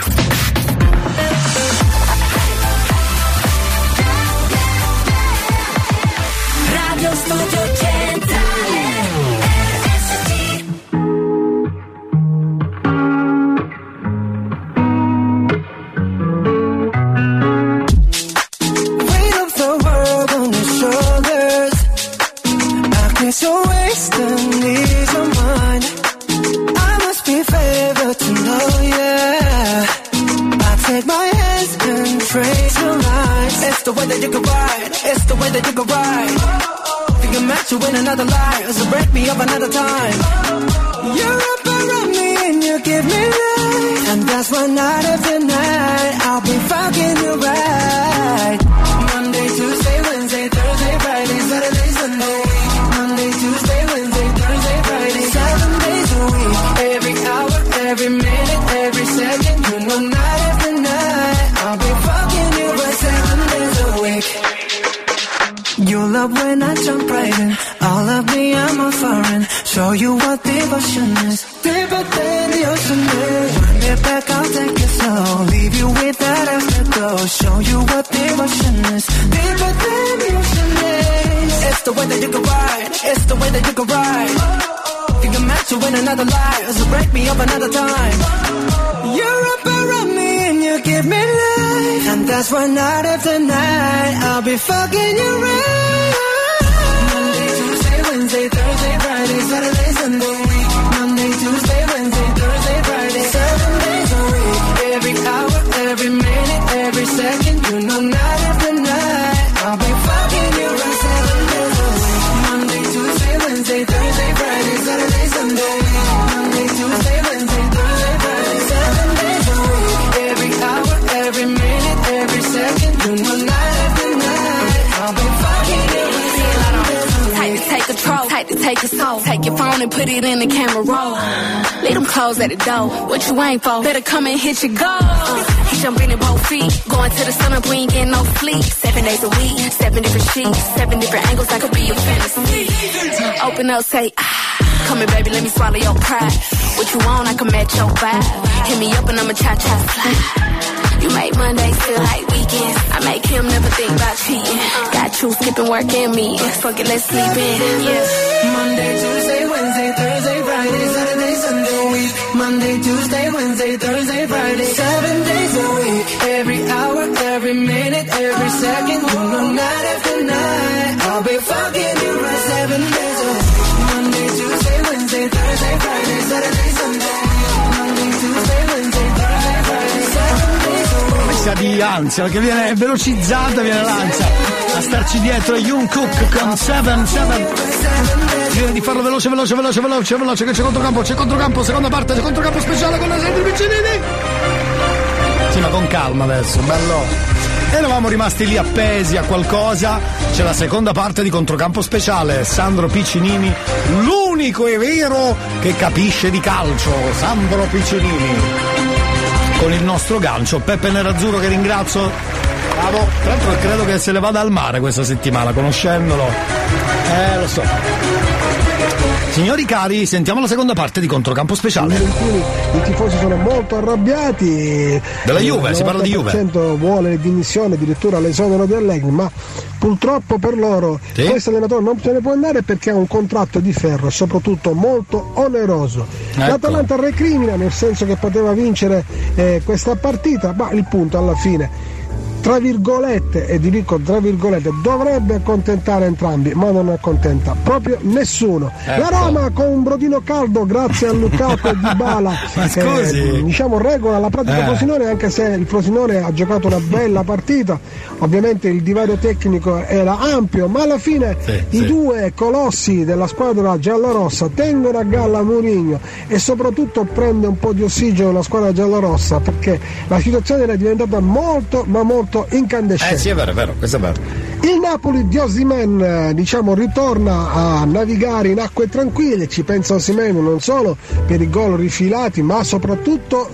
Radio Studio Centrale RSC. Weight of the world on your shoulders. I guess you're wasting these on mine. I must be favored to know, yeah. I take my hands and trace your lines. It's the way that you can ride. It's the way that you can ride. Think I'm meant to win another life, so break me up another time. You're up around me and you give me life, and that's why night after night I'll be fucking you right. Monday, Tuesday, Wednesday, Thursday, Friday, Saturday, Sunday. Monday, Tuesday, Wednesday, Thursday, Friday, 7 days a week. Every hour, every minute, every second. You know night after night I'll be fucking you right 7 days a week. You love when I jump right in. All of me, I'm a foreign. Show you what devotion is. Deeper than the ocean is. Wind it back, I'll take it slow. Leave you with that afterglow. Show you what devotion is. Deeper than the ocean is. It's the way that you can ride. It's the way that you can ride. Think I'm meant to win another life, so break me up another time. You're up around me and you give me life, and that's why night after night I'll be fucking you right. Monday, Tuesday, Wednesday, Thursday, Friday, Saturday, Sunday. Monday, Tuesday, Wednesday, Thursday, Friday, 7 days a week. Every hour, every minute, every second. You know night after night I'll be fucking you right 7 days a week. Monday, Tuesday, Wednesday, Thursday, Friday, Saturday, Sunday. Monday, Tuesday, Wednesday, Thursday, Friday, 7 days a week. Every hour, every minute, every second. You know night after night I'll be fucking you right 7 days a week. Tight to take control, tight to take a soul. Take your phone and put it in the camera roll. Leave them clothes at the door. What you ain't for? Better come and hit your goal. He jumping in both feet. Going to the sun up, we ain't getting no sleep. 7 days a week, 7 different sheets, 7 different angles. That could be a fantasy. Open up, say come here, baby, let me swallow your pride. What you want, I can match your vibe. Hit me up and I'ma cha-cha slide. You make Mondays feel like weekends. I make him never think about cheating. Got you skipping work and me. Fuck it, let's sleep in. Yeah. Monday, Tuesday, Wednesday, Thursday, Friday, Saturday, Sunday. Week. Monday, Tuesday, Wednesday, Thursday, Friday, 7 days a week. Every hour, every minute, every second. You know night after night I'll be fucking you right 7 days a week. Monday, Tuesday, Wednesday, Thursday, Friday, Saturday, Sunday. Monday, Tuesday, Wednesday, Thursday, Friday, 7 days a week. Messa di ansia, perché viene velocizzata, viene l'ansia a starci dietro. Jungkook con 7. Direi di farlo veloce, che c'è controcampo, seconda parte, c'è controcampo speciale con la Sandro Piccinini. Sì, ma con calma adesso, bello. E eravamo rimasti lì appesi a qualcosa. C'è la seconda parte di Controcampo Speciale. Sandro Piccinini, l'unico e vero che capisce di calcio. Sandro Piccinini con il nostro gancio Peppe Nerazzurro, che ringrazio. Bravo. Tra l'altro credo che se ne vada al mare questa settimana, conoscendolo. Lo so. Signori cari, sentiamo la seconda parte di Controcampo Speciale. I tifosi sono molto arrabbiati. Della Juve, si parla di Juve. Il 90% vuole le dimissioni, addirittura l'esonero di Allegri, ma purtroppo per loro questo allenatore non se ne può andare perché ha un contratto di ferro e soprattutto molto oneroso. Ecco. L'Atalanta recrimina, nel senso che poteva vincere questa partita, ma il punto alla fine tra virgolette, e dico tra virgolette, dovrebbe accontentare entrambi, ma non accontenta proprio nessuno. La Roma con un brodino caldo grazie a Lukaku e Dybala diciamo regola la pratica Frosinone, anche se il Frosinone ha giocato una bella partita, ovviamente il divario tecnico era ampio, ma alla fine i due colossi della squadra giallorossa tengono a galla Mourinho e soprattutto prende un po' di ossigeno la squadra giallorossa, perché la situazione era diventata molto ma molto incandescente. Sì, è vero, questo è vero. Il Napoli di Osimhen ritorna a navigare in acque tranquille, ci pensa Osimhen non solo per i gol rifilati, ma soprattutto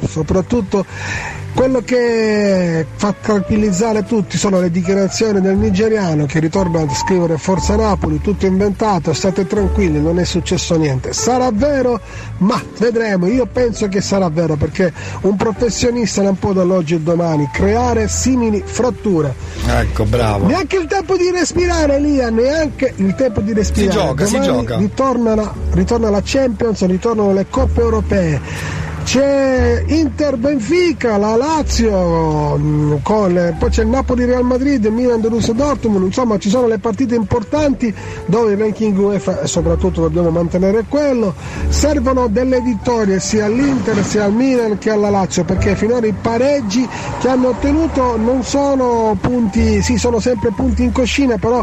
quello che fa tranquillizzare tutti sono le dichiarazioni del nigeriano che ritorna a scrivere Forza Napoli, tutto inventato, state tranquilli, non è successo niente. Sarà vero? Ma vedremo, io penso che sarà vero, perché un professionista non può dall'oggi al domani creare simili fratture. Ecco, bravo. Neanche il tempo di respirare, Elia, neanche il tempo di respirare. Si gioca. Ritorna la Champions, ritornano le coppe europee. C'è Inter Benfica, la Lazio, poi c'è il Napoli Real Madrid, Milan Borussia Dortmund, insomma ci sono le partite importanti dove il ranking UEFA, e soprattutto dobbiamo mantenere quello, servono delle vittorie sia all'Inter sia al Milan che alla Lazio, perché finora i pareggi che hanno ottenuto non sono punti, sono sempre punti in coscina, però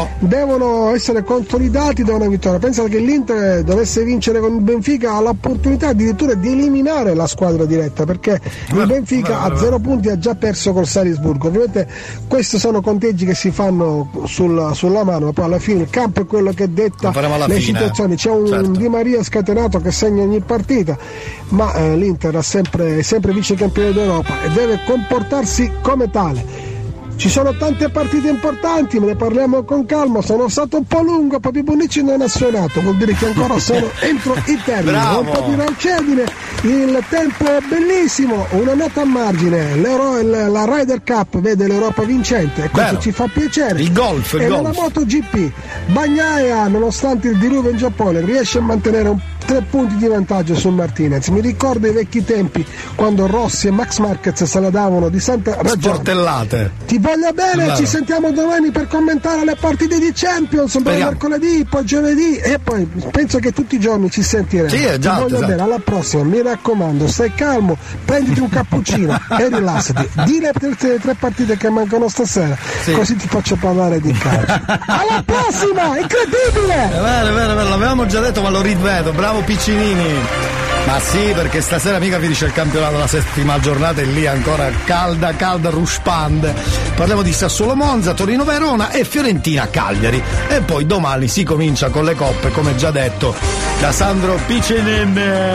devono essere consolidati da una vittoria. Pensa che l'Inter dovesse vincere con il Benfica, ha l'opportunità addirittura di eliminare la squadra diretta, perché il Benfica a 0 punti ha già perso col Salisburgo. Ovviamente questi sono conteggi che si fanno sulla mano, ma poi alla fine il campo è quello che detta le situazioni. C'è un Di Maria scatenato che segna ogni partita, ma l'Inter è sempre vice campione d'Europa e deve comportarsi come tale. Ci sono tante partite importanti, me ne parliamo con calma. Sono stato un po' lungo, Papi Bonucci non ha suonato, vuol dire che ancora sono entro i termini. Un po' di Raucedine, il tempo è bellissimo, una nota a margine, la Ryder Cup vede l'Europa vincente e questo ci fa piacere. Il golf. Nella MotoGP, Bagnaia, nonostante il diluvio in Giappone, riesce a mantenere 3 punti di vantaggio su Martinez. Mi ricordo i vecchi tempi quando Rossi e Max Marquez se la davano di santa ragione. Sportellate. Ti voglio bene, ci sentiamo domani per commentare le partite di Champions, poi mercoledì, poi giovedì e poi penso che tutti i giorni ci sentiremo. Ti voglio bene, alla prossima, mi raccomando, stai calmo, prenditi un cappuccino e rilassati. Di le 3 partite che mancano stasera, così ti faccio parlare di calcio. Alla prossima, incredibile! Bene, l'avevamo già detto, ma lo ripeto, bravo Piccinini. Ma sì, perché stasera mica finisce il campionato, la 7ª giornata è lì ancora calda, ruspante. Parliamo di Sassuolo Monza, Torino Verona e Fiorentina Cagliari. E poi domani si comincia con le coppe, come già detto da Sandro Piccinini.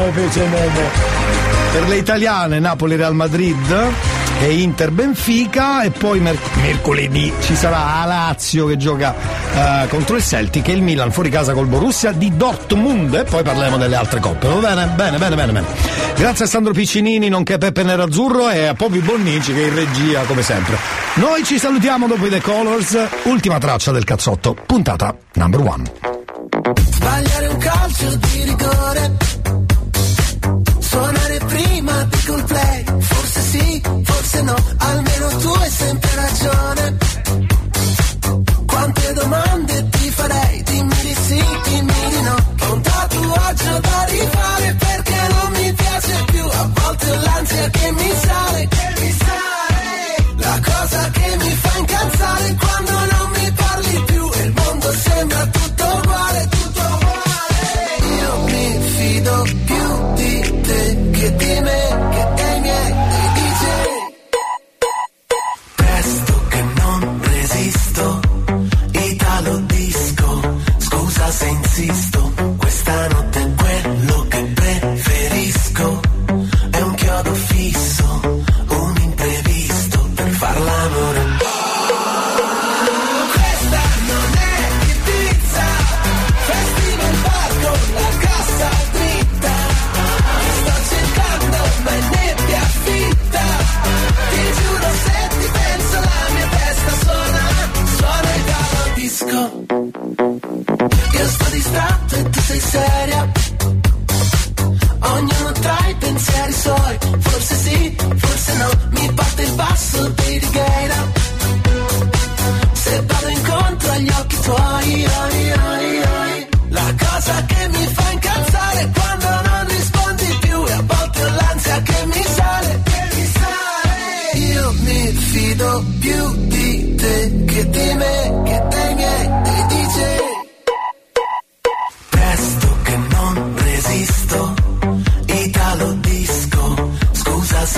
Per le italiane Napoli Real Madrid e Inter Benfica, e poi mercoledì ci sarà la Lazio che gioca contro il Celtic e il Milan fuori casa col Borussia di Dortmund, e poi parleremo delle altre coppe. Va bene. Grazie a Sandro Piccinini, nonché Peppe Nerazzurro, e a Popi Bonnici che è in regia come sempre. Noi ci salutiamo dopo i The Colors, ultima traccia del cazzotto, puntata number 1. Sbagliare un calcio di rigore, suonare prima di col play, forse sì, forse no, almeno tu hai sempre ragione. Quante domande ti farei, dimmi di sì, dimmi di no. Ho un tatuaggio da rifare perché non mi piace più, a volte ho l'ansia che mi sale. La cosa che mi fa incazzare quando non mi parli più e il mondo sembra tutto uguale. Io mi fido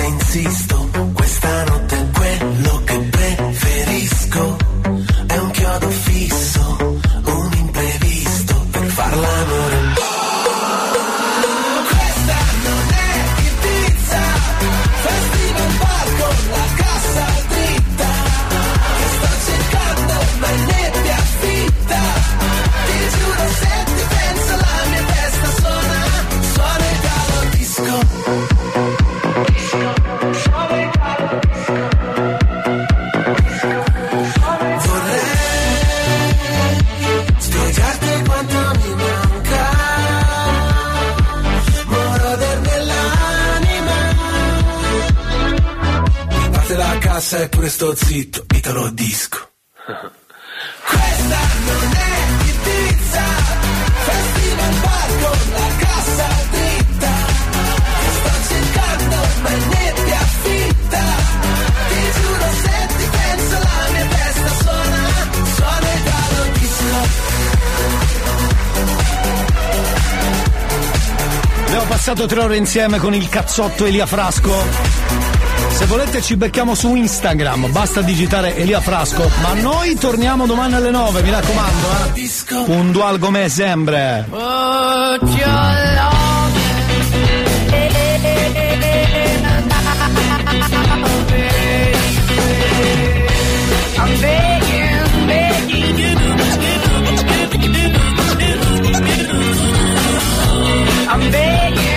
insisto, questa notte è quello che preferisco. È un chiodo fisso, un imprevisto per far l'amore. Questa non è Ibiza, festival bar con la cassa dritta. Che sto cercando ma è nebbia fitta. Ti giuro se ti penso la mia testa suona Italo disco. Eppure sto zitto, Italo disco. Questa non è Ibiza, festival bar con la cassa dritta. Che sto cercando ma è nebbia fitta. Ti giuro se ti penso la mia testa suona Italo disco. Abbiamo passato 3 ore insieme con il cazzotto Elia Frasco. Se volete ci becchiamo su Instagram, basta digitare Elia Frasco. Ma noi torniamo domani alle 9, mi raccomando, puntual come sempre. I'm begging you. I'm begging you.